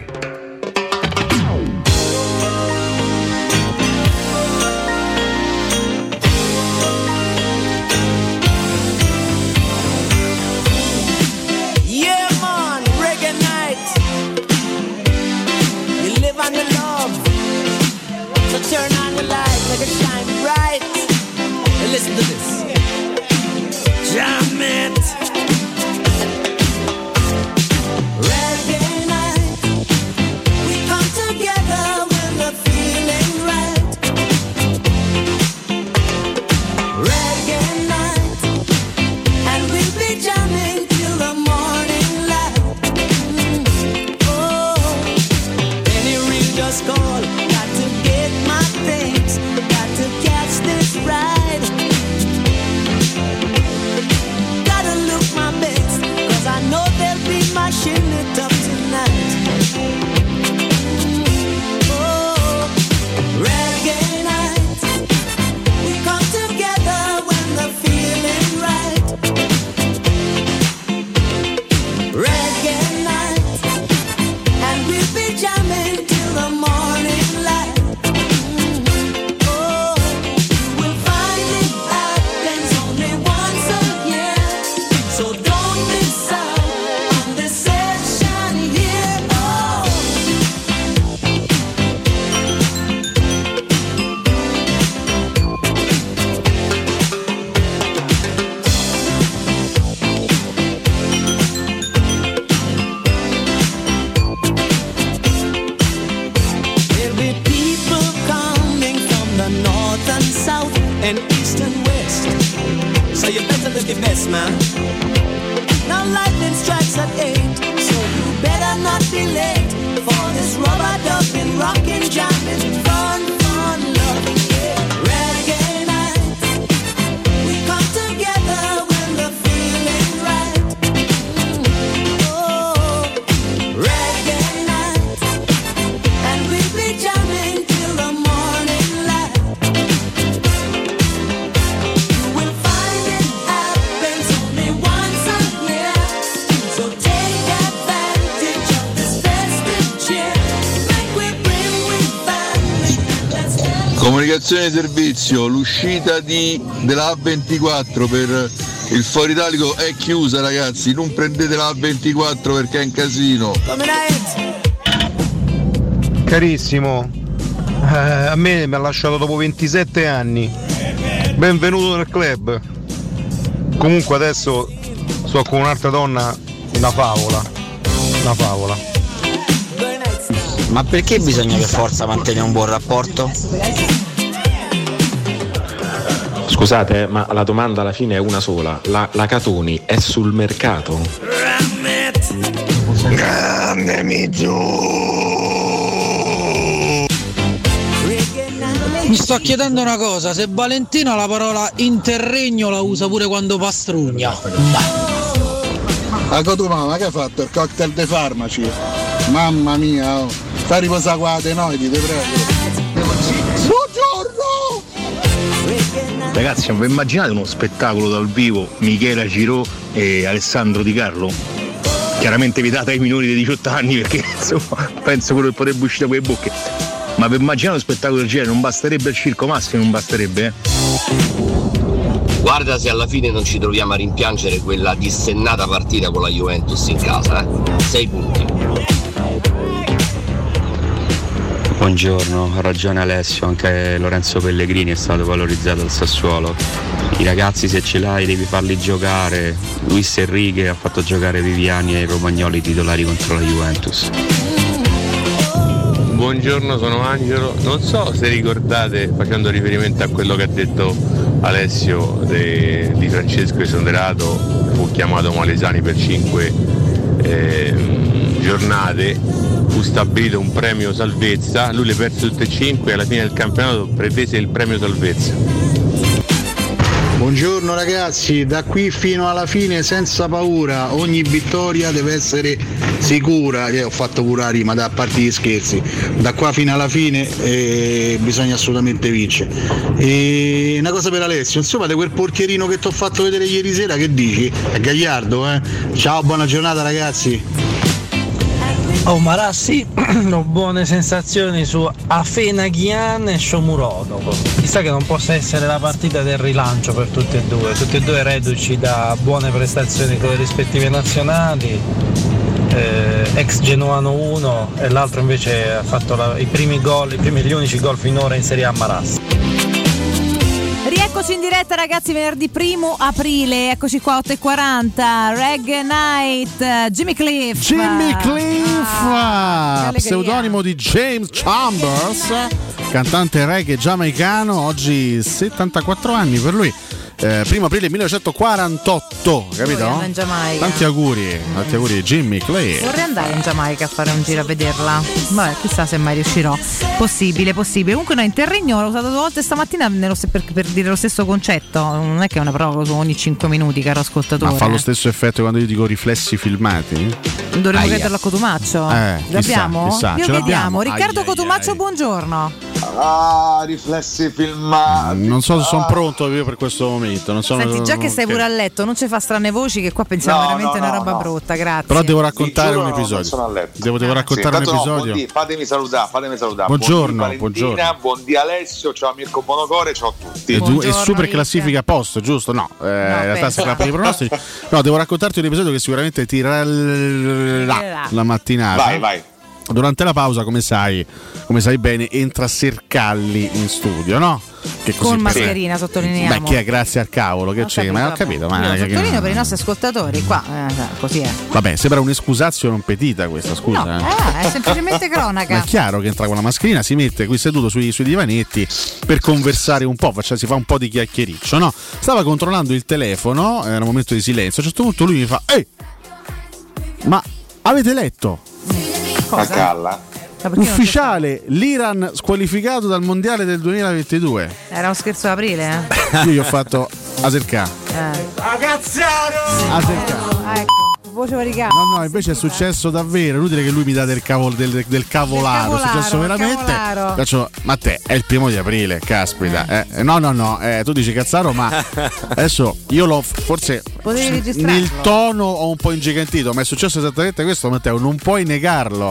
Listen to this. Jam it. Reggae night. We come together when we're feeling right. Reggae night. And we'll be jamming till the morning light. Oh, any ring just call. Got to get my things. Got to catch this ride. I know they'll be mashing it up tonight. Oh, reggae night. We come together when the feeling right. Reggae night. And we'll be jamming till the morning light. Oh, you will find it happens only once a year. So don't miss out. And east and west, so you better look your best, man. Now lightning strikes at 8, so you better not be late for this rubber ducking, rockin', jamming, fun, loving, yeah. Reggae night, we come together when the feeling right. Oh, reggae night, and we'll be jamming till the morning light. Comunicazione di servizio, l'uscita della A24 per il Foro Italico è chiusa, ragazzi, non prendete la A24 perché è un casino. Carissimo, a me mi ha lasciato dopo 27 anni. Benvenuto nel club. Comunque adesso sto con un'altra donna, una favola. Ma perché bisogna per forza mantenere un buon rapporto? Scusate, ma la domanda alla fine è una sola. La Catoni è sul mercato? Mandami giù. Mi sto chiedendo una cosa, se Valentina la parola interregno la usa pure quando pastrugna. A Cotumama che hai fatto? Il cocktail dei farmaci? Mamma mia, oh. Sta riposando con la tenoidi, ti prego. Buongiorno! Ragazzi, vi immaginate uno spettacolo dal vivo Michela Girò e Alessandro Di Carlo? Chiaramente vietata ai minori dei 18 anni perché insomma penso quello che potrebbe uscire da quelle bocche. Ma per immaginare uno spettacolo del genere non basterebbe il Circo Massimo, non basterebbe, Guarda se alla fine non ci troviamo a rimpiangere quella dissennata partita con la Juventus in casa, 6 punti. Buongiorno, ha ragione Alessio, anche Lorenzo Pellegrini è stato valorizzato al Sassuolo. I ragazzi se ce l'hai devi farli giocare. Luis Enrique ha fatto giocare Viviani e Romagnoli titolari contro la Juventus. Buongiorno, sono Angelo. Non so se ricordate, facendo riferimento a quello che ha detto Alessio di Francesco Esonerato, fu chiamato Malesani per 5 giornate, fu stabilito un premio salvezza, lui le perse tutte e 5 e alla fine del campionato pretese il premio salvezza. Buongiorno ragazzi, da qui fino alla fine senza paura, ogni vittoria deve essere sicura, che ho fatto pure la rima, a parte gli scherzi, da qua fino alla fine bisogna assolutamente vincere. E una cosa per Alessio, insomma di quel porcherino che ti ho fatto vedere ieri sera, che dici? È gagliardo, eh? Ciao, buona giornata ragazzi. Oh Marassi, ho buone sensazioni su Afenaghian e Shomurodov. Chissà che non possa essere la partita del rilancio per tutti e due reduci da buone prestazioni con le rispettive nazionali, ex Genoano 1 e l'altro invece ha fatto gli unici gol finora in Serie A Marassi. Rieccoci in diretta ragazzi, venerdì 1 aprile, eccoci qua 8:40, Reggae Night, Jimmy Cliff, pseudonimo di James Chambers, cantante reggae giamaicano, oggi 74 anni per lui. 1 aprile 1948, capito? In Giamaica. Tanti auguri Jimmy Cliff. Vorrei andare in Giamaica a fare un giro a vederla. Vabbè, chissà se mai riuscirò. Possibile. Comunque no, interregno l'ho usato 2 volte stamattina per dire lo stesso concetto. Non è che è una parola che uso ogni 5 minuti, caro ascoltatore. Ma fa lo stesso effetto quando io dico riflessi filmati? Dovremmo chiederlo a Cotumaccio. L'abbiamo? Chissà, Io vediamo. Riccardo Cotumaccio, buongiorno. Riflessi filmati. Non so se sono pronto io per questo momento. Non so. Senti, già che stai pure a letto, non ci fa strane voci che qua pensiamo veramente una roba brutta, grazie. Però devo raccontare un episodio. Devo raccontare un episodio. Fatemi salutare. Buongiorno. Buon di Alessio, ciao Mirko Bonocore, ciao a tutti. E super classifica posto, giusto? No, in realtà si fa per i pronostici. No, devo raccontarti un episodio che sicuramente ti la mattinata. Vai. Durante la pausa, come sai bene, entra Sercalli in studio, no? Che così con mascherina, sottolineiamo. Beh, chi è? Grazie al cavolo, che c'è? Ma ho capito. Sottolineo per i nostri ascoltatori, qua così è. Vabbè, sembra un'escusazio non petita questa, scusa. No, è semplicemente cronaca. Ma è chiaro che entra con la mascherina, si mette qui seduto sui divanetti per conversare un po', si fa un po' di chiacchiericcio, no? Stava controllando il telefono, era un momento di silenzio, a un certo punto lui mi fa: ehi, ma avete letto? A galla. Ufficiale, l'Iran squalificato dal mondiale del 2022. Era un scherzo d'aprile, Io gli ho fatto Aserca. Ragazzaro! Ecco, voce varicata. No, invece è successo davvero. Inutile che lui mi dà del cavolaro. È successo veramente. Faccio, ma te è il 1 di aprile, caspita. No, tu dici cazzaro, ma adesso io l'ho forse nel tono ho un po' ingigantito, ma è successo esattamente questo, Matteo. Non puoi negarlo.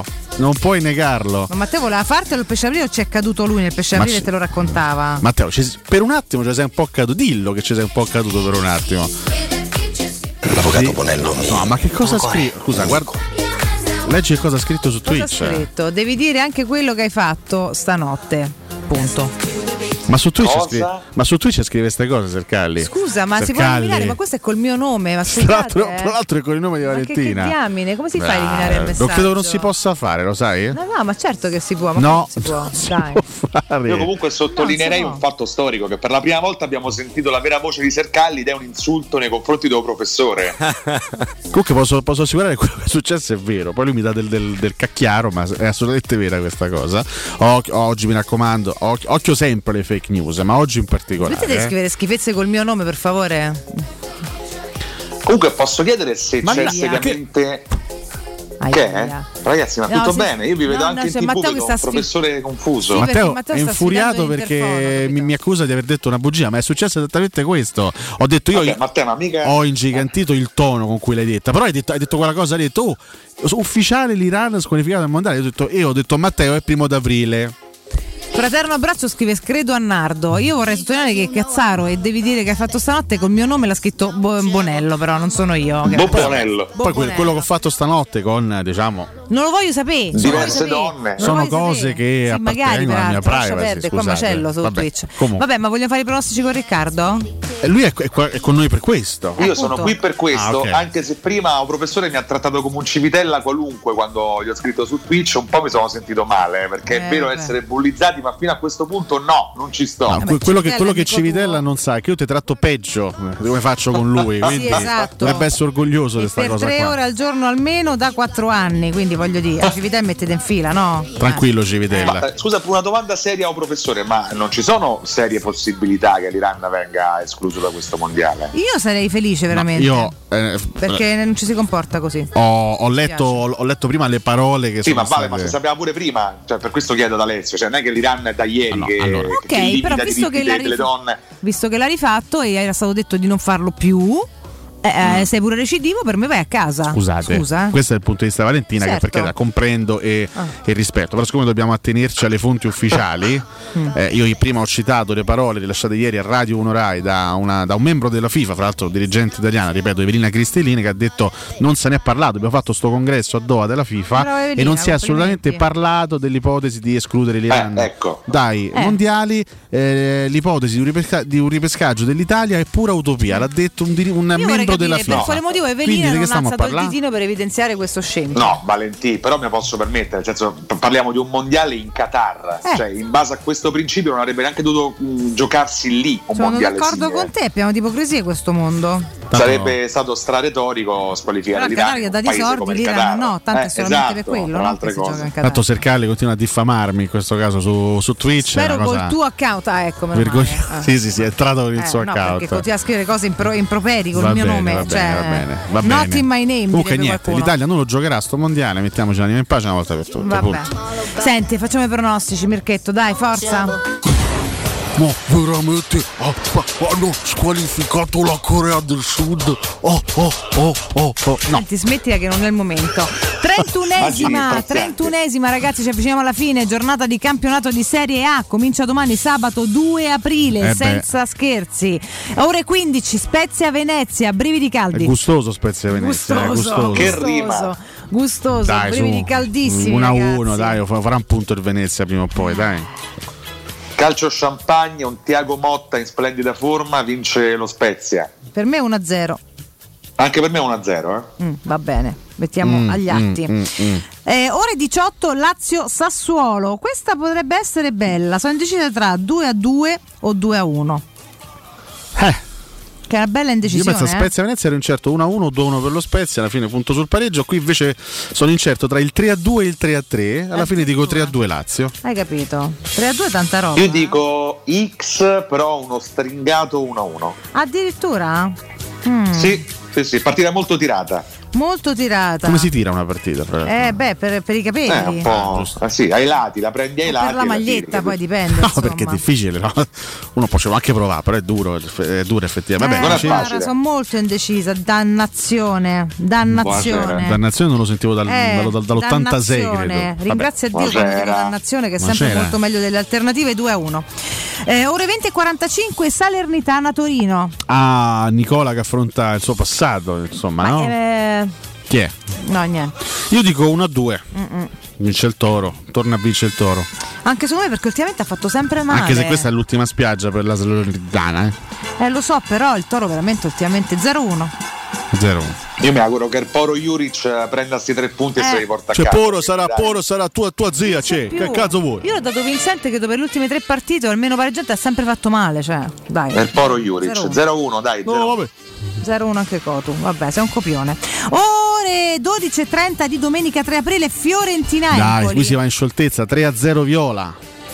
Ma Matteo voleva fartelo il pesce aprile o ci è caduto lui nel pesce aprile e te lo raccontava? Matteo, per un attimo ci sei un po' caduto. Dillo che ci sei un po' caduto per un attimo. L'avvocato Bonello. No, ma che cosa ha scritto? Scusa, guarda. Leggi che cosa ha scritto su Twitch. Cosa ha scritto? Devi dire anche quello che hai fatto stanotte. Punto. Ma su Twitch scrive queste cose, Sercalli. Scusa, ma Sercalli. si può eliminare? Ma questo è col mio nome, ma tra l'altro è con il nome di Valentina. Che diamine, come si fa a eliminare il messaggio? Non credo non si possa fare, lo sai? No, ma certo che si può, ma no, si può. Dai. Fare. Io comunque sottolineerei un fatto storico, che per la prima volta abbiamo sentito la vera voce di Sercalli ed è un insulto nei confronti del professore. Comunque posso assicurare che quello che è successo è vero, poi lui mi dà del cacchiaro, ma è assolutamente vera questa cosa. Oggi mi raccomando, occhio sempre alle fake news, ma oggi in particolare. Smettete di scrivere schifezze col mio nome, per favore. Comunque posso chiedere se c'è seriamente... Che è? Ragazzi, ma tutto bene? Io vi vedo anche in TV, vedo un professore confuso. Sì, Matteo è infuriato perché mi accusa di aver detto una bugia, ma è successo esattamente questo. Ho detto io, Matteo, ma mica... ho ingigantito il tono con cui l'hai detta, però hai detto quella cosa, hai detto ufficiale l'Iran squalificato dal mondiale. Ho detto Matteo è 1° d'aprile. Fraterno abbraccio, scrive Scredo a Nardo. Io vorrei sottolineare che Cazzaro e devi dire che hai fatto stanotte col mio nome l'ha scritto Bonello, però non sono io. Bonello. Poi quello che ho fatto stanotte con, diciamo, non lo voglio sapere. Diverse donne. Sono cose che appartengono alla mia privacy. Qua macello su Twitch. Vabbè, ma vogliamo fare i pronostici con Riccardo? Lui è con noi per questo. Io sono qui per questo, okay. Anche se prima un professore mi ha trattato come un civitella qualunque quando gli ho scritto su Twitch, un po' mi sono sentito male, perché è vero essere bullizzati, ma fino a questo punto no, non ci sto. No, quello che Civitella non sa è che io ti tratto peggio di come faccio con lui, quindi esatto. Dovrebbe essere orgoglioso di questa cosa. Per 3 ore al giorno almeno da 4 anni, quindi voglio dire, Civitella mettete in fila, no? Tranquillo Civitella. Ma, scusa, una domanda seria, professore, ma non ci sono serie possibilità che l'Iran venga escluso da questo mondiale? Io sarei felice veramente. Perché non ci si comporta così. Ho letto prima le parole che sono ma vale, ma si sapeva pure prima, cioè per questo chiedo ad Alessio, cioè non è che l'Iran è da ieri ok, però visto che l'ha rifatto e era stato detto di non farlo più, sei pure recidivo, per me vai a casa. Scusate, questo è il punto di vista Valentina, certo. Che perché la comprendo e rispetto, però siccome dobbiamo attenerci alle fonti ufficiali, io prima ho citato le parole rilasciate ieri a Radio 1 Rai da un membro della FIFA, fra l'altro dirigente italiana, ripeto, Evelina Cristellini, che ha detto non se ne è parlato, abbiamo fatto sto congresso a Doha della FIFA Evelina, e non si è assolutamente parlato dell'ipotesi di escludere l'Iran dai mondiali. L'ipotesi di un ripescaggio dell'Italia è pura utopia, l'ha detto un membro della FIFA. Per quale motivo Evelina non ha alzato il ditino per evidenziare questo scempio? No, Valentì, però mi posso permettere, nel senso, parliamo di un mondiale in Qatar, cioè in base a questo principio non avrebbe neanche dovuto giocarsi lì un mondiale. Sono d'accordo con te, pieno di ipocrisia questo mondo. Sarebbe stato straretorico squalificare l'Iran. Qatar gli ha dato i soldi, l'Iran no, tanto è solamente per quello, no? Che si gioca in Qatar. Tanto Sercalli continua a diffamarmi in questo caso su Twitch. Spero col tuo account, ecco. Sì, è entrato con il suo account. Perché continua a scrivere cose improperi col mio nome. Va bene. Not in my name. Comunque niente, l'Italia non lo giocherà sto mondiale, mettiamoci l'anima in pace una volta per tutte. Vabbè. Senti, facciamo i pronostici, Mirchetto, dai, forza. No, veramente hanno squalificato la Corea del Sud. No. Senti, smettila che non è il momento. 31esima ragazzi, ci avviciniamo alla fine. Giornata di campionato di Serie A, comincia domani sabato 2 aprile, senza scherzi. Ore 15, Spezia Venezia, brividi caldi. È gustoso Spezia Venezia, gustoso. Che rima. Gustoso, dai, brividi caldissimi. 1-1, dai, farà un punto il Venezia prima o poi, dai. Calcio champagne, un Thiago Motta in splendida forma vince lo Spezia. Per me 1-0. Anche per me 1-0, va bene, mettiamo agli atti. Ore 18, Lazio Sassuolo. Questa potrebbe essere bella. Sono indecisa tra 2-2 o 2-1. Che è una bella indecisione. Io penso a Spezia Venezia ero incerto 1-1 o 2-1 per lo Spezia, alla fine punto sul pareggio. Qui invece sono incerto tra il 3-2 e il 3-3. Alla fine dico 3-2 Lazio. Hai capito? 3-2 è tanta roba. Io dico X, però uno stringato 1-1. Addirittura? Sì, partita molto tirata. Molto tirata. Come si tira una partita? Per i capelli. Un po'. Sì, ai lati, la prendi ai lati. Per la maglietta poi dipende. No, perché è difficile, no? Uno può anche provare, però è duro effettivamente. Vabbè, non è facile. Sono molto indecisa. Dannazione. Dannazione non lo sentivo dall'86, credo. Ringrazio a Dio quando dico dannazione, che è sempre molto meglio delle alternative. 2-1. Ore 20:45, Salernitana Torino. Nicola che affronta il suo passato, insomma, no? Chi è? No, niente. Io dico 1-2. Vince il Toro, torna a vincere il Toro. Anche secondo me, perché ultimamente ha fatto sempre male. Anche se questa è l'ultima spiaggia per la Salernitana. Lo so, però il Toro veramente ultimamente 0-1. 0-1. Io mi auguro che il Poro Juric prenda questi 3 punti e se li porta a casa. Poro sarà tua zia, che cazzo vuoi? Io l'ho dato vincente, che per le ultime 3 partite o almeno pareggiante ha sempre fatto male, cioè, dai. Il Poro Juric 0-1, dai. No, vabbè. 0-1 anche Cotu, vabbè, sei un copione. Ore 12:30 di domenica 3 aprile, Fiorentina Empoli. Dai, qui si va in scioltezza, 3-0 Viola.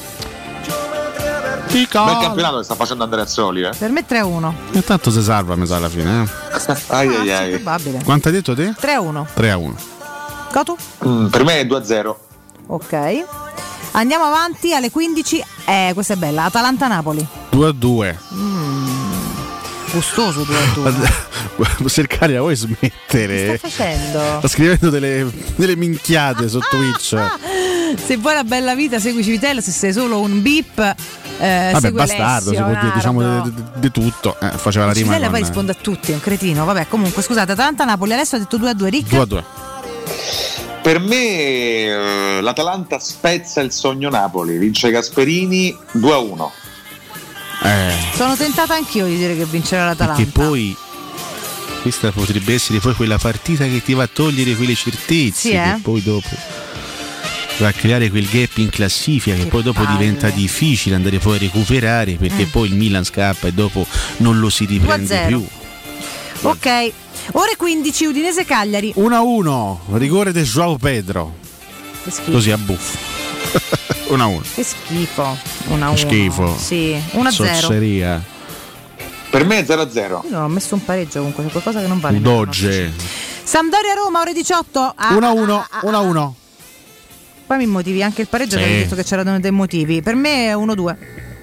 Bel campionato che sta facendo Andrea Azzoli, Per me 3-1. E tanto si salva a metà alla fine, ai. Probabile. Quanto hai detto te? 3-1. 3-1. Cotu? Per me è 2-0. Ok. Andiamo avanti alle 15. Questa è bella. Atalanta-Napoli. 2-2. Gustoso 2-2. Cercare, vuoi smettere? Che sta facendo? Sta scrivendo delle minchiate su Twitch. Se vuoi una bella vita segui Civitella, se sei solo un beep vabbè, bastardo, si può dire, diciamo di tutto. Faceva la rima. Civitella poi risponde a tutti, è un cretino. Vabbè, comunque scusate, Atalanta-Napoli, adesso ha detto 2-2, Rick? 2-2. Per me l'Atalanta spezza il sogno Napoli, vince Gasperini 2-1. Sono tentata anch'io di dire che vincerà l'Atalanta. Perché poi questa potrebbe essere poi quella partita che ti va a togliere quelle certezze, sì, che poi dopo va a creare quel gap in classifica che poi dopo diventa difficile andare poi a recuperare, perché poi il Milan scappa e dopo non lo si riprende più. Ok, ore 15, Udinese Cagliari 1-1, rigore di João Pedro, così a buffo. 1-1. Che schifo. 1-1. Schifo. Sì, 1-0. Sozzeria. Per me è 0-0. Io non ho messo un pareggio, comunque c'è qualcosa che non vale. Doge. Sampdoria Roma, ore 18. 1-1. Poi mi motivi anche il pareggio, che avevi detto che c'erano dei motivi. Per me è 1-2.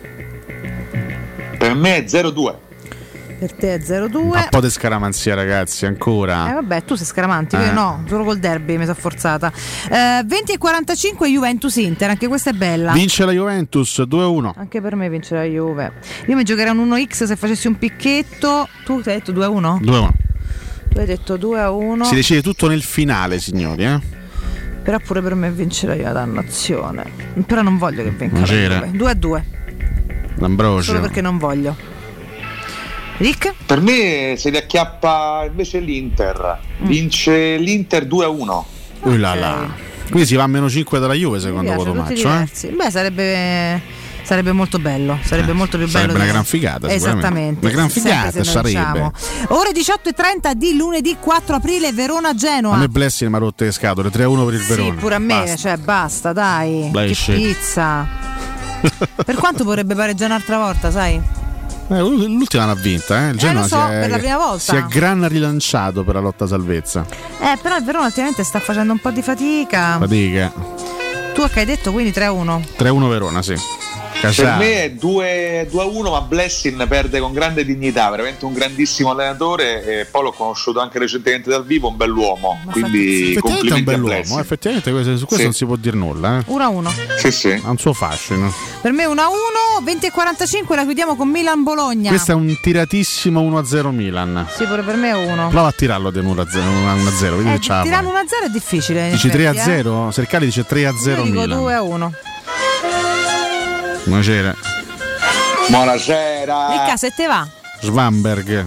Per me è 0-2. Per te è 0-2. Un po' di scaramanzia, ragazzi, ancora. Vabbè, tu sei scaramantico, io no, solo col derby mi sono forzata. 20:45 Juventus Inter, anche questa è bella. Vince la Juventus 2-1. Anche per me vince la Juve. Io mi giocherei un 1x se facessi un picchetto. Tu hai detto 2-1? 2-1. Tu hai detto 2-1. Si decide tutto nel finale, signori, Però pure per me vince la Juve, dannazione. Però non voglio che vinca la Juve. 2-2. D'Ambrosio. Solo perché non voglio. Rick? Per me se li acchiappa invece l'Inter. Vince l'Inter 2-1. Quindi si va a meno 5 dalla Juve, secondo Cotomaccio. Beh, sarebbe molto bello. Sarebbe molto più bello. Sarebbe una gran figata. Esattamente. Una gran figata sarebbe. Diciamo. Ore 18:30 di lunedì 4 aprile, Verona-Genoa. A me Blessing mi ha rotto le scatole. 3-1 per il Verona. Sì, pure a me, basta, dai. Blessing. Che pizza. Per quanto vorrebbe pareggiare un'altra volta, sai? L'ultima l'ha vinta, il Genoa per la prima volta si è gran rilanciato per la lotta salvezza. Però il Verona ultimamente sta facendo un po' di fatica. Tu che hai detto quindi 3-1? 3-1 Verona, sì. Per me è 2-1, ma Blessing perde con grande dignità, veramente un grandissimo allenatore, e poi l'ho conosciuto anche recentemente dal vivo, un bell'uomo, quindi effettivamente è un bell'uomo, effettivamente su questo non si può dire nulla. 1-1. Sì. Ha un suo fascino. Per me 1-1, 20:45 la chiudiamo con Milan-Bologna. Questo è un tiratissimo 1-0 Milan. Sì, pure per me è 1. Prova a tirarlo di 1-0, vedi che c'ha. Tirarlo 1-0 è difficile. Dici 3-0? Sercali dice 3-0 Milan. Io dico Milan. 2-1. Buonasera. Ricca, se te va? Svamberg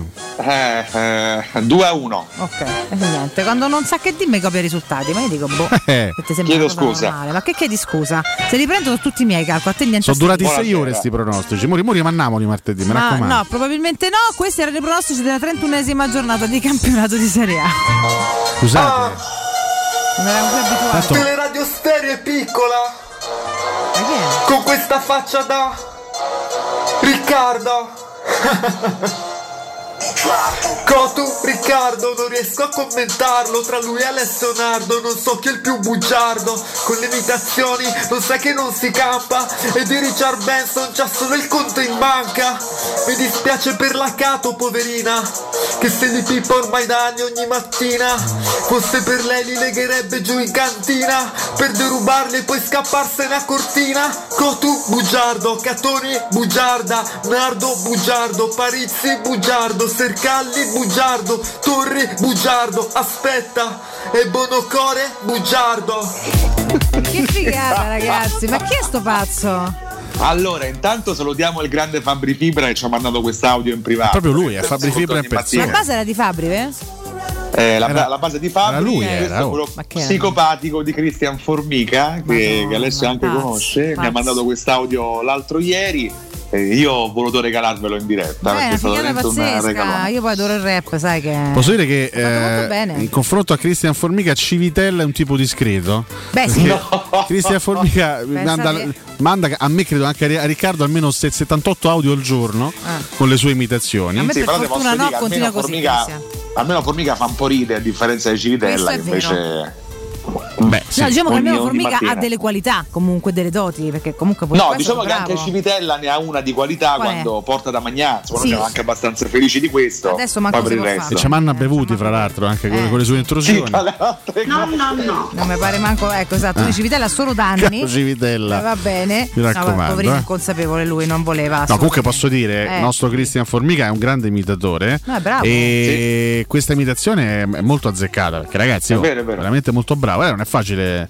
2-1. Ok, niente, quando non sa che dimmi copia i risultati, ma io dico chiedo scusa. Normale. Ma che chiedi scusa? Se li prendo tutti i miei calcoli, a te niente. Sono durati 6 ore sti pronostici. Mori rimannamoli martedì, mi raccomando. No, probabilmente no. Questi erano i pronostici della 31esima giornata di campionato di Serie A. Scusate. Non eravamo più abituati. Teleradio Stereo è piccola. Con questa faccia da Riccardo. Cotu, Riccardo, non riesco a commentarlo. Tra lui e Alessio Nardo non so chi è il più bugiardo. Con le imitazioni lo sai che non si campa. E di Richard Benson c'ha solo il conto in banca. Mi dispiace per la Cato, poverina. che se li pippa ormai da anni ogni mattina. Fosse per lei li legherebbe giù in cantina per derubarli e poi scapparsene a Cortina. Cotu bugiardo, Catoni bugiarda, Nardo bugiardo, Parizzi bugiardo, Sercalli bugiardo, Torri bugiardo, aspetta, e Bonocore bugiardo. Che figata, ragazzi, ma chi è sto pazzo? Allora, intanto salutiamo il grande Fabri Fibra che ci ha mandato quest'audio in privato. Proprio lui, è Fabri Fibra e La base era di Fabri, la base di Fabri, quello psicopatico di Christian Formica che Alessio anche conosce, mi ha mandato quest'audio l'altro ieri. Io ho voluto regalarvelo in diretta perché è stato veramente un regalone. Io poi adoro il rap, sai che. Posso dire che in confronto a Christian Formica Civitella è un tipo discreto? Beh, sì. Christian Formica manda a me, credo anche a Riccardo, almeno 78 audio al giorno con le sue imitazioni. A me per fortuna no, continua così. Almeno Formica fa un po' ridere a differenza di Civitella che invece. Beh, sì. No, diciamo che almeno Formica ha delle qualità, comunque delle doti, perché comunque no, diciamo che anche Civitella ne ha una di qualità quando porta da mangiare, noi siamo anche abbastanza felici di questo. Adesso manco per il resto. E ci manna bevuti fra l'altro anche con le sue intrusioni. No. Non mi pare manco, ecco, esatto, Civitella solo danni. Civitella. Va bene. Mi raccomando. Poverino inconsapevole, lui non voleva. No, comunque posso dire, il nostro Christian Formica è un grande imitatore. Bravo. E questa imitazione è molto azzeccata, perché ragazzi, è veramente molto bravo. Non è facile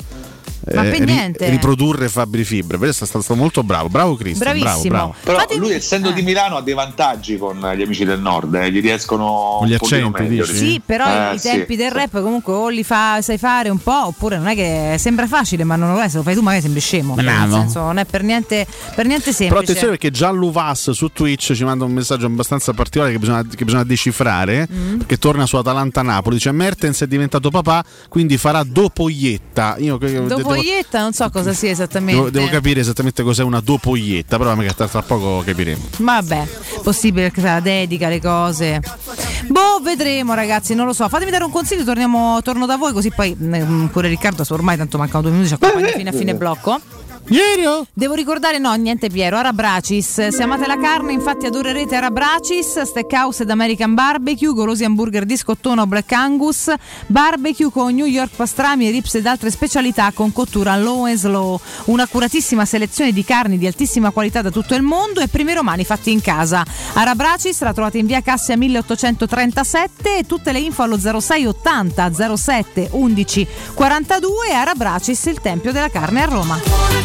riprodurre Fabri Fibra, è stato molto bravo Cristian, bravo. Però lui essendo di Milano ha dei vantaggi con gli amici del nord, gli riescono con gli un pochino accenti, meglio. Sì, però i tempi del rap comunque o li sai fare un po', oppure non è che sembra facile, ma non lo è, se lo fai tu magari sembri scemo. Nel senso, non è per niente semplice. Però attenzione, perché Gianluvas su Twitch ci manda un messaggio abbastanza particolare che bisogna decifrare, perché torna su Atalanta-Napoli, dice Mertens è diventato papà, quindi farà dopoietta. Dopoietta non so cosa sia esattamente. Devo capire esattamente cos'è una dopoietta, però magari tra poco capiremo. Vabbè, possibile che la dedica, le cose. Vedremo ragazzi, non lo so. Fatemi dare un consiglio, torno da voi, così poi pure Riccardo, ormai tanto mancano 2 minuti, ci accompagna fino a fine blocco. Devo ricordare, no, niente Piero, Arabracis. Se amate la carne, infatti adorerete Arabracis, Steakhouse ed American Barbecue, golosi hamburger di scottona o Black Angus, barbecue con New York pastrami, ribs ed altre specialità con cottura low and slow, un'accuratissima selezione di carni di altissima qualità da tutto il mondo e primi romani fatti in casa. Arabracis la trovate in via Cassia 1837 e tutte le info allo 0680 07 11 42. Arabracis, il tempio della carne a Roma.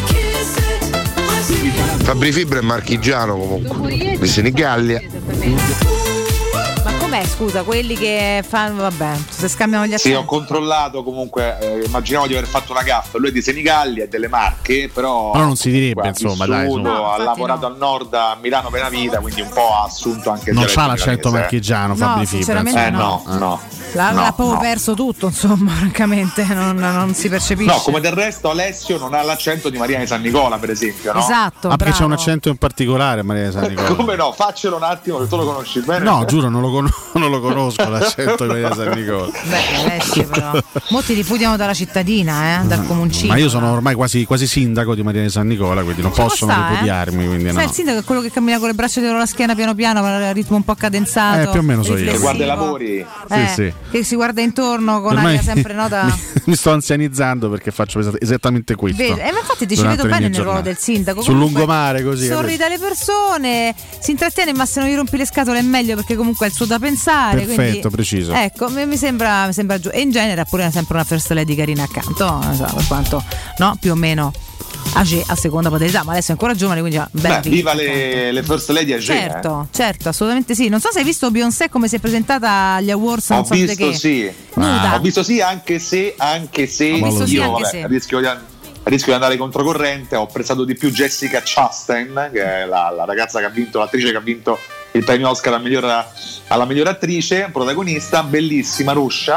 Fabri Fibra è marchigiano comunque, di Senigallia. Ma com'è, scusa, quelli che fanno, vabbè, se scambiano gli accenti? Sì, ho controllato comunque, immaginavo di aver fatto una gaffa, lui è di Senigallia, è delle Marche, però non si direbbe, insomma, dai. Ha lavorato al nord a Milano per una vita, quindi un po' ha assunto anche non c'ha l'accento marchigiano Fabri Fibra. No. L'ha proprio perso tutto, insomma, francamente non si percepisce. No, come del resto Alessio non ha l'accento di Maria di San Nicola, per esempio, no? Esatto. Perché c'è un accento in particolare Maria di San Nicola. Come no? Faccelo un attimo, che tu lo conosci bene. No, giuro, non lo conosco l'accento di Maria di San Nicola. Alessio però. Molti ripudiano dalla cittadina, dal comuncino. Ma io sono ormai quasi sindaco di Maria di San Nicola, quindi non possono ripudiarmi. Quindi sai, il sindaco è quello che cammina con le braccia dietro la schiena piano piano, con il ritmo un po' cadenzato. Più o meno so io. Che guarda i lavori. Sì. Che si guarda intorno con aria sempre nota. Mi sto anzianizzando perché faccio esattamente questo. Ma infatti ti ci vedo bene nel ruolo del sindaco. Sul lungomare così. Sorride alle persone, si intrattiene, ma se non gli rompi le scatole è meglio perché comunque è il suo da pensare. Perfetto, quindi, preciso. Ecco, mi sembra giù. E in genere ha pure sempre una first lady carina accanto, non so, per quanto, no, più o meno a seconda paternità, ma adesso è ancora giovane, quindi viva le first lady a certo, assolutamente sì. Non so se hai visto Beyoncé come si è presentata agli awards. Ho visto sì, anche se io rischio di andare controcorrente. Ho apprezzato di più Jessica Chastain, che è la ragazza che ha vinto, l'attrice che ha vinto il premio Oscar alla miglior attrice, protagonista, bellissima, ruscia.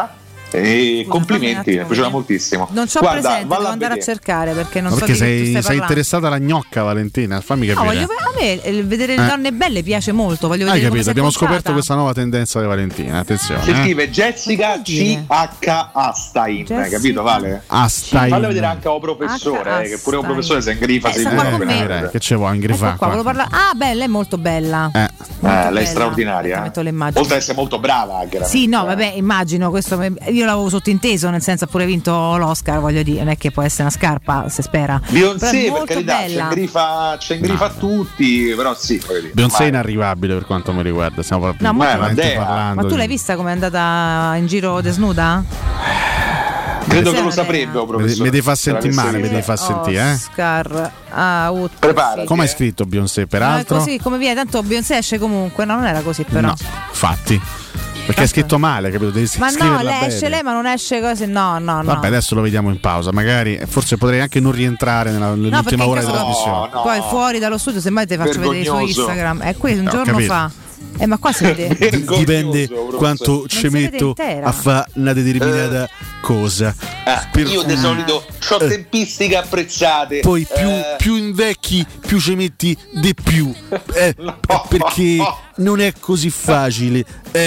E complimenti, mi piaceva moltissimo. Non c'ho presente, devo andare a cercare perché non so di che tu stai parlando. Sei interessata alla gnocca, Valentina? Fammi capire. No, a me vedere le donne belle piace molto. Voglio vedere. Hai capito? Abbiamo scoperto questa nuova tendenza di Valentina. Attenzione. Si scrive Jessica CH Astein, capito, Vale? Astein. Fallo vedere anche a un professore, che pure un professore si ingrifa. Che ce vuoi ingrifare? Ah, beh, lei è molto bella. Lei è straordinaria. Oltre ad essere molto brava. Sì, no, vabbè, immagino questo. Io l'avevo sottinteso, nel senso ha pure vinto l'Oscar, voglio dire, non è che può essere una scarpa, se spera. Beyoncé, per carità, c'è ingrifa a tutti, però sì. Beyoncé è inarrivabile per quanto mi riguarda, stiamo parlando. Ma tu l'hai vista come è andata in giro desnuda? Credo che lo saprebbe, professore. Mi devi far sentire male, mi devi far sentire, Oscar prepara. Come hai scritto Beyoncé, peraltro? No, è così, come viene, tanto Beyoncé esce comunque, no, non era così però. No, infatti. Perché è scritto male, capito? Devi ma no, lei esce lei, ma non esce così. No. Vabbè, adesso lo vediamo in pausa. Magari, forse potrei anche non rientrare nell'ultima ora di trasmissione. Poi fuori dallo studio, semmai ti faccio vedere su Instagram. È qui un giorno fa. Ma qua si vede. Dipende quanto ci metto a fare una determinata cosa. Io di solito ho tempistiche apprezzate. Poi più invecchi, più ci metti di più. Perché non è così facile.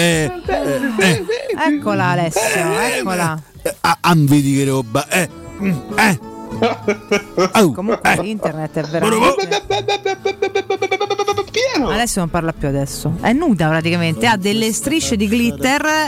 Eccola Alessio, eccola. Vedi che roba. Comunque internet è veramente pieno. Adesso non parla più adesso. È nuda praticamente, ha delle strisce di glitter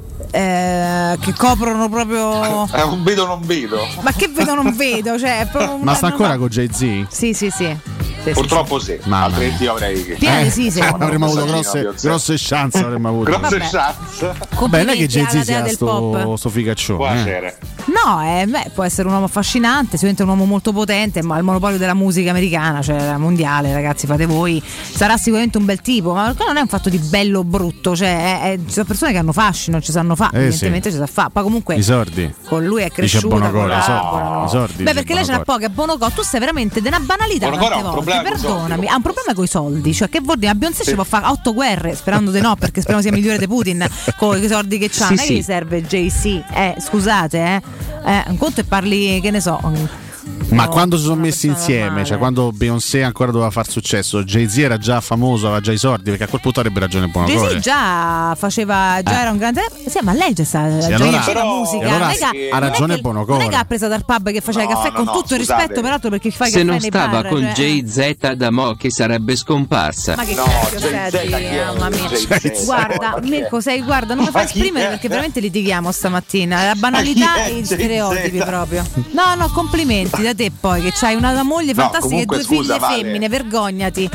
che coprono proprio. Un vedo non vedo. Ma che vedo non vedo? Cioè, ma sta ancora con Jay-Z? Sì. Purtroppo sì. Altrimenti io avrei avremmo avuto grosse chance. Grosse chance. Beh, non è che Jay-Z sia sto figaccione. No, può essere un uomo affascinante, sicuramente un uomo molto potente, ma il monopolio della musica americana, cioè mondiale, ragazzi, fate voi. Sarà sicuramente un bel tipo, ma non è un fatto di bello o brutto, cioè ci sono persone che hanno fascino, ci sanno fare, evidentemente ci sa fare. Poi comunque i sordi. Con lui è cresciuto. I sordi. Beh, perché lei ce n'ha poche a Bonocò, tu sei veramente di una banalità tante volte. Perdonami, ha un problema con i soldi, cioè che vuol dire? A Beyoncé ci può fare 8 guerre, sperando di no, perché speriamo sia migliore di Putin con i soldi che c'ha. Non è che gli serve Jay-Z, scusate, un conto e parli, che ne so. Ma quando si sono messi insieme, cioè quando Beyoncé ancora doveva far successo, Jay-Z era già famoso, aveva già i sordi, perché a quel punto avrebbe ragione Buonocore. Jay-Z già faceva, era un grande. Sì, ma lei già sa, la musica. Allora ha ragione Buonocore. Non è che ha preso dal pub che faceva il caffè, con tutto il rispetto, peraltro, perché fa il caffè nei bar. Se non stava con Jay-Z da mo' che sarebbe scomparsa. Ma che cazzo sei? Mamma mia. Guarda, Mirko, guarda, non mi fai esprimere perché veramente litighiamo stamattina. La banalità e gli stereotipi proprio. No, complimenti da te poi che c'hai una moglie fantastica e 2 figlie femmine, vergognati.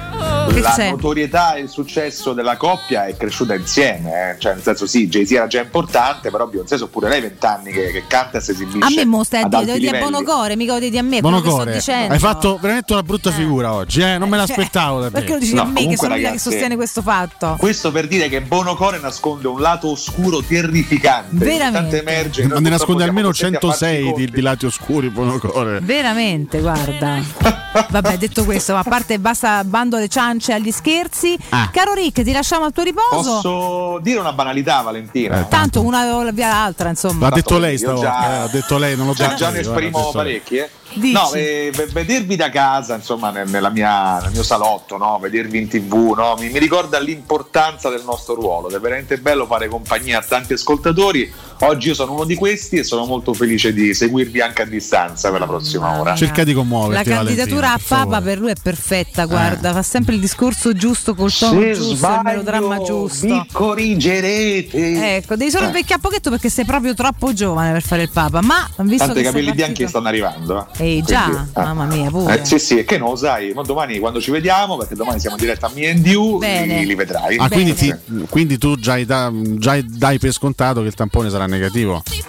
La notorietà e il successo della coppia è cresciuta insieme, cioè nel senso sì, Jay-Z era già importante, però Beyoncé sono pure lei 20 anni che canta e si esibisce. A me mostra di a Bonocore, mica lo di a me. Bonocore, che sto dicendo. Hai fatto veramente una brutta figura oggi, non me l'aspettavo da te. Perché lo dici a me che sono quella che sostiene questo fatto? Questo per dire che Bonocore nasconde un lato oscuro terrificante. Veramente. Emerge, ma ne nasconde almeno 106 di lati oscuri Bonocore. Veramente, guarda. Vabbè, detto questo, a parte basta bando alle ciance, agli scherzi. Caro Rick, ti lasciamo al tuo riposo. Posso dire una banalità, Valentina? Tanto una via l'altra, insomma. L'ha detto lei, ha detto lei, non lo già ne esprimo parecchi, No, vedervi da casa, insomma, nel mio salotto, no? Vedervi in TV, no? Mi ricorda l'importanza del nostro ruolo. È veramente bello fare compagnia a tanti ascoltatori. Oggi io sono uno di questi e sono molto felice di seguirvi anche a distanza per la prossima ora. Cerca di commuoverti. La candidatura a Papa per lui è perfetta, guarda, fa sempre il discorso giusto, col tono giusto, il melodramma giusto. Mi corrigerete. Ecco, devi solo invecchiare un pochetto perché sei proprio troppo giovane per fare il Papa. Ma visto tanto che i capelli bianchi stanno arrivando. Già, mamma mia, pure. Sì, e che non lo sai, ma domani quando ci vediamo, perché domani siamo in diretta a Me and You, li vedrai. Quindi tu già dai per scontato che il tampone sarà negativo.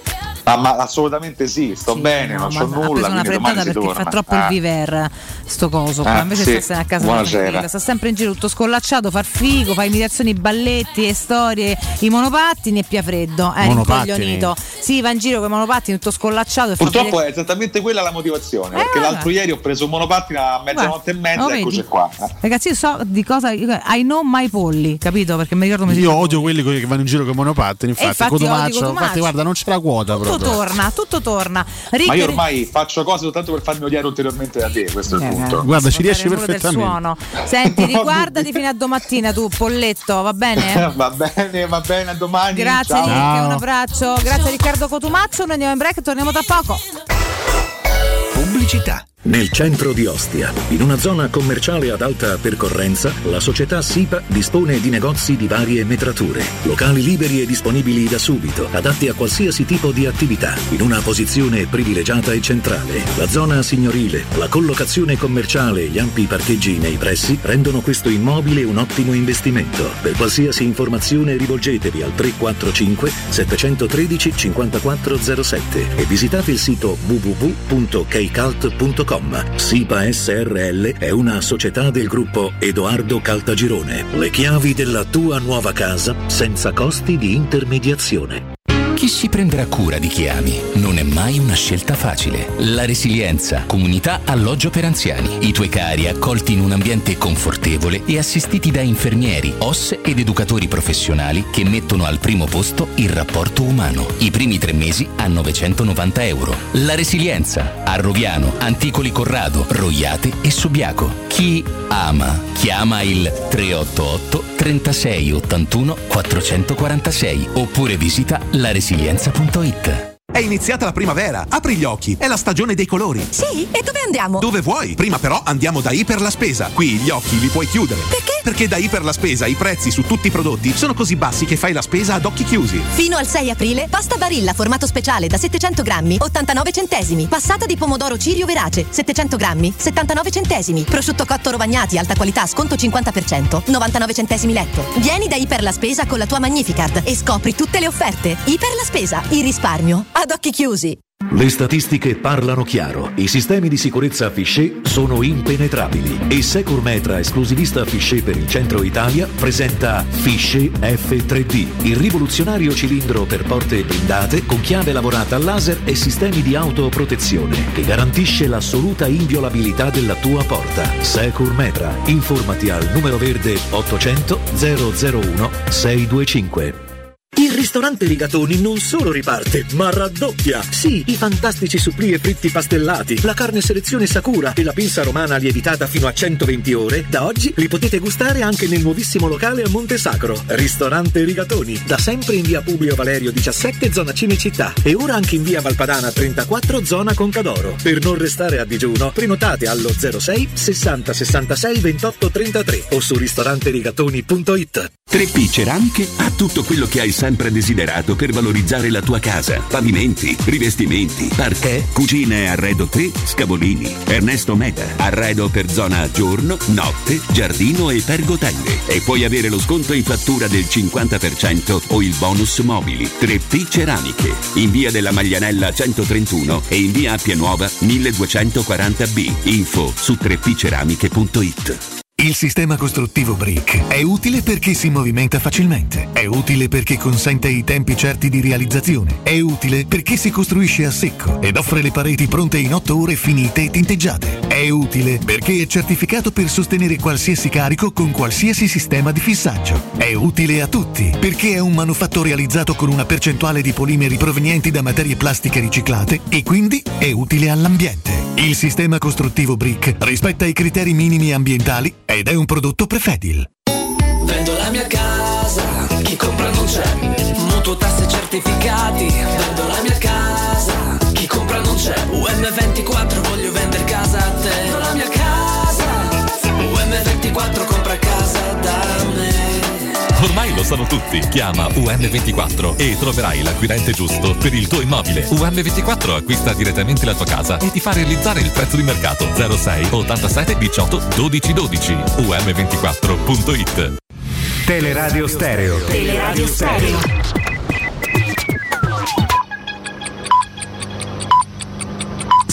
Ma assolutamente sì, sto bene, non c'ho nulla. Una freddata perché fa troppo il viver sto coso qua, invece sta a casa sta sempre in giro tutto scollacciato, far figo, fa imitazioni, balletti e storie, i monopattini e pia freddo, rincoglionito. Sì, va in giro con i monopattini tutto scollacciato. Purtroppo è esattamente quella la motivazione, perché l'altro ieri ho preso un monopattino a mezzanotte e mezza e eccoci qua. Ragazzi, io so di cosa I know my polli, capito? Perché mi ricordo io odio quelli che vanno in giro con i monopattini, infatti Cotumaccio, guarda, non c'è la quota tutto torna. Ma io ormai faccio cose soltanto per farmi odiare ulteriormente da te, questo è il punto. Guarda, ci riesci perfettamente. Senti, riguardati fino a domattina tu, polletto, va bene? Va bene, a domani. Grazie Rick, un abbraccio. Grazie a Riccardo Cotumaccio, noi andiamo in break e torniamo tra poco. Pubblicità. Nel centro di Ostia, in una zona commerciale ad alta percorrenza, la società SIPA dispone di negozi di varie metrature, locali liberi e disponibili da subito, adatti a qualsiasi tipo di attività, in una posizione privilegiata e centrale. La zona signorile, la collocazione commerciale e gli ampi parcheggi nei pressi rendono questo immobile un ottimo investimento. Per qualsiasi informazione rivolgetevi al 345 713 5407 e visitate il sito www.kcalt.com. SIPA SRL è una società del gruppo Edoardo Caltagirone. Le chiavi della tua nuova casa senza costi di intermediazione. Chi si prenderà cura di chi ami? Non è mai una scelta facile. La Resilienza, comunità alloggio per anziani. I tuoi cari accolti in un ambiente confortevole e assistiti da infermieri, OSS ed educatori professionali che mettono al primo posto il rapporto umano. I primi 3 mesi a €990. La Resilienza, a Roviano, Anticoli Corrado, Roiate e Subiaco. Chi ama, chiama il 388 36 81 446 oppure visita laresilienza.it. È iniziata la primavera, apri gli occhi, è la stagione dei colori. Sì, e dove andiamo? Dove vuoi, prima però andiamo da Iper La Spesa. Qui gli occhi li puoi chiudere. Perché? Perché da Iper La Spesa i prezzi su tutti i prodotti sono così bassi che fai la spesa ad occhi chiusi. Fino al 6 aprile, pasta Barilla formato speciale da 700 grammi, 89 centesimi. Passata di pomodoro Cirio Verace, 700 grammi, 79 centesimi. Prosciutto cotto Rovagnati, alta qualità, sconto 50%, 99 centesimi letto. Vieni da Iper La Spesa con la tua Magnificard e scopri tutte le offerte. Iper La Spesa, il risparmio ad occhi chiusi. Le statistiche parlano chiaro. I sistemi di sicurezza Fichet sono impenetrabili e Securmetra, esclusivista Fichet per il centro Italia, presenta Fichet F3D, il rivoluzionario cilindro per porte blindate con chiave lavorata a laser e sistemi di autoprotezione che garantisce l'assoluta inviolabilità della tua porta. Securmetra. Informati al numero verde 800 001 625. Il ristorante Rigatoni non solo riparte, ma raddoppia! Sì, i fantastici supplì e fritti pastellati, la carne selezione Sakura e la pinza romana lievitata fino a 120 ore, da oggi li potete gustare anche nel nuovissimo locale a Monte Sacro. Ristorante Rigatoni, da sempre in via Publio Valerio 17, zona Cinecittà, e ora anche in via Valpadana 34, zona Concadoro. Per non restare a digiuno, prenotate allo 06 60 66 28 33 o su ristoranterigatoni.it. 3P Ceramiche ha tutto quello che hai sempre desiderato per valorizzare la tua casa: pavimenti, rivestimenti, parquet, cucine e arredo 3, Scavolini. Ernesto Meda, arredo per zona giorno, notte, giardino e pergotelle. E puoi avere lo sconto in fattura del 50% o il bonus mobili. 3P Ceramiche, in via della Maglianella 131 e in via Appia Nuova 1240B. Info su 3pceramiche.it. Il sistema costruttivo Brick è utile perché si movimenta facilmente, è utile perché consente i tempi certi di realizzazione, è utile perché si costruisce a secco ed offre le pareti pronte in 8 ore finite e tinteggiate, è utile perché è certificato per sostenere qualsiasi carico con qualsiasi sistema di fissaggio, è utile a tutti perché è un manufatto realizzato con una percentuale di polimeri provenienti da materie plastiche riciclate e quindi è utile all'ambiente. Il sistema costruttivo Brick rispetta i criteri minimi ambientali ed è un prodotto Prefedil. Vendo la mia casa, chi compra non c'è. Mutuo, tasse, certificati. Vendo la mia casa, chi compra non c'è. UM24, voglio vendere casa a te. Vendo la mia casa, UM24, compra casa da me. Ormai lo sanno tutti. Chiama UM24 e troverai l'acquirente giusto per il tuo immobile. UM24 acquista direttamente la tua casa e ti fa realizzare il prezzo di mercato. 06 87 18 12 12. UM24.it. Teleradio Stereo. Teleradio Stereo.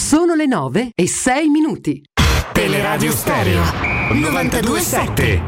Sono le 9:06. Teleradio Stereo 92.7.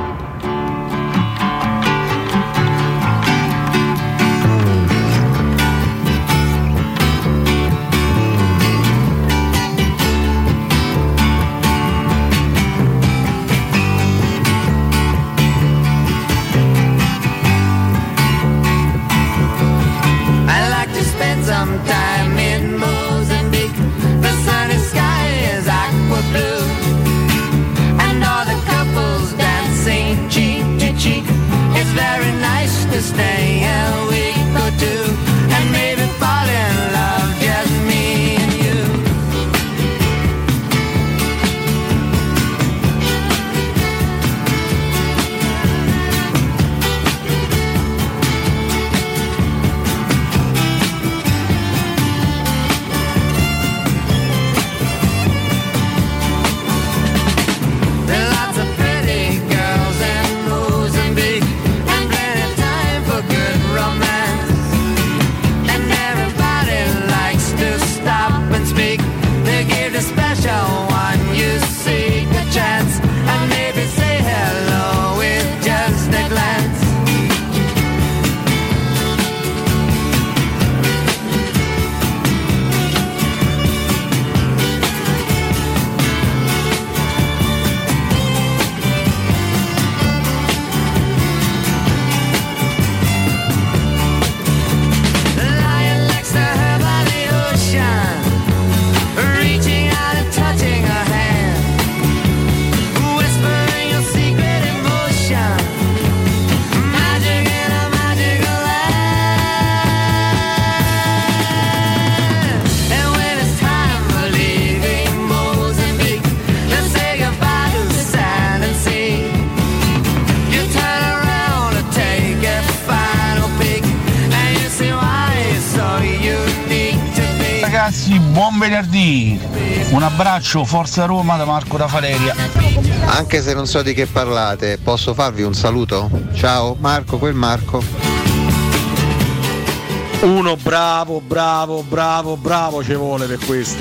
Some time in Mozambique, the sunny sky is aqua blue, and all the couples dancing cheek to cheek. It's very nice to stay a week or two, and maybe fall in love, just me and you. Ragazzi, buon venerdì, un abbraccio, Forza Roma da Marco da Valeria. Anche se non so di che parlate, posso farvi un saluto? Ciao Marco, quel Marco. Uno bravo ci vuole per questo,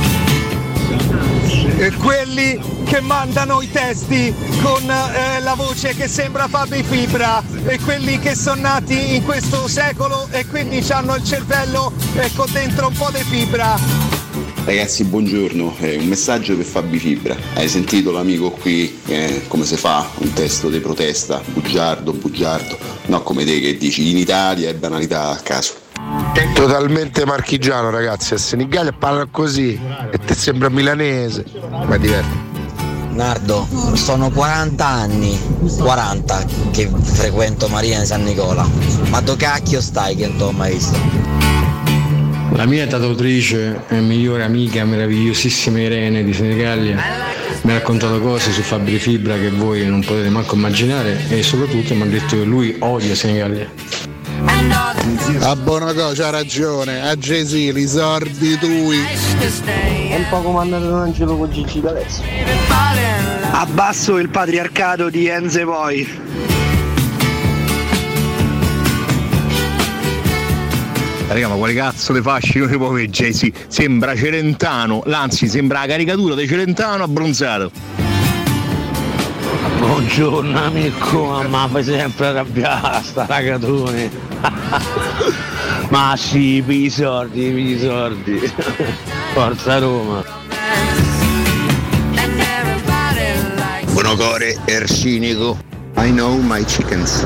E quelli che mandano i testi con la voce che sembra Fabri Fibra, e quelli che sono nati in questo secolo e quindi hanno il cervello con dentro un po' di fibra. Ragazzi, buongiorno, un messaggio per Fabri Fibra. Hai sentito l'amico qui come si fa un testo di protesta, bugiardo, no come te che dici in Italia è banalità a caso. Totalmente marchigiano, ragazzi, a Senigallia parla così e te sembra milanese, ma è diverso. Nardo, sono 40 anni che frequento Maria di San Nicola, ma dove cacchio stai che non t'ho mai visto? La mia tatuatrice e migliore amica, meravigliosissima Irene di Senigallia, mi ha raccontato cose su Fabri Fibra che voi non potete manco immaginare, e soprattutto mi ha detto che lui odia Senigallia. A Bonaco c'ha ragione, a Gesi li sordi tui. È un po' come andare da Angelo con Gigi D'Alessio. Abbasso il patriarcato di Enze Poi. Raga, ma quale cazzo di fasci non si può vedere? Jay-Z sembra Celentano, anzi sembra la caricatura di Celentano abbronzato. Buongiorno amico, ma fai sempre arrabbiare sta ragatone. Ma sì, per i soldi. Forza Roma. Buonocore, Ercinico. I know my chickens.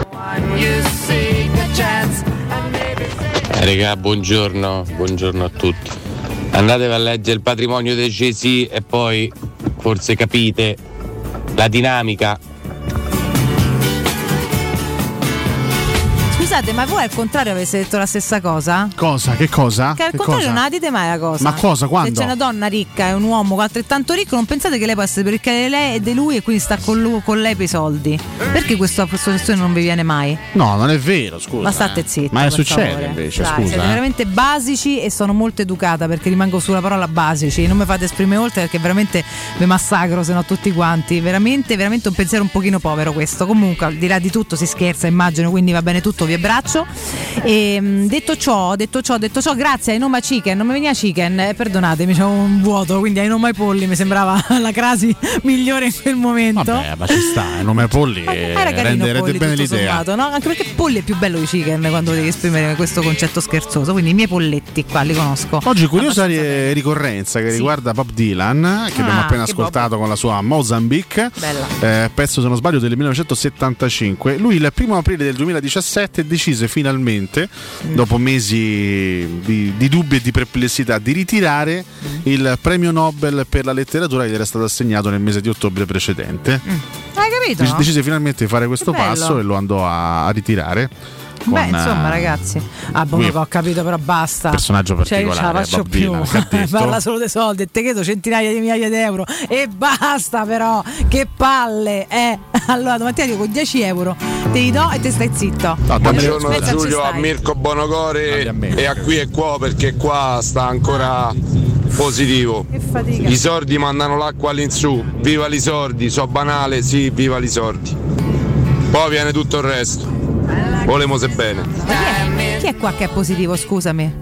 Raga, buongiorno a tutti. Andatevi a leggere il patrimonio dei Jay-Z e poi forse capite la dinamica. Scusate, ma voi al contrario avete detto la stessa cosa? Cosa? Che cosa? Che al contrario non la dite mai la cosa. Ma cosa? Quando? Se c'è una donna ricca e un uomo altrettanto ricco, non pensate che lei possa essere più ricca di lei e di lui e quindi sta con lei per i soldi? Perché questa associazione non vi viene mai? No, non è vero, scusa. Ma state zitti. Ma per succede favore. invece, Dai, scusa. siete veramente basici e sono molto educata perché rimango sulla parola basici. Non mi fate esprimere oltre perché veramente vi massacro, se no tutti quanti. Veramente un pensiero un pochino povero questo. Comunque, al di là di tutto si scherza, immagino, quindi va bene tutto, vi braccio. E detto ciò, grazie a Inoma Chicken, non mi veniva chicken, perdonatemi, c'è un vuoto, quindi a Inoma Polli mi sembrava la crasi migliore in quel momento. Vabbè, ma ci sta, Inoma Polli rende Polli, bene l'idea. Sommato, no? Anche perché Polli è più bello di chicken quando devi esprimere questo concetto scherzoso, quindi i miei polletti qua li conosco. Oggi curiosa ricorrenza che riguarda Bob Dylan, che abbiamo appena ascoltato con la sua Mozambique, pezzo se non sbaglio del 1975. Lui il 1° aprile del 2017 decise finalmente, dopo mesi di dubbi e di perplessità, di ritirare il premio Nobel per la letteratura che gli era stato assegnato nel mese di ottobre precedente. Hai capito? Decise finalmente di fare questo passo e lo andò a ritirare. Beh, insomma, ragazzi, ho capito, però basta. Personaggio particolare, ce la faccio più. Parla solo dei soldi, te chiedo centinaia di migliaia di euro e basta, però. Che palle, Allora, domattina dico 10 euro, te li do e te stai zitto. Buongiorno Giulio, a Mirko Bonocore e a qui e qua, perché qua sta ancora positivo. Che fatica. I sordi mandano l'acqua all'insù. Viva i sordi, so banale, sì, viva i sordi. Poi viene tutto il resto. Volemo se bene. Chi è qua che è positivo, scusami?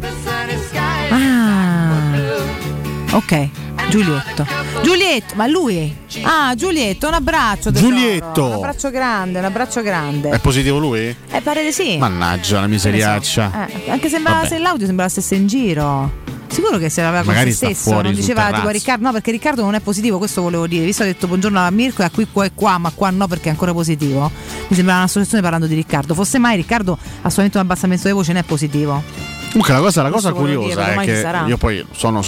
Ok, Giulietto, ma lui? Giulietto, un abbraccio tesoro. Giulietto, un abbraccio grande. È positivo lui? Pare di sì. Mannaggia la miseriaccia. Anche se l'audio sembrava stesse in giro. Sicuro che se l'aveva con se stesso, non diceva tipo Riccardo, no, perché Riccardo non è positivo, questo volevo dire, visto che ho detto buongiorno a Mirko e a qui qua e qua, ma qua no perché è ancora positivo. Mi sembrava un'associazione parlando di Riccardo, fosse mai Riccardo ha solamente un abbassamento di voce, non è positivo. Comunque la cosa curiosa è che io poi sono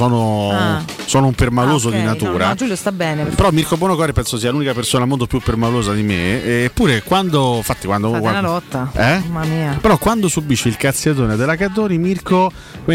un permaloso di natura. No, Giulio sta bene. Però Mirko Bonocore penso sia l'unica persona al mondo più permalosa di me. Eppure quando fate una lotta. Mamma mia. Però quando subisce il cazziatone della Cadoni, Mirko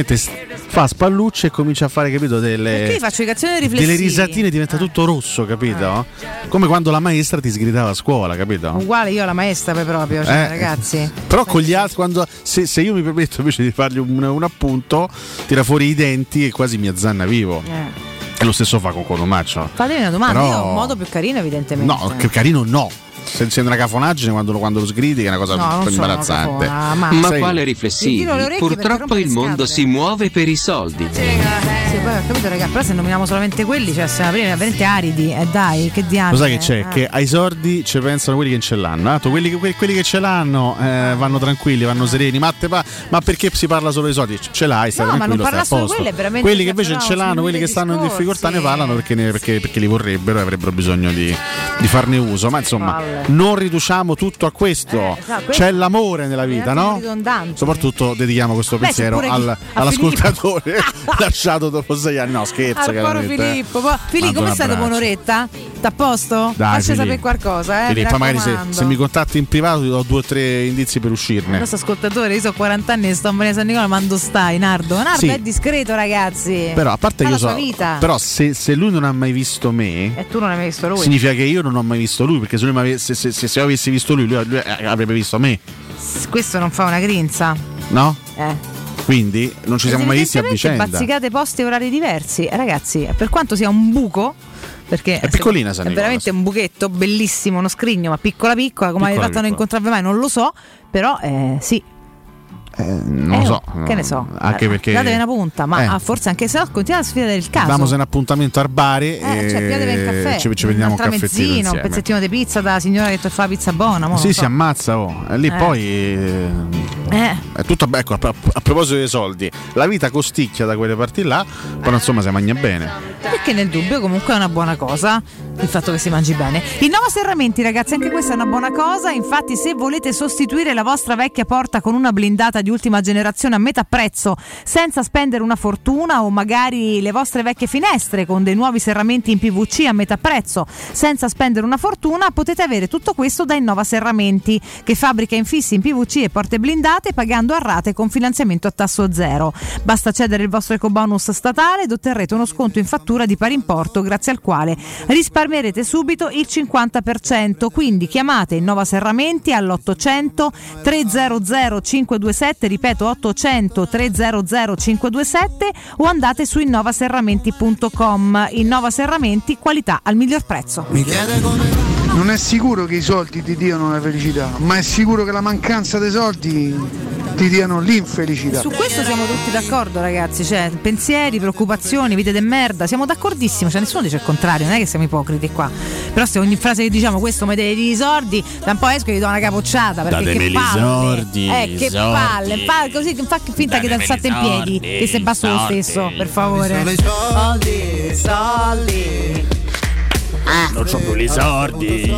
fa spallucce e comincia a fare, capito, perché io faccio i cazzoni riflessivi, delle risatine, diventa tutto rosso, capito? Come quando la maestra ti sgridava a scuola, capito? Uguale io alla maestra proprio, ragazzi. Però con gli altri, quando se io mi permetto invece di fargli un appunto, tira fuori i denti e quasi mi azzanna vivo. E lo stesso fa con Conomaccio. Fatemi una domanda, io ho un modo più carino evidentemente. No, che carino no. Sembra una cafonaggine quando lo sgridi, che è una cosa un po' imbarazzante. Ma quale riflessivi? Purtroppo il mondo si muove per i soldi. Sì, poi ho capito, ragazzi, però se nominiamo solamente quelli, cioè siamo veramente aridi, dai, che diamine. Lo sai che c'è? Che ai sordi ci pensano quelli che ce l'hanno. Quelli che ce l'hanno vanno tranquilli, vanno sereni. Ma perché si parla solo dei soldi? Ce l'hai, stai tranquillo, ma non stai a posto. Quelli che invece ce l'hanno, quelli che stanno in difficoltà ne parlano perché li vorrebbero e avrebbero bisogno di farne uso. Ma insomma, non riduciamo tutto a questo. C'è l'amore nella vita, no? Soprattutto dedichiamo questo pensiero all'ascoltatore lasciato dopo 6 anni. No, scherzo, Filippo, come stai dopo un'oretta? T'à posto? Facci sapere qualcosa, Filippo, magari se mi contatti in privato ti do 2 o 3 indizi per uscirne. Il nostro ascoltatore, io so 40 anni e sto a Maria San Nicola, ma dove stai, Nardo? Nardo è discreto, ragazzi. Però a parte io so, però se lui non ha mai visto me e tu non hai mai visto lui, significa che io non ho mai visto lui, perché se io avessi visto lui avrebbe visto me. Questo non fa una grinza, no? Quindi non ci siamo mai visti a vicenda. Bazzicate posti e orari diversi, ragazzi. Per quanto sia un buco, perché è piccolina, San Nicola, è veramente un buchetto bellissimo, uno scrigno, ma piccola, come avete fatto a non incontrarvi mai, non lo so, però sì. Non lo so, che ne so, anche perché datevi una punta, ma forse anche se no continua la sfida del caso. Diamo un appuntamento al bar e piatevi un caffè, ci prendiamo un caffettino, un pezzettino di pizza da signora che ti fa la pizza buona. Sì, si ammazza, lì poi è tutto. Ecco, a proposito dei soldi, la vita costicchia da quelle parti là, però insomma si mangia bene. Perché nel dubbio comunque è una buona cosa il fatto che si mangi bene. Innova Serramenti, ragazzi, anche questa è una buona cosa. Infatti, se volete sostituire la vostra vecchia porta con una blindata di ultima generazione a metà prezzo senza spendere una fortuna, o magari le vostre vecchie finestre con dei nuovi serramenti in PVC a metà prezzo senza spendere una fortuna, potete avere tutto questo da Innova Serramenti, che fabbrica infissi in PVC e porte blindate pagando a rate con finanziamento a tasso zero. Basta cedere il vostro ecobonus statale ed otterrete uno sconto in fattura di pari importo, grazie al quale risparmierete subito il 50%. Quindi chiamate Innova Serramenti all'800 300 527, ripeto 800 300 527, o andate su innovaserramenti.com. Innova Serramenti, qualità al miglior prezzo. Mi chiede come Non è sicuro che i soldi ti diano la felicità, ma è sicuro che la mancanza dei soldi ti diano l'infelicità. Su questo siamo tutti d'accordo, ragazzi, cioè pensieri, preoccupazioni, vite de merda, siamo d'accordissimo, cioè nessuno dice il contrario, non è che siamo ipocriti qua. Però se ogni frase che diciamo questo mi dai i soldi, da un po' esco e gli do una capocciata, perché datemi che palle, che palle, così fa finta che alzate in piedi, che se basta lo stesso, per favore. Soldi. Non c'ho più i soldi.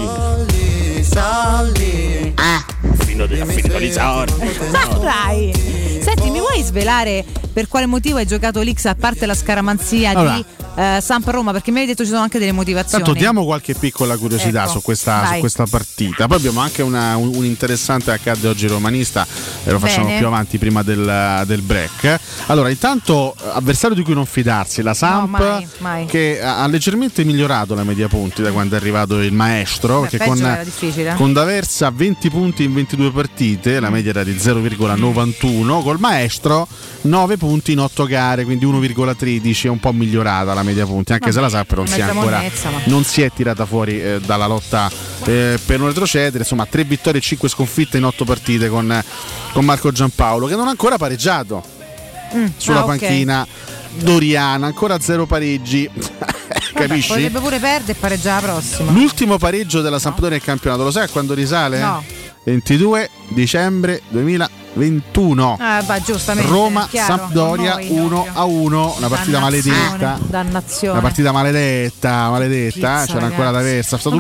Finito i soldi. Dai. Senti, mi vuoi svelare per quale motivo hai giocato l'X a parte la scaramanzia di Samp Roma? Perché mi hai detto ci sono anche delle motivazioni. Tanto diamo qualche piccola curiosità, ecco, su questa partita. Poi abbiamo anche un interessante accade oggi romanista e lo facciamo più avanti prima del break. Allora, intanto avversario di cui non fidarsi, la Samp, mai. Che ha leggermente migliorato la media punti da quando è arrivato il maestro, perché con D'Aversa 20 punti in 22 partite, la media era di 0,91, col maestro 9 punti in 8 gare, quindi 1,13, è un po' migliorata la media punti, anche se la Samp non si è tirata fuori dalla lotta per non retrocedere. Insomma, 3 vittorie e 5 sconfitte in 8 partite con Marco Giampaolo, che non ha ancora pareggiato sulla panchina doriana, ancora 0 pareggi. Capisci? Potrebbe pure perdere e pareggiare la prossima. L'ultimo pareggio della Sampdoria nel campionato, lo sai a quando risale? No. 22 dicembre 2021. Giustamente. Roma-Sampdoria 1-1, una partita maledetta. Dannazione. Una partita maledetta. C'era ancora D'Aversa. È stato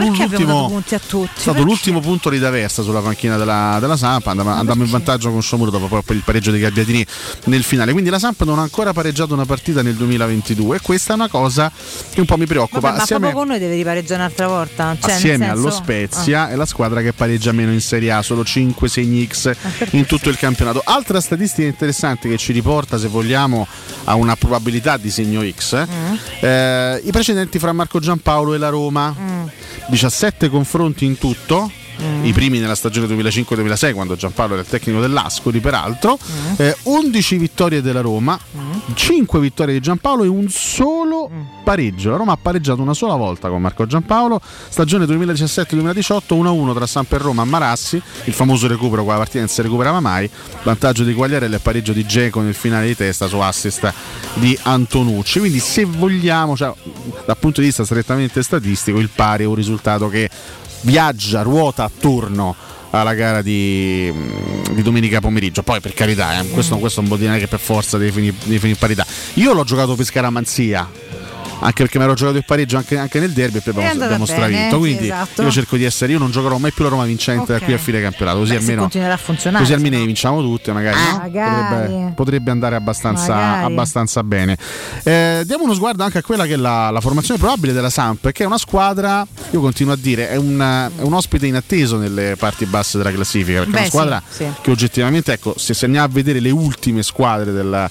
l'ultimo punto di D'Aversa sulla panchina della Samp. Andammo in vantaggio con Sciomuro dopo poi il pareggio dei Gabbiadini nel finale. Quindi la Samp non ha ancora pareggiato una partita nel 2022 e questa è una cosa che un po' mi preoccupa. Ma proprio con noi deve ripareggiare un'altra volta. Cioè, assieme allo Spezia è la squadra che pareggia meno in Serie A, solo 5 segni X in tutto il campionato. Altra statistica interessante che ci riporta, se vogliamo, a una probabilità di segno X, i precedenti fra Marco Giampaolo e la Roma. 17 confronti in tutto, i primi nella stagione 2005-2006 quando Giampaolo era il tecnico dell'Ascoli peraltro, 11 vittorie della Roma, 5 vittorie di Giampaolo e un solo pareggio. La Roma ha pareggiato una sola volta con Marco Giampaolo, stagione 2017-2018, 1-1 tra Samp e Roma a Marassi, il famoso recupero, quella partita non si recuperava mai, vantaggio di Quagliarella e pareggio di Dzeko nel finale di testa su assist di Antonucci. Quindi se vogliamo, cioè, dal punto di vista strettamente statistico, il pari è un risultato che ruota attorno alla gara di domenica pomeriggio. Poi per carità, questo non vuol dire che per forza devi finire parità. Io l'ho giocato per scaramanzia, anche perché mi ero giocato il pareggio anche nel derby e abbiamo stravinto, quindi io cerco di essere, io non giocherò mai più la Roma vincente da qui a fine campionato, così almeno continuerà a funzionare, così almeno vinciamo tutte, magari, potrebbe andare abbastanza bene. Diamo uno sguardo anche a quella che è la formazione probabile della Samp, che è una squadra, io continuo a dire, è un ospite inatteso nelle parti basse della classifica, perché è una squadra che oggettivamente, ecco, se andiamo a vedere le ultime squadre della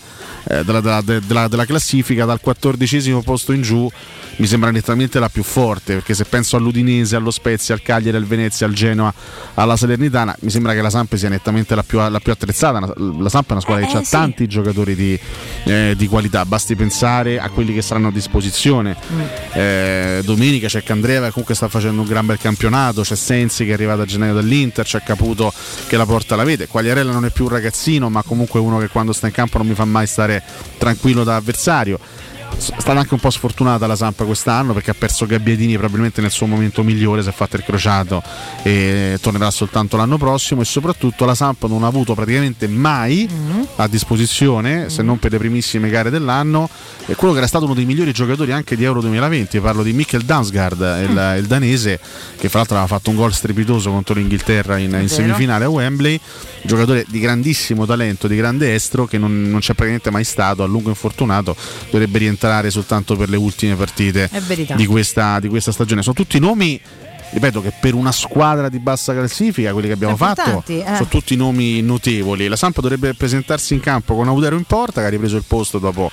classifica, dal 14° posto in giù mi sembra nettamente la più forte, perché se penso all'Udinese, allo Spezia, al Cagliari, al Venezia, al Genoa, alla Salernitana, mi sembra che la Samp sia nettamente la più attrezzata. La Samp è una squadra che ha tanti giocatori di qualità, basti pensare a quelli che saranno a disposizione. Domenica c'è Candreva che comunque sta facendo un gran bel campionato, c'è Sensi che è arrivato a gennaio dall'Inter, c'è Caputo che la porta alla vede, Quagliarella non è più un ragazzino, ma comunque uno che quando sta in campo non mi fa mai stare tranquillo da avversario. È stata anche un po' sfortunata la Samp quest'anno perché ha perso Gabbiadini probabilmente nel suo momento migliore, si è fatto il crociato e tornerà soltanto l'anno prossimo, e soprattutto la Samp non ha avuto praticamente mai a disposizione, se non per le primissime gare dell'anno, quello che era stato uno dei migliori giocatori anche di Euro 2020. Parlo di Mikkel Damsgaard, il danese, che fra l'altro aveva fatto un gol strepitoso contro l'Inghilterra in semifinale a Wembley, giocatore di grandissimo talento, di grande estro, che non c'è praticamente mai stato, a lungo infortunato, dovrebbe rientrare soltanto per le ultime partite di questa stagione. Sono tutti nomi, ripeto, che per una squadra di bassa classifica, quelli che abbiamo fatto, sono tutti nomi notevoli. La Samp dovrebbe presentarsi in campo con Audero in porta, che ha ripreso il posto dopo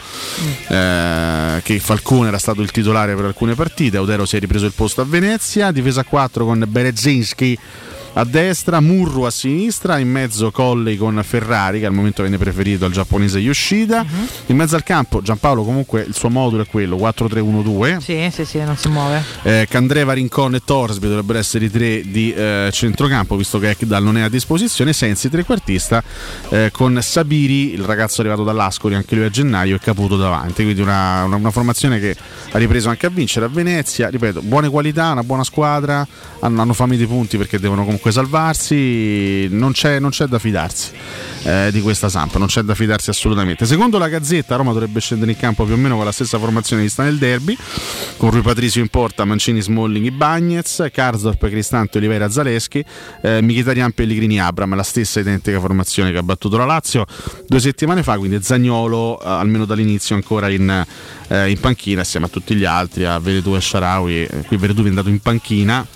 che Falcone era stato il titolare per alcune partite. Audero si è ripreso il posto a Venezia, difesa a 4 con Berezinski a destra, Murru a sinistra, in mezzo Colley con Ferrari che al momento viene preferito al giapponese Yoshida, in mezzo al campo Giampaolo comunque il suo modulo è quello 4-3-1-2. Sì, non si muove. Candreva, Rincon e Torsby dovrebbero essere i tre di centrocampo, visto che Ekdal non è a disposizione. Sensi trequartista, con Sabiri, il ragazzo arrivato dall'Ascoli, anche lui a gennaio, e Caputo davanti, quindi una formazione che ha ripreso anche a vincere a Venezia. Ripeto, buone qualità, una buona squadra, hanno fame di punti perché devono comunque salvarsi. Non c'è da fidarsi di questa Samp, non c'è da fidarsi assolutamente. Secondo la Gazzetta, Roma dovrebbe scendere in campo più o meno con la stessa formazione vista nel derby, con Rui Patrizio in porta, Mancini, Smalling, Ibañez, Karsdorp, Cristante, Oliveira, Zaleschi, Mkhitaryan, Pellegrini, Abram, la stessa identica formazione che ha battuto la Lazio 2 settimane fa, quindi Zaniolo almeno dall'inizio ancora in panchina assieme a tutti gli altri, a Veretout e Shaarawy. Qui Veretout è andato in panchina,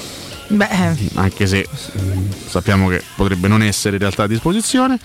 anche se sappiamo che potrebbe non essere in realtà a disposizione.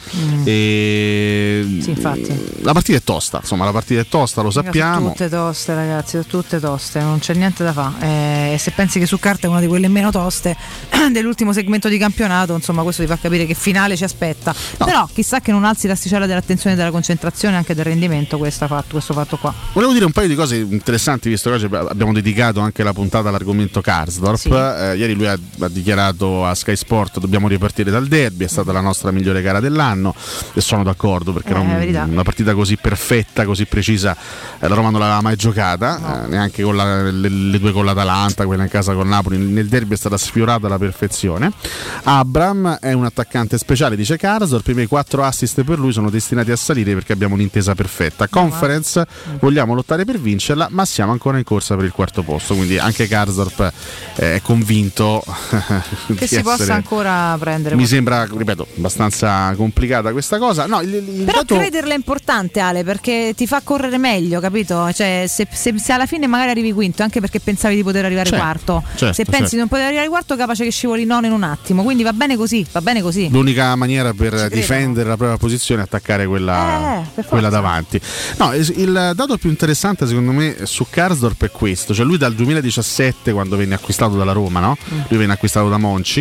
Sì, infatti. La partita è tosta, lo sappiamo. Sono tutte toste, ragazzi, sono tutte toste, non c'è niente da fare. E se pensi che su carta è una di quelle meno toste dell'ultimo segmento di campionato, insomma, questo ti fa capire che finale ci aspetta. No. Però chissà che non alzi l'asticella dell'attenzione, della concentrazione, anche del rendimento questo fatto qua. Volevo dire un paio di cose interessanti, visto che oggi abbiamo dedicato anche la puntata all'argomento Karsdorp. Sì. Ieri lui ha dichiarato a Sky Sport: dobbiamo ripartire dal derby, è stata la nostra migliore gara dell'anno, e sono d'accordo, perché una partita così perfetta, così precisa, la Roma non l'aveva mai giocata, neanche con le due con l'Atalanta, quella in casa con Napoli. Nel derby è stata sfiorata alla perfezione. Abram è un attaccante speciale, dice Karsdorp, i miei 4 assist per lui sono destinati a salire perché abbiamo un'intesa perfetta. Conference vogliamo lottare per vincerla, ma siamo ancora in corsa per il 4º posto, quindi anche Karsdorp è convinto che si possa ancora prendere. Mi sembra, ripeto, abbastanza complicata questa cosa. No, però crederla è importante, Ale, perché ti fa correre meglio, capito? Cioè, se alla fine magari arrivi quinto, anche perché pensavi di poter arrivare quarto, se pensi di non poter arrivare quarto, capace che scivoli nono in un attimo. Quindi va bene così. L'unica maniera per difendere la propria posizione è attaccare quella davanti. No, il dato più interessante secondo me su Karsdorp è questo: cioè lui dal 2017, quando venne acquistato dalla Roma, no? Lui venne acquistato da Monci,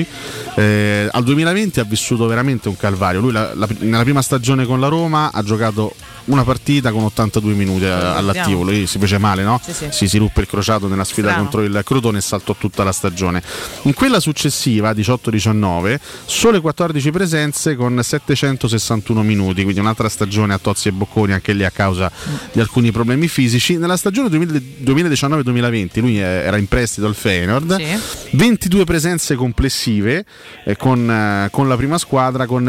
al 2020 ha vissuto veramente un calvario. Lui nella prima stagione con la Roma ha giocato una partita con 82 minuti all'attivo, lui si fece male, no? Sì. Si ruppe il crociato nella sfida contro il Crotone e saltò tutta la stagione. In quella successiva, 18-19, sole 14 presenze con 761 minuti, quindi un'altra stagione a tozzi e bocconi, anche lì a causa di alcuni problemi fisici. Nella stagione 2019-2020 lui era in prestito al Feyenoord, 22 presenze complessive con la prima squadra, con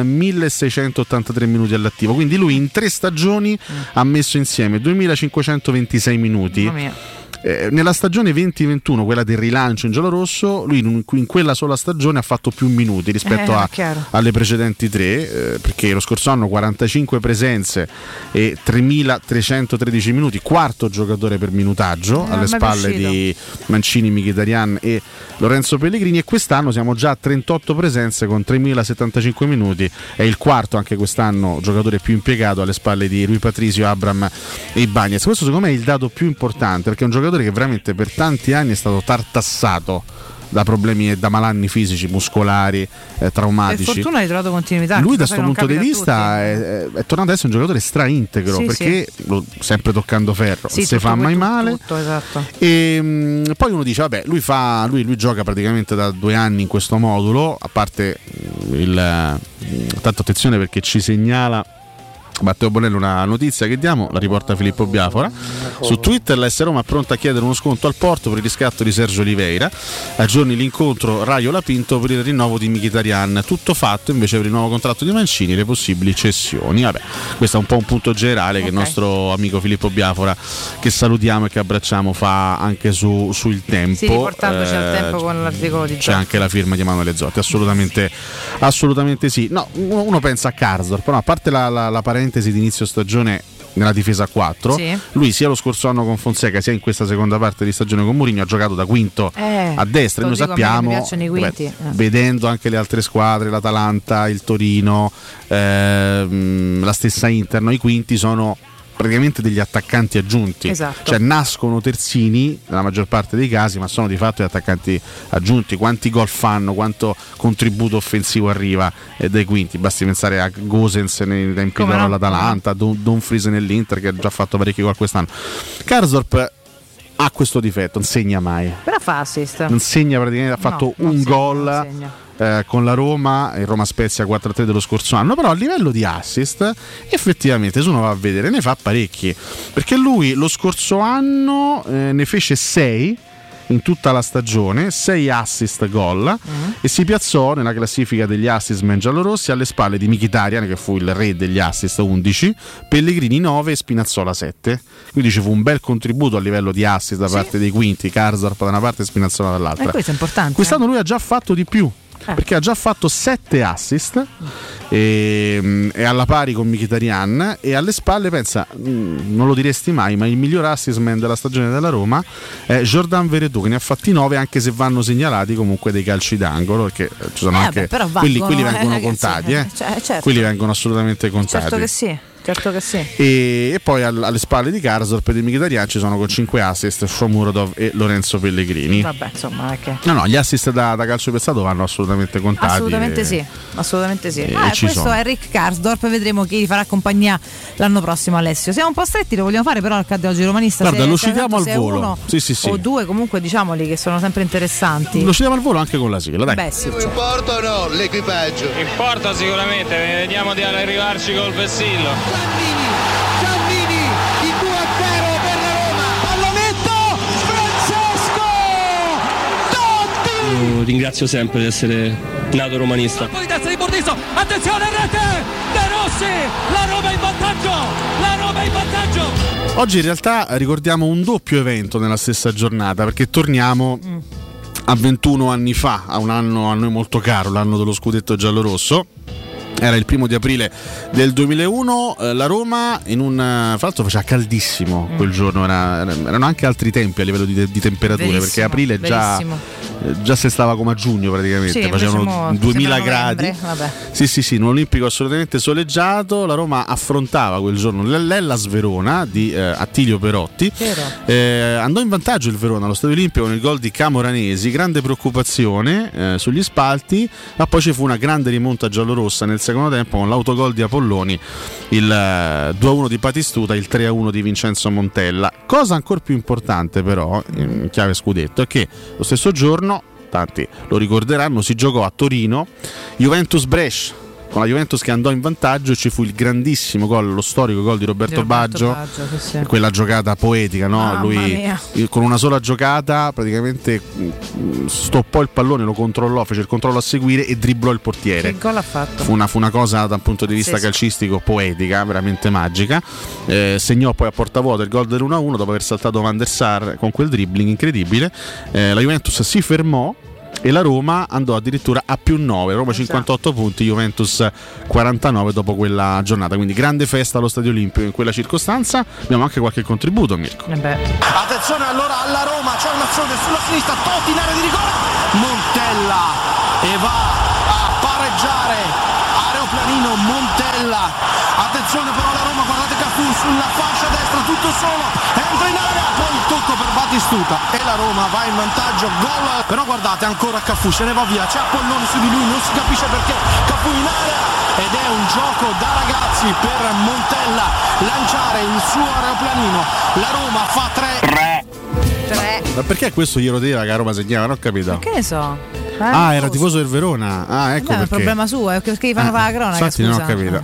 1683 minuti all'attivo, quindi lui in 3 stagioni ha messo insieme 2526 minuti. Nella stagione 2021, quella del rilancio in giallorosso, lui in quella sola stagione ha fatto più minuti rispetto alle precedenti 3, perché lo scorso anno 45 presenze e 3313 minuti, quarto giocatore per minutaggio alle spalle di Mancini, Mkhitaryan e Lorenzo Pellegrini, e quest'anno siamo già a 38 presenze con 3075 minuti, è il quarto anche quest'anno giocatore più impiegato alle spalle di Rui Patrizio, Abram e Ibañez. Questo secondo me è il dato più importante, perché è un giocatore che veramente per tanti anni è stato tartassato da problemi e da malanni fisici, muscolari, traumatici. Per fortuna hai trovato continuità. Lui da questo punto di vista è tornato ad essere un giocatore straintegro, perché sempre toccando ferro, non si fa mai male. Esatto. E poi uno dice vabbè, lui gioca praticamente da 2 anni in questo modulo, a parte tanto attenzione perché ci segnala Matteo Bonello una notizia che diamo, la riporta Filippo Biafora su Twitter: l'AS Roma è pronta a chiedere uno sconto al Porto per il riscatto di Sergio Oliveira, aggiorni l'incontro Raiola Pinto per il rinnovo di Mkhitaryan, tutto fatto invece per il nuovo contratto di Mancini e le possibili cessioni. Vabbè, questo è un po' un punto generale che il nostro amico Filippo Biafora, che salutiamo e che abbracciamo, fa anche sul Tempo, sì, riportandoci al Tempo con l'articolo di c'è anche la firma di Emanuele Zotti, assolutamente sì. No, uno pensa a Karsdorp, però a parte la parentesi di inizio stagione nella difesa a 4, lui sia lo scorso anno con Fonseca sia in questa seconda parte di stagione con Mourinho ha giocato da quinto a destra, e noi sappiamo, vedendo anche le altre squadre, l'Atalanta, il Torino, la stessa Inter, i quinti sono praticamente degli attaccanti aggiunti, esatto. Cioè nascono terzini nella maggior parte dei casi, ma sono di fatto gli attaccanti aggiunti. Quanti gol fanno, quanto contributo offensivo arriva dai quinti, basti pensare a Gosens nei tempi d'oro all'Atalanta, Dumfries nell'Inter che ha già fatto parecchi gol quest'anno. Karsdorp ha questo difetto, non segna mai, però fa assist, non segna praticamente, ha fatto un gol con la Roma, il Roma Spezia 4-3 dello scorso anno, però a livello di assist effettivamente se uno va a vedere ne fa parecchi, perché lui lo scorso anno ne fece 6 in tutta la stagione, 6 assist gol, e si piazzò nella classifica degli assist men giallorossi alle spalle di Mkhitaryan, che fu il re degli assist, 11, Pellegrini 9 e Spinazzola 7. Quindi ci fu un bel contributo a livello di assist da parte dei quinti, Karsdorp da una parte e Spinazzola dall'altra. E questo è importante. Quest'anno lui ha già fatto di più, perché ha già fatto 7 assist e alla pari con Mkhitaryan, e alle spalle, pensa, non lo diresti mai, ma il miglior assist man della stagione della Roma è Jordan Veretout, che ne ha fatti 9, anche se vanno segnalati comunque dei calci d'angolo, perché ci sono anche quelli vengono contati, certo. Quelli vengono assolutamente contati. Certo che sì. Certo che sì. E poi alle spalle di Karsdorp e di Mkhitaryan ci sono con 5 assist Shomurodov e Lorenzo Pellegrini. Vabbè, insomma, No, gli assist da calcio piazzato vanno assolutamente contati. Assolutamente sì. Questo sono. è Rick Karsdorp, vedremo chi farà compagnia l'anno prossimo. Alessio, siamo un po' stretti, lo vogliamo fare però al CAD oggi romanista. Guarda, lo citiamo al volo. Uno sì. o due, comunque diciamoli che sono sempre interessanti. Lo citiamo al volo anche con la sigla, dai. Beh, sì. Importa o no l'equipaggio? Importa sicuramente, vediamo di arrivarci col vessillo. Giannini, il 2-0 per la Roma. Pallonetto, Francesco Totti. Ringrazio sempre di essere nato romanista. Poi destra di Bordiso, attenzione, rete De Rossi, la Roma in vantaggio. Oggi in realtà ricordiamo un doppio evento nella stessa giornata, perché torniamo a 21 anni fa, a un anno a noi molto caro, l'anno dello scudetto giallorosso. Era il 1 aprile del 2001, la Roma fra l'altro faceva caldissimo quel giorno, erano anche altri tempi a livello di temperature, verissimo, perché aprile già si stava come a giugno praticamente, facevano 2000 gradi. Sì, un olimpico assolutamente soleggiato. La Roma affrontava quel giorno l'Hellas Verona di Attilio Perotti, andò in vantaggio il Verona allo Stadio Olimpico con il gol di Camoranesi, grande preoccupazione sugli spalti, ma poi ci fu una grande rimonta giallorossa nel secondo tempo con l'autogol di Apolloni, il 2-1 di Batistuta, il 3-1 di Vincenzo Montella. Cosa ancora più importante però in chiave scudetto è che lo stesso giorno, tanti lo ricorderanno, si giocò a Torino Juventus-Brescia, con la Juventus che andò in vantaggio, e ci fu il grandissimo gol, lo storico gol di Roberto Baggio, sì. Quella giocata poetica, no? Lui con una sola giocata praticamente stoppò il pallone, lo controllò, fece il controllo a seguire e dribblò il portiere. Che gol ha fatto? Fu una cosa da un punto di vista calcistico poetica, veramente magica. Segnò poi a porta vuota il gol dell'1-1 dopo aver saltato Van der Sar con quel dribbling incredibile. La Juventus si fermò e la Roma andò addirittura a +9, Roma 58 punti, Juventus 49 dopo quella giornata, quindi grande festa allo Stadio Olimpico in quella circostanza. Abbiamo anche qualche contributo, Mirko. Attenzione allora alla Roma, c'è un'azione sulla sinistra, Totti in area di rigore, Montella e va a pareggiare Aeroplanino. Montella, attenzione però la Roma, guardate Cafù sulla fascia destra, tutto solo, entra in area, poi il tocco per Batistuta e la Roma va in vantaggio, gol. Però guardate ancora Cafù, se ne va via, c'è Apolloni su di lui, non si capisce perché, Cafù in area, ed è un gioco da ragazzi per Montella lanciare il suo aeroplanino. La Roma fa 3. Ma perché questo glielo diceva che a Roma segnava? Non ho capito. Che ne so? Era tifoso del Verona. Ecco perché. È un problema suo, è perché gli fanno fare la cronaca. Infatti non ho capito.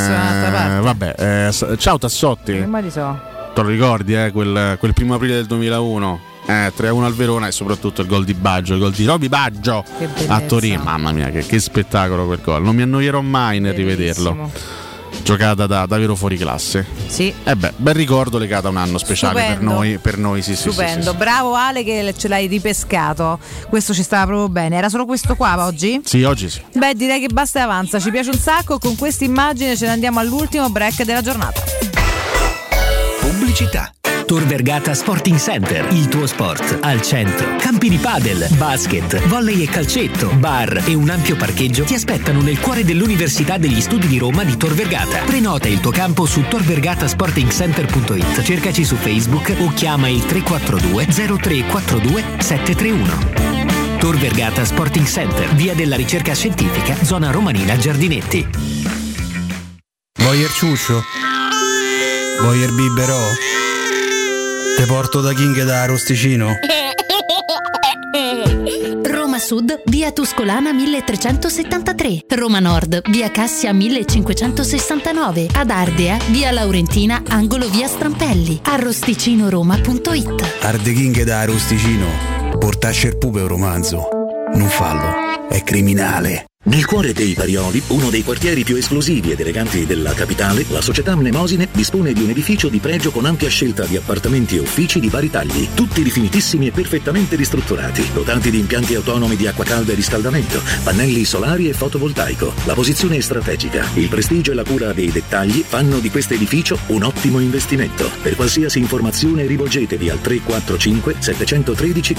Vabbè, ciao Tassotti. Ormai li so. Te lo ricordi, quel 1 aprile del 2001? 3-1 al Verona, e soprattutto il gol di Baggio, il gol di Roby Baggio a Torino. Mamma mia, che spettacolo quel gol. Non mi annoierò mai nel rivederlo. Giocata da vero fuori classe. Sì. Bel ricordo legato a un anno speciale per noi. Sì, stupendo. Sì. Bravo Ale che ce l'hai ripescato. Questo ci stava proprio bene. Era solo questo qua oggi? Sì, oggi sì. Beh, direi che basta e avanza. Ci piace un sacco. Con questa immagine ce ne andiamo all'ultimo break della giornata. Pubblicità. Tor Vergata Sporting Center, il tuo sport al centro. Campi di padel, basket, volley e calcetto, bar e un ampio parcheggio ti aspettano nel cuore dell'Università degli Studi di Roma di Tor Vergata. Prenota il tuo campo su torvergatasportingcenter.it, cercaci su Facebook o chiama il 342 0342 731. Tor Vergata Sporting Center, via della Ricerca Scientifica, zona Romanina Giardinetti. Voyer ciuccio? Voyer biberò? Te porto da King da Arosticino? Roma Sud, via Tuscolana 1373. Roma Nord, via Cassia 1569. Ad Ardea, via Laurentina, angolo via Strampelli. Arrosticinoroma.it. Arde King da Arosticino. Portasce il pupe un romanzo. Non fallo, è criminale. Nel cuore dei Parioli, uno dei quartieri più esclusivi ed eleganti della capitale, la società Mnemosine dispone di un edificio di pregio con ampia scelta di appartamenti e uffici di vari tagli, tutti rifinitissimi e perfettamente ristrutturati, dotati di impianti autonomi di acqua calda e riscaldamento, pannelli solari e fotovoltaico. La posizione è strategica, il prestigio e la cura dei dettagli fanno di questo edificio un ottimo investimento. Per qualsiasi informazione rivolgetevi al 345 713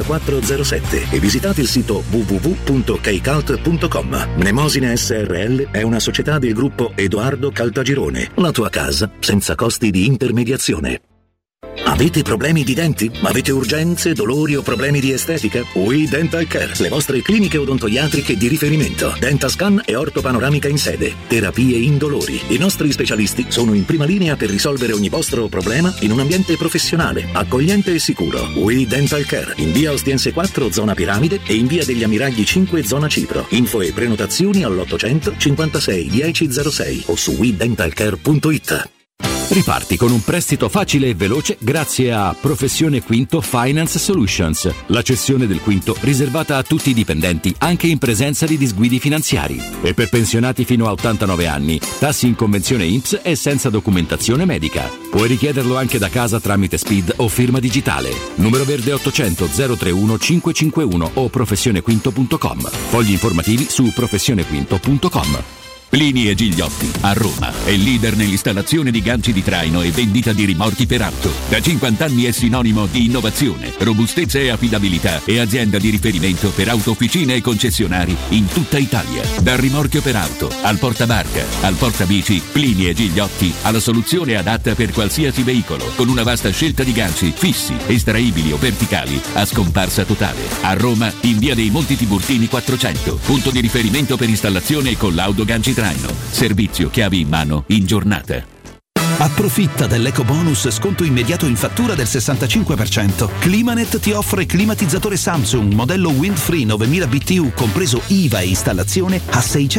5407 e visitate il sito www.kcult.com. Mnemosine SRL è una società del gruppo Edoardo Caltagirone. La tua casa senza costi di intermediazione. Avete problemi di denti? Avete urgenze, dolori o problemi di estetica? We Dental Care, le vostre cliniche odontoiatriche di riferimento. Dentascan e ortopanoramica in sede. Terapie indolori. I nostri specialisti sono in prima linea per risolvere ogni vostro problema in un ambiente professionale, accogliente e sicuro. We Dental Care, in via Ostiense 4, zona Piramide, e in via degli Ammiragli 5, zona Cipro. Info e prenotazioni all'800 56 1006 o su wedentalcare.it. Riparti con un prestito facile e veloce grazie a Professione Quinto Finance Solutions, la cessione del quinto riservata a tutti i dipendenti anche in presenza di disguidi finanziari. E per pensionati fino a 89 anni, tassi in convenzione INPS e senza documentazione medica. Puoi richiederlo anche da casa tramite SPID o firma digitale. Numero verde 800 031 551 o professionequinto.com. Fogli informativi su professionequinto.com. Plini e Gigliotti, a Roma, è leader nell'installazione di ganci di traino e vendita di rimorchi per auto. Da 50 anni è sinonimo di innovazione, robustezza e affidabilità e azienda di riferimento per autofficine e concessionari in tutta Italia. Dal rimorchio per auto, al portabarca, al portabici, Plini e Gigliotti ha la soluzione adatta per qualsiasi veicolo, con una vasta scelta di ganci fissi, estraibili o verticali, a scomparsa totale. A Roma, in via dei Monti Tiburtini 400, punto di riferimento per installazione e collaudo ganci traino. Servizio chiavi in mano in giornata. Approfitta dell'ecobonus sconto immediato in fattura del 65%. Climanet ti offre climatizzatore Samsung modello Windfree 9000 BTU compreso IVA e installazione a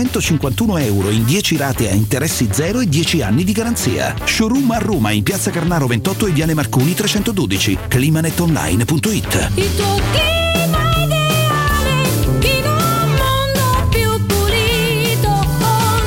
€651 in 10 rate a interessi zero e 10 anni di garanzia. Showroom a Roma in Piazza Carnaro 28 e Viale Marconi 312. climanetonline.it. Il tuo clima ideale in un mondo più pulito con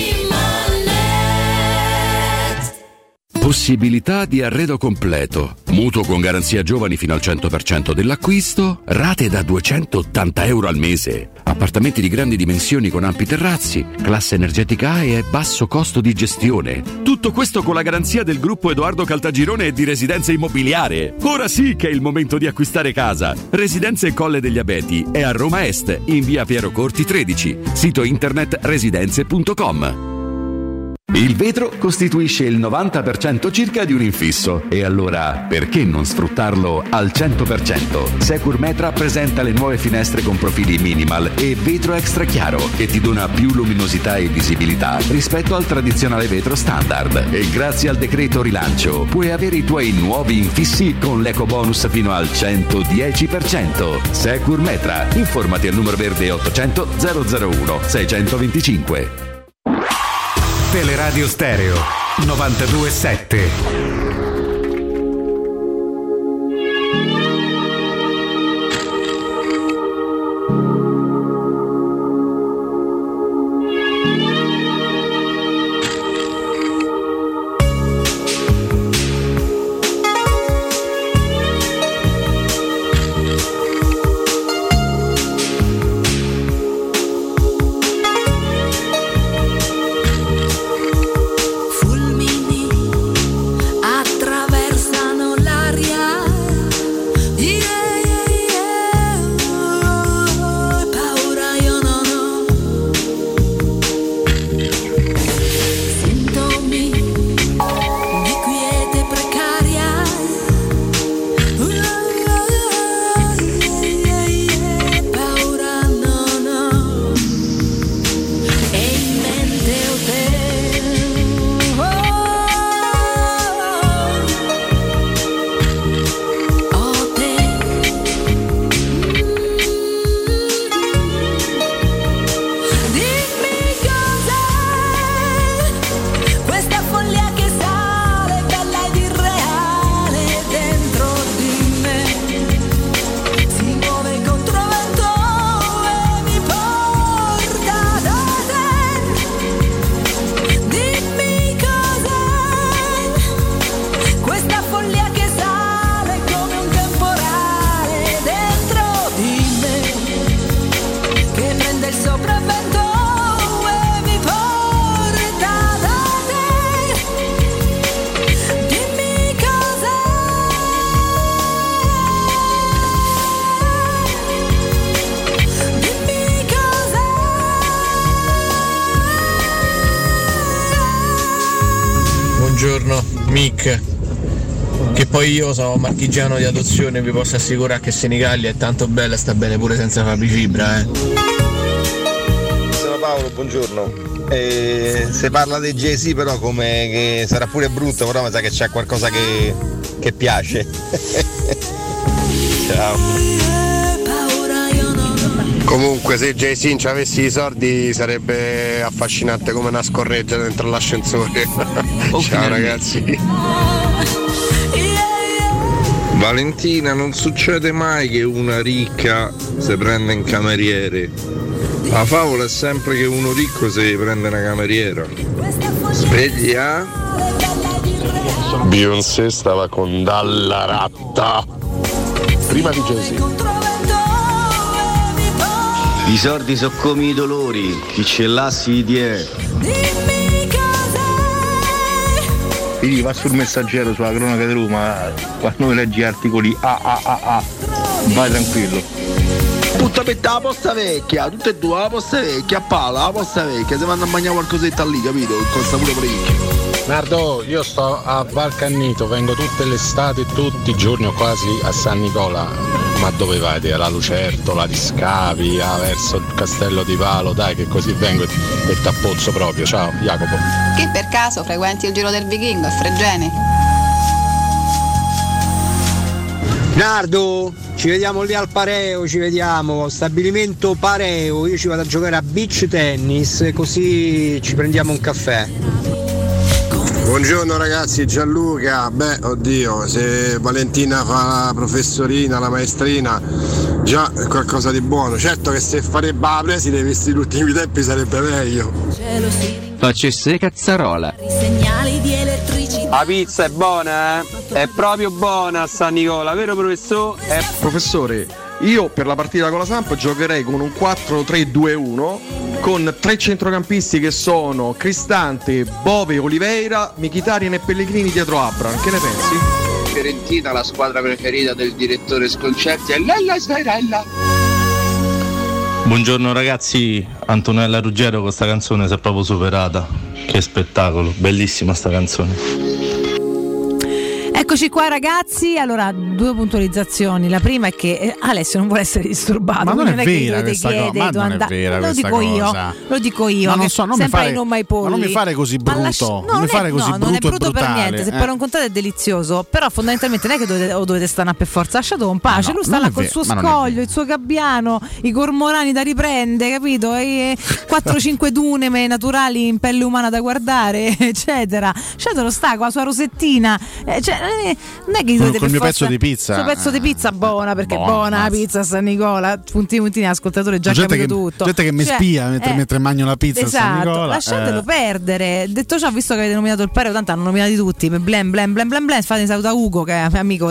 Climanet. Possibilità di arredo completo, mutuo con garanzia giovani fino al 100% dell'acquisto, rate da €280 al mese, appartamenti di grandi dimensioni con ampi terrazzi, classe energetica A e basso costo di gestione. Tutto questo con la garanzia del gruppo Edoardo Caltagirone e di Residenza Immobiliare. Ora sì che è il momento di acquistare casa. Residenze Colle degli Abeti è a Roma Est, in via Piero Corti 13, sito internet residenze.com. Il vetro costituisce il 90% circa di un infisso e allora perché non sfruttarlo al 100%? Securmetra presenta le nuove finestre con profili minimal e vetro extra chiaro che ti dona più luminosità e visibilità rispetto al tradizionale vetro standard e grazie al decreto rilancio puoi avere i tuoi nuovi infissi con l'ecobonus fino al 110%. Securmetra, informati al numero verde 800 001 625. Teleradio Stereo 92.7. buongiorno, Mick. Che poi io sono marchigiano di adozione, vi posso assicurare che Senigallia è tanto bella e sta bene pure senza Fabri Fibra, Sono Paolo, buongiorno. Se parla di Jay-Z però come che sarà pure brutto, però mi sa che c'è qualcosa che piace. Ciao. Comunque se Jay-Z ci avessi i soldi sarebbe affascinante come una scorreggia dentro l'ascensore. Ciao ragazzi. Valentina, non succede mai che una ricca si prende un cameriere. La favola è sempre che uno ricco si prende una cameriera. Sveglia. Beyoncé stava con Dalla Ratta prima di Jay-Z. I soldi sono come i dolori, chi ce l'ha si tiene. Quindi va sul Messaggero, sulla cronaca di Roma, quando leggi articoli vai tranquillo. Tutta per la posta vecchia, tutte e due la posta vecchia, a pala, la posta vecchia, se vanno a mangiare qualcosetta lì, capito? Costa pure parecchio. Nardo, io sto a Valcannito, vengo tutte le estati, tutti i giorni o quasi a San Nicola. Ma dove vai? Alla Lucertola, di Scavi, verso il Castello di Valo, dai che così vengo e t'appozzo proprio. Ciao Jacopo. Che per caso frequenti il Giro del Vichingo a Fregene? Nardo, ci vediamo lì al Pareo, ci vediamo, stabilimento Pareo, io ci vado a giocare a beach tennis così ci prendiamo un caffè. Buongiorno ragazzi, Gianluca. Beh, oddio, se Valentina fa la professorina, la maestrina, già è qualcosa di buono. Certo che se farebbe la preside visti gli ultimi tempi sarebbe meglio. Facesse cazzarola. La pizza è buona, eh? È proprio buona a San Nicola, vero professore? Professore, io per la partita con la Samp giocherei con un 4-3-2-1 con tre centrocampisti che sono Cristante, Bove, Oliveira, Mkhitaryan e Pellegrini dietro Abraham. Che ne pensi? Fiorentina, la squadra preferita del direttore Sconcerti è Lella Sverella. Buongiorno ragazzi, Antonella Ruggero con questa canzone si è proprio superata. Che spettacolo, bellissima sta canzone. Eccoci qua ragazzi, allora due puntualizzazioni. La prima è che Alessio non vuole essere disturbato. Ma non è vera questa cosa, ma non è vera questa cosa. Lo dico io, ma non so, non mi fare, non mai polli. Ma non mi fare così brutto, non mi fare così brutto non è brutto e brutale. Per niente, se poi lo incontrate è delizioso, però fondamentalmente non è che dovete stare per forza, lasciatelo in pace, lui sta là col suo scoglio, il suo gabbiano, i cormorani da riprendere, capito? E 4-5 duneme naturali in pelle umana da guardare, eccetera. Lasciatelo sta con la sua rosettina, cioè non è che dovete con il mio forza, pezzo di pizza. Il pezzo di pizza buona, perché buona la pizza a San Nicola. Puntini ascoltatore già capito tutto. Gente che mi spia mentre mangio la pizza esatto, a San Nicola. Lasciatelo perdere. Detto ciò, visto che avete nominato il Pareo, tanto hanno nominati tutti. Blen, fate saluta Ugo, che è amico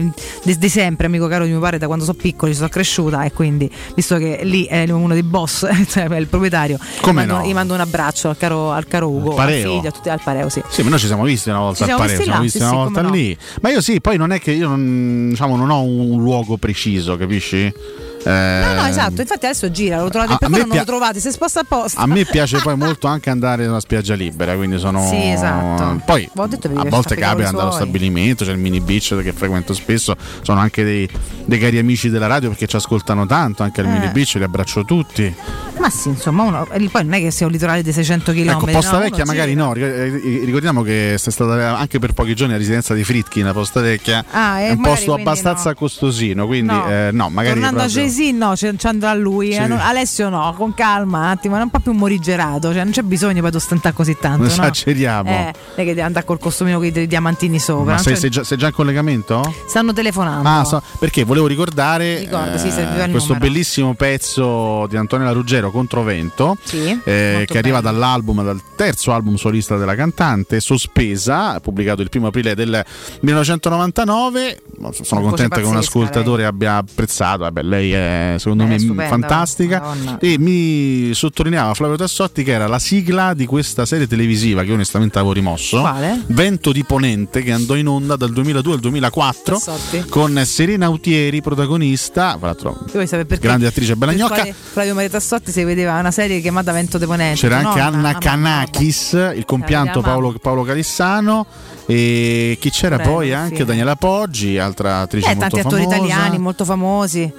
di sempre, amico caro di mio padre da quando sono piccoli, sono cresciuta, e quindi visto che lì è uno dei boss, cioè il proprietario, gli mando un abbraccio al caro Ugo, al figlio, a tutti al Pareo, sì. Sì, ma noi ci siamo visti una volta al Pareo, ci siamo visti una volta lì. Ma io sì, poi non è che io non ho un luogo preciso, capisci? No, esatto, infatti adesso gira, lo trovate per quello, non lo trovate, se sposta apposta. A me piace poi molto anche andare in una spiaggia libera, quindi sono. Sì, esatto. Poi a volte capita andare allo stabilimento, c'è il mini beach che frequento spesso, sono anche dei cari amici della radio perché ci ascoltano tanto, anche al mini beach, li abbraccio tutti. Ma sì, insomma, poi non è che sia un litorale di 600 km. Ecco, Posta Vecchia magari no, ricordiamo che sei stata anche per pochi giorni a residenza di Fritkin a Posta Vecchia, è un posto abbastanza costosino, quindi no, magari tornando proprio... a Jay-Z no, ci andrà lui, sì. Alessio no, con calma un attimo, è un po' più morigerato, cioè non c'è bisogno poi di ostentare così tanto, non esageriamo, non è che devi andare col costumino con i diamantini sopra. Ma sei già in collegamento? Stanno telefonando. Perché volevo ricordare questo bellissimo pezzo di Antonella Ruggero, Controvento, sì, che arriva dal terzo album solista della cantante, Sospesa, pubblicato il 1 aprile del 1999. Sono contento che un ascoltatore abbia apprezzato. Lei è secondo me stupenda, fantastica. Madonna. E mi sottolineava Flavio Tassotti che era la sigla di questa serie televisiva che io onestamente avevo rimosso. Quale? Vento di Ponente, che andò in onda dal 2002 al 2004 Tassotti, con Serena Autieri protagonista, tra l'altro grande attrice bella gnocca. Flavio Maria Tassotti si vedeva una serie chiamata Vento de Ponente. C'era anche Anna Kanakis, il compianto Paolo Calissano, e chi c'era poi anche Daniela Poggi, altra attrice molto tanti famosa. attori italiani molto famosi.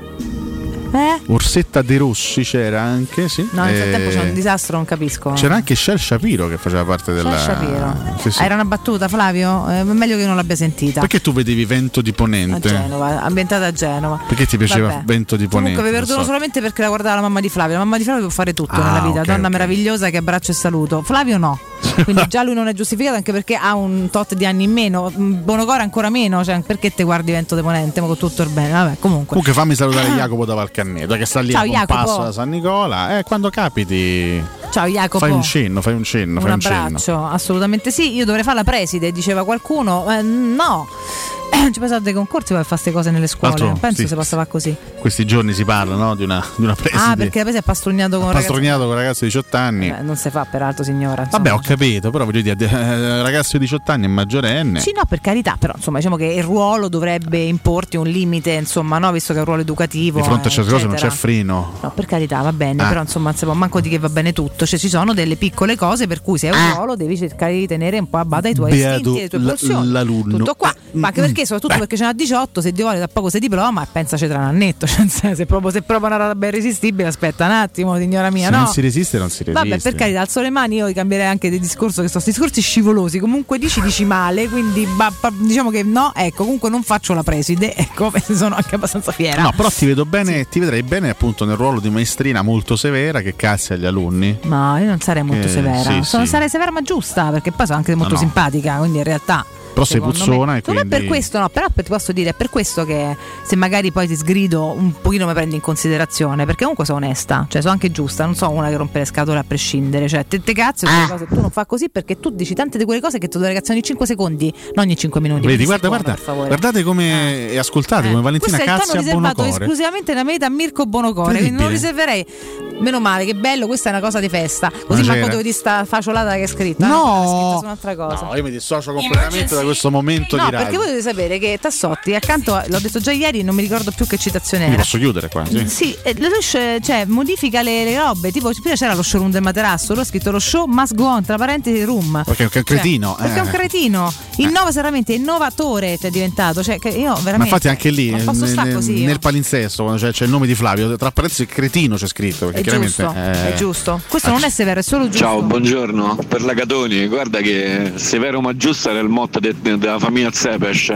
Orsetta De Rossi c'era anche, sì. No, nel frattempo c'è un disastro, non capisco. C'era anche Shel Shapiro che faceva parte della. Shapiro. Sì. Era una battuta, Flavio? Meglio che non l'abbia sentita. Perché tu vedevi Vento di Ponente? A Genova, ambientata a Genova. Perché ti piaceva Vento di Ponente? Comunque vi perdono solamente perché la guardava la mamma di Flavio. La mamma di Flavio può fare tutto nella vita, donna meravigliosa che abbraccio e saluto. Flavio no. Quindi già lui non è giustificato, anche perché ha un tot di anni in meno. Bonocore ancora meno, cioè perché te guardi Vento de Ponente, ma con tutto il bene. Vabbè, comunque fammi salutare Jacopo da Valcanneta che sta lì a un passo da San Nicola. Quando capiti, ciao Jacopo, fai un cenno. Un abbraccio, assolutamente sì. Io dovrei fare la preside, diceva qualcuno. No, non ci pensate dei concorsi per fare queste cose nelle scuole. Penso si possa fare così. Questi giorni si parla, no? Di una preside. Perché la preside è pastrugnato con un ragazzo di 18 anni. Non si fa peraltro, signora, insomma. Vabbè, ho capito, però voglio dire, ragazzo di 18 anni è maggiorenne. Sì, no, per carità, però insomma diciamo che il ruolo dovrebbe importi un limite, insomma, no, visto che è un ruolo educativo. Di fronte a certe cose non c'è freno. No, per carità, va bene, però insomma, manco di che va bene tutto. Cioè ci sono delle piccole cose per cui se è un ruolo devi cercare di tenere un po' a bada i tuoi istinti e le tue pulsioni. L'alunno. Tutto qua. Ma anche perché, soprattutto perché ce n'ha 18, se Dio vuole da poco sei diploma, pensaci tra un annetto. Cioè, se proprio una roba ben irresistibile, aspetta un attimo, signora mia. Se no, non si resiste, non si resiste. Vabbè, per carità, alzo le mani, io cambierei anche del discorso, che sono discorsi scivolosi. Comunque dici male, quindi diciamo che no, ecco, comunque non faccio la preside, ecco, sono anche abbastanza fiera. No, però ti vedo bene, ti vedrei bene appunto nel ruolo di maestrina molto severa che cazzia agli alunni. No, io non sarei molto severa. Sarei severa ma giusta, perché poi sono anche molto simpatica, quindi in realtà. Però sei puzzona e quindi. Non è per questo, no, però ti posso dire, è per questo che se magari poi ti sgrido un pochino mi prendi in considerazione, perché comunque sono onesta, cioè sono anche giusta, non sono una che rompe le scatole a prescindere, cioè te cazzo cose, tu non fa così perché tu dici tante di quelle cose che ti devo ragazzi ogni 5 secondi, non ogni 5 minuti. Vedi, guardate come Ascoltate come Valentina Cazzia Bonocore. Esclusivamente la meta a Mirko Bonocore, quindi non riserverei. Meno male, che bello, questa è una cosa di festa. Così manco devo dire sta faciolata che è scritta. No, è scritta su un'altra cosa. No, io mi dissocio completamente da questo momento di radio. Perché voi dovete sapere che Tassotti accanto l'ho detto già ieri, non mi ricordo più che citazione era. Mi posso chiudere qua? Sì, cioè modifica le robe. Tipo prima c'era lo showroom del materasso, lui ha scritto lo show must go on, tra parentesi room. Perché è un cretino. Perché è un cretino. Innova seriamente, innovatore è diventato. Cioè, che io veramente. Ma infatti anche lì così, nel palinsesto, quando c'è il nome di Flavio, tra parentesi cretino c'è scritto. Perché chiaramente è giusto. Questo non è severo, è solo giusto. Ciao, buongiorno. Per la Catoni, guarda che severo ma giusta era il motto della famiglia Zepes,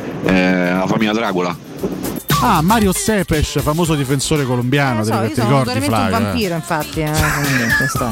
la famiglia Dracula. Mario Zepes, famoso difensore colombiano. Io sono veramente un vampiro, infatti. Questo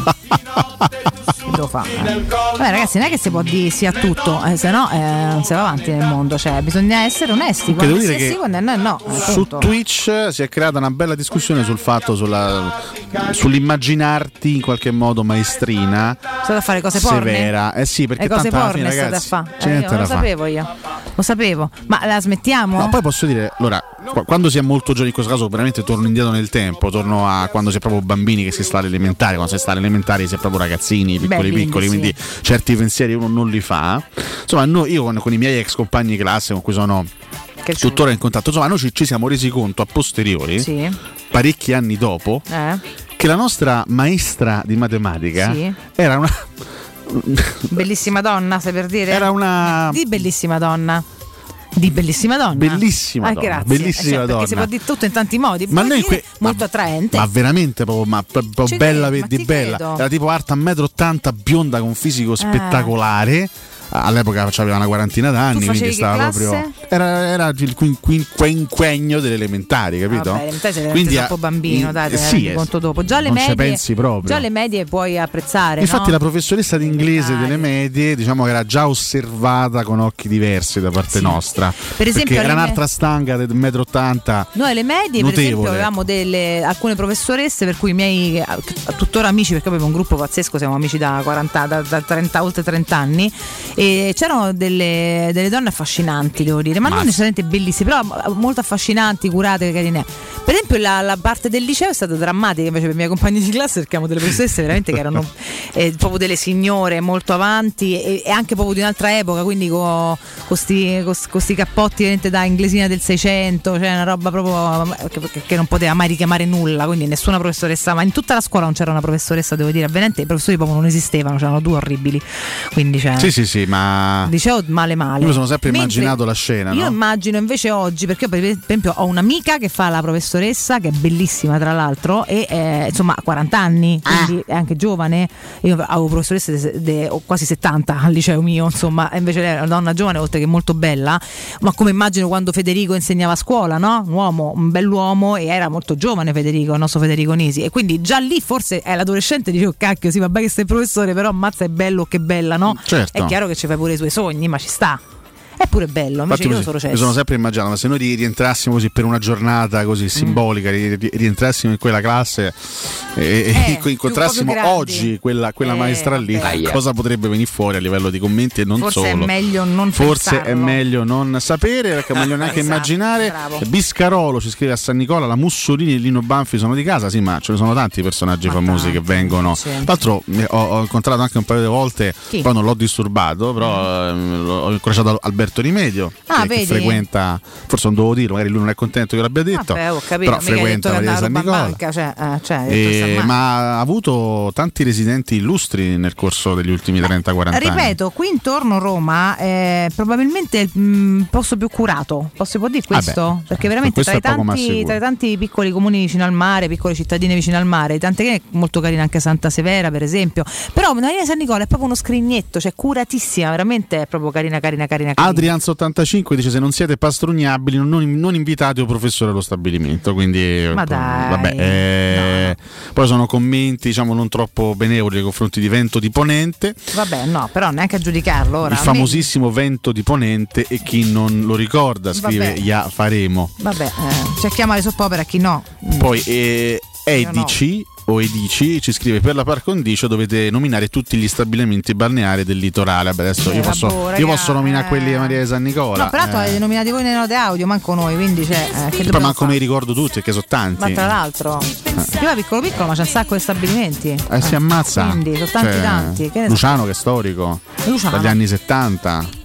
devo fare. Vabbè, ragazzi, non è che si può dire sì a tutto, se no non si va avanti nel mondo. Cioè, bisogna essere onesti. Devo dire che quando no. Su Twitch si è creata una bella discussione sul fatto, sull'immaginarti in qualche modo maestrina. State a fare cose severa. Sì, perché cose porne state a fare. Lo sapevo io. Lo sapevo. Ma la smettiamo? No, poi posso dire, allora, quando si è molto giovani, in questo caso veramente torno indietro nel tempo, torno a quando si è proprio bambini, che si sta all'elementare, quando si sta all'elementare si è proprio ragazzini, piccoli, quindi certi pensieri uno non li fa. Insomma, io con i miei ex compagni di classe con cui sono tuttora in contatto, insomma, noi ci siamo resi conto a posteriori, parecchi anni dopo, che la nostra maestra di matematica era una bellissima donna, sai per dire? Era una di bellissima donna. Di bellissima donna. Bellissima donna. Grazie. Bellissima donna. Perché si può dire tutto in tanti modi. Ma noi molto attraente. Ma veramente proprio bella, di bella. Credo. Era tipo alta 1,80 m, bionda con un fisico spettacolare. All'epoca aveva una quarantina d'anni, quindi stava proprio. Era il quinquennio delle elementari, capito? Vabbè, sei quindi troppo bambino, dai, conto dopo. Già le non medie, ci pensi proprio. Già le medie puoi apprezzare. Infatti, no? La professoressa di inglese delle medie, diciamo che era già osservata con occhi diversi da parte nostra. Per esempio, era un'altra stanga del 1,80 m. Noi alle medie, notevole. Per esempio, avevamo alcune professoresse per cui i miei tuttora amici, perché avevo un gruppo pazzesco, siamo amici da 30, oltre 30 anni. e c'erano delle donne affascinanti, devo dire, ma non necessariamente bellissime, però molto affascinanti, curate, carine. Per esempio la parte del liceo è stata drammatica invece per i miei compagni di classe, perché abbiamo delle professoresse veramente che erano proprio delle signore molto avanti e anche proprio di un'altra epoca, quindi con sti cappotti veramente da inglesina del 600, cioè una roba proprio che non poteva mai richiamare nulla, quindi nessuna professoressa, ma in tutta la scuola non c'era una professoressa, devo dire, avvenente, i professori proprio non esistevano, c'erano due orribili, quindi sì, ma liceo male. Io mi sono sempre immaginato la scena, io no? immagino invece oggi, perché io per esempio ho un'amica che fa la professoressa, che è bellissima tra l'altro, e insomma ha 40 anni, quindi è anche giovane. Io avevo professoresse quasi 70 al liceo mio, insomma, e invece lei è una donna giovane oltre che molto bella, ma come immagino quando Federico insegnava a scuola, no? Un bell'uomo, e era molto giovane Federico, il nostro Federico Nisi, e quindi già lì forse è l'adolescente, dicevo cacchio, sì vabbè che sei professore, però ammazza è bello, che bella, no? Certo. È chiaro che ci fai pure i suoi sogni, ma ci sta. È pure bello, invece io sono mi sono sempre immaginato, ma se noi rientrassimo così per una giornata così simbolica, rientrassimo in quella classe e incontrassimo oggi quella maestra lì, cosa potrebbe venire fuori a livello di commenti e non forse solo? È meglio non forse è meglio non sapere, perché è meglio neanche immaginare. Bravo. Biscarolo ci scrive a San Nicola: la Mussolini e Lino Banfi sono di casa. Sì, ma ce ne sono tanti personaggi famosi che vengono. Tra l'altro ho incontrato anche un paio di volte, poi non l'ho disturbato, però ho incrociato Alberto Rimedio, che frequenta, forse non devo dirlo, magari lui non è contento che l'abbia detto, ho capito, però frequenta Maria San Nicola, ma ha avuto tanti residenti illustri nel corso degli ultimi 30-40 anni. Ripeto, qui intorno Roma è probabilmente il posto più curato, si può dire questo? Perché veramente tra i tanti piccoli comuni vicino al mare, piccole cittadine vicino al mare, tante che è molto carina anche Santa Severa per esempio, però Maria San Nicola è proprio uno scrignetto, cioè curatissima, veramente è proprio carina. Adrianzo85 dice: se non siete pastrugnabili non invitate un professore allo stabilimento, quindi ma dai, poi sono commenti diciamo non troppo benevoli nei confronti di Vento di Ponente. Vabbè, no, però neanche a giudicarlo ora. Il famosissimo Vento di Ponente, e chi non lo ricorda, scrive Ya Faremo. Vabbè, c'è chi ama le soppopere a chi no. Poi Edici o Edici ci scrive: per la par condicio dovete nominare tutti gli stabilimenti balneari del litorale. Vabbè, adesso io posso nominare quelli di Maria di San Nicola. No, peraltro avete nominati voi nelle note audio, manco noi, quindi poi manco me li ricordo tutti, perché sono tanti. Ma tra l'altro io va piccolo, ma c'è un sacco di stabilimenti. Si ammazza. Quindi sono tanti. Che Luciano, che è storico, dagli anni 70.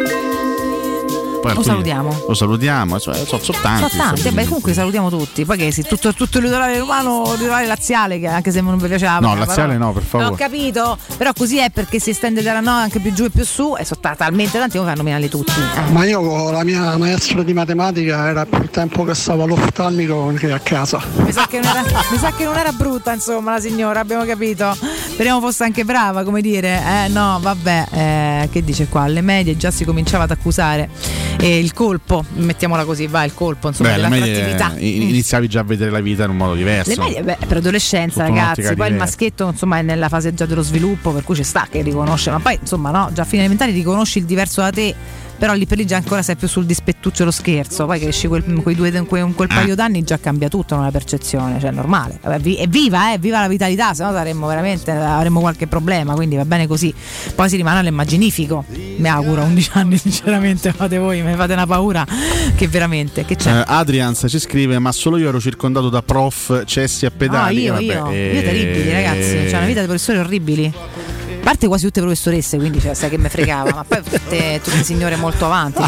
Lo salutiamo, sono tanti. Beh, comunque salutiamo tutti. Poi che tutto il litorale romano, il litorale laziale, che anche se non vi piaceva. No, laziale no, per favore. Ho capito, però così è, perché si estende dalla no anche più giù e più su, e sono talmente tanti che fanno nominarli tutti. Ma io con la mia maestra di matematica era più tempo che stavo all'oftalmico che a casa. Mi sa che non era brutta, insomma, la signora, abbiamo capito. Speriamo fosse anche brava, come dire. No, vabbè, che dice qua? Alle medie già si cominciava ad accusare il colpo, mettiamola così, il colpo, insomma, dell'attrattività. Iniziavi già a vedere la vita in un modo diverso. Le medie, per adolescenza, ragazzi, poi diversa. Il maschietto insomma è nella fase già dello sviluppo, per cui ci sta che riconosce, ma poi insomma no, già a fine elementare riconosci il diverso da te, però lì per lì già ancora sei più sul dispettuccio e lo scherzo, poi cresci quel paio d'anni, già cambia tutto nella percezione, cioè è normale. Viva la vitalità, se no avremmo qualche problema, quindi va bene così. Poi si rimane all'immaginifico, mi auguro, 11 anni sinceramente, fate voi, mi fate una paura che veramente, che c'è? Adrians ci scrive: ma solo io ero circondato da prof cessi a pedali. Io terribili, ragazzi, c'è una vita di professori orribili. A parte quasi tutte professoresse, quindi sai che me fregava, ma poi tutte signore molto avanti.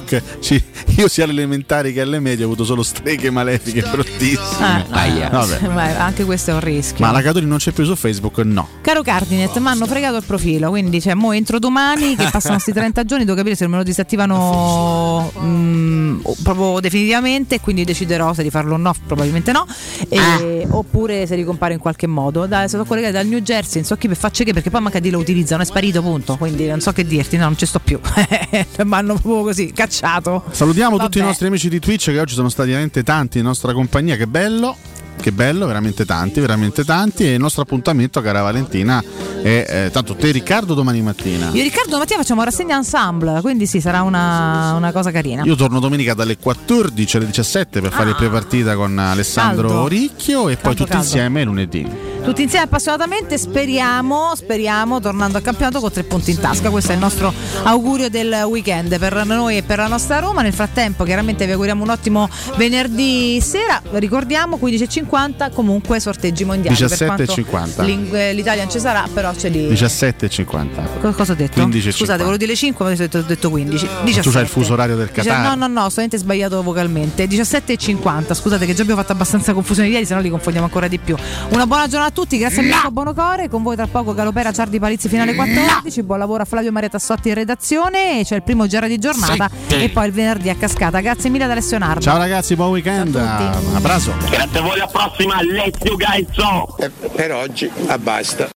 Io sia alle elementari che alle medie ho avuto solo streghe malefiche bruttissime. Vabbè, anche questo è un rischio. Ma la Catoni non c'è più su Facebook? No. Caro Cardinet, mi hanno fregato il profilo, quindi mo entro domani, che passano questi 30 giorni, devo capire se me lo disattivano proprio definitivamente, quindi deciderò se di farlo o no, probabilmente no, oppure se ricompare in qualche modo. Sono stato collegato dal New Jersey, non so chi per faccia che, perché poi manca di lo utilizzano, è sparito, punto, quindi non so che dirti, no, non ci sto più. Mi hanno proprio così cacciato. Salutiamo tutti i nostri amici di Twitch, che oggi sono stati veramente tanti in nostra compagnia, che bello, veramente tanti, e il nostro appuntamento, cara Valentina, è tanto te Riccardo domani mattina. Io Riccardo domattina facciamo rassegna ensemble, quindi sì, sarà una cosa carina. Io torno domenica dalle 14 alle 17 per fare il prepartita con Alessandro Ricchio, e poi tutti insieme lunedì. tutti insieme appassionatamente, speriamo tornando al campionato con 3 punti in tasca. Questo è il nostro augurio del weekend per noi e per la nostra Roma. Nel frattempo chiaramente vi auguriamo un ottimo venerdì sera, ricordiamo 15:50 comunque sorteggi mondiali, 17:50 l'Italia non ci sarà, però c'è lì 17:50. Cosa ho detto? 15:50. Scusate, volevo dire 5 ma ho detto 15. 17. Tu c'hai il fuso orario del Qatar? No, solamente sbagliato vocalmente. 17:50. Scusate che già abbiamo fatto abbastanza confusione ieri, se no li confondiamo ancora di più. Una buona giornata a tutti, grazie a Mirko Bonocore. Con voi tra poco Galopera, Ciardi Palizzi finale 14. Buon lavoro a Flavio Maria Tassotti in redazione. C'è il primo GR di giornata e poi il venerdì a cascata. Grazie mille ad Alessio Nardo. Ciao ragazzi, buon weekend. Un abbraccio. Grazie a voi, alla prossima. Let's you guys. Per oggi basta.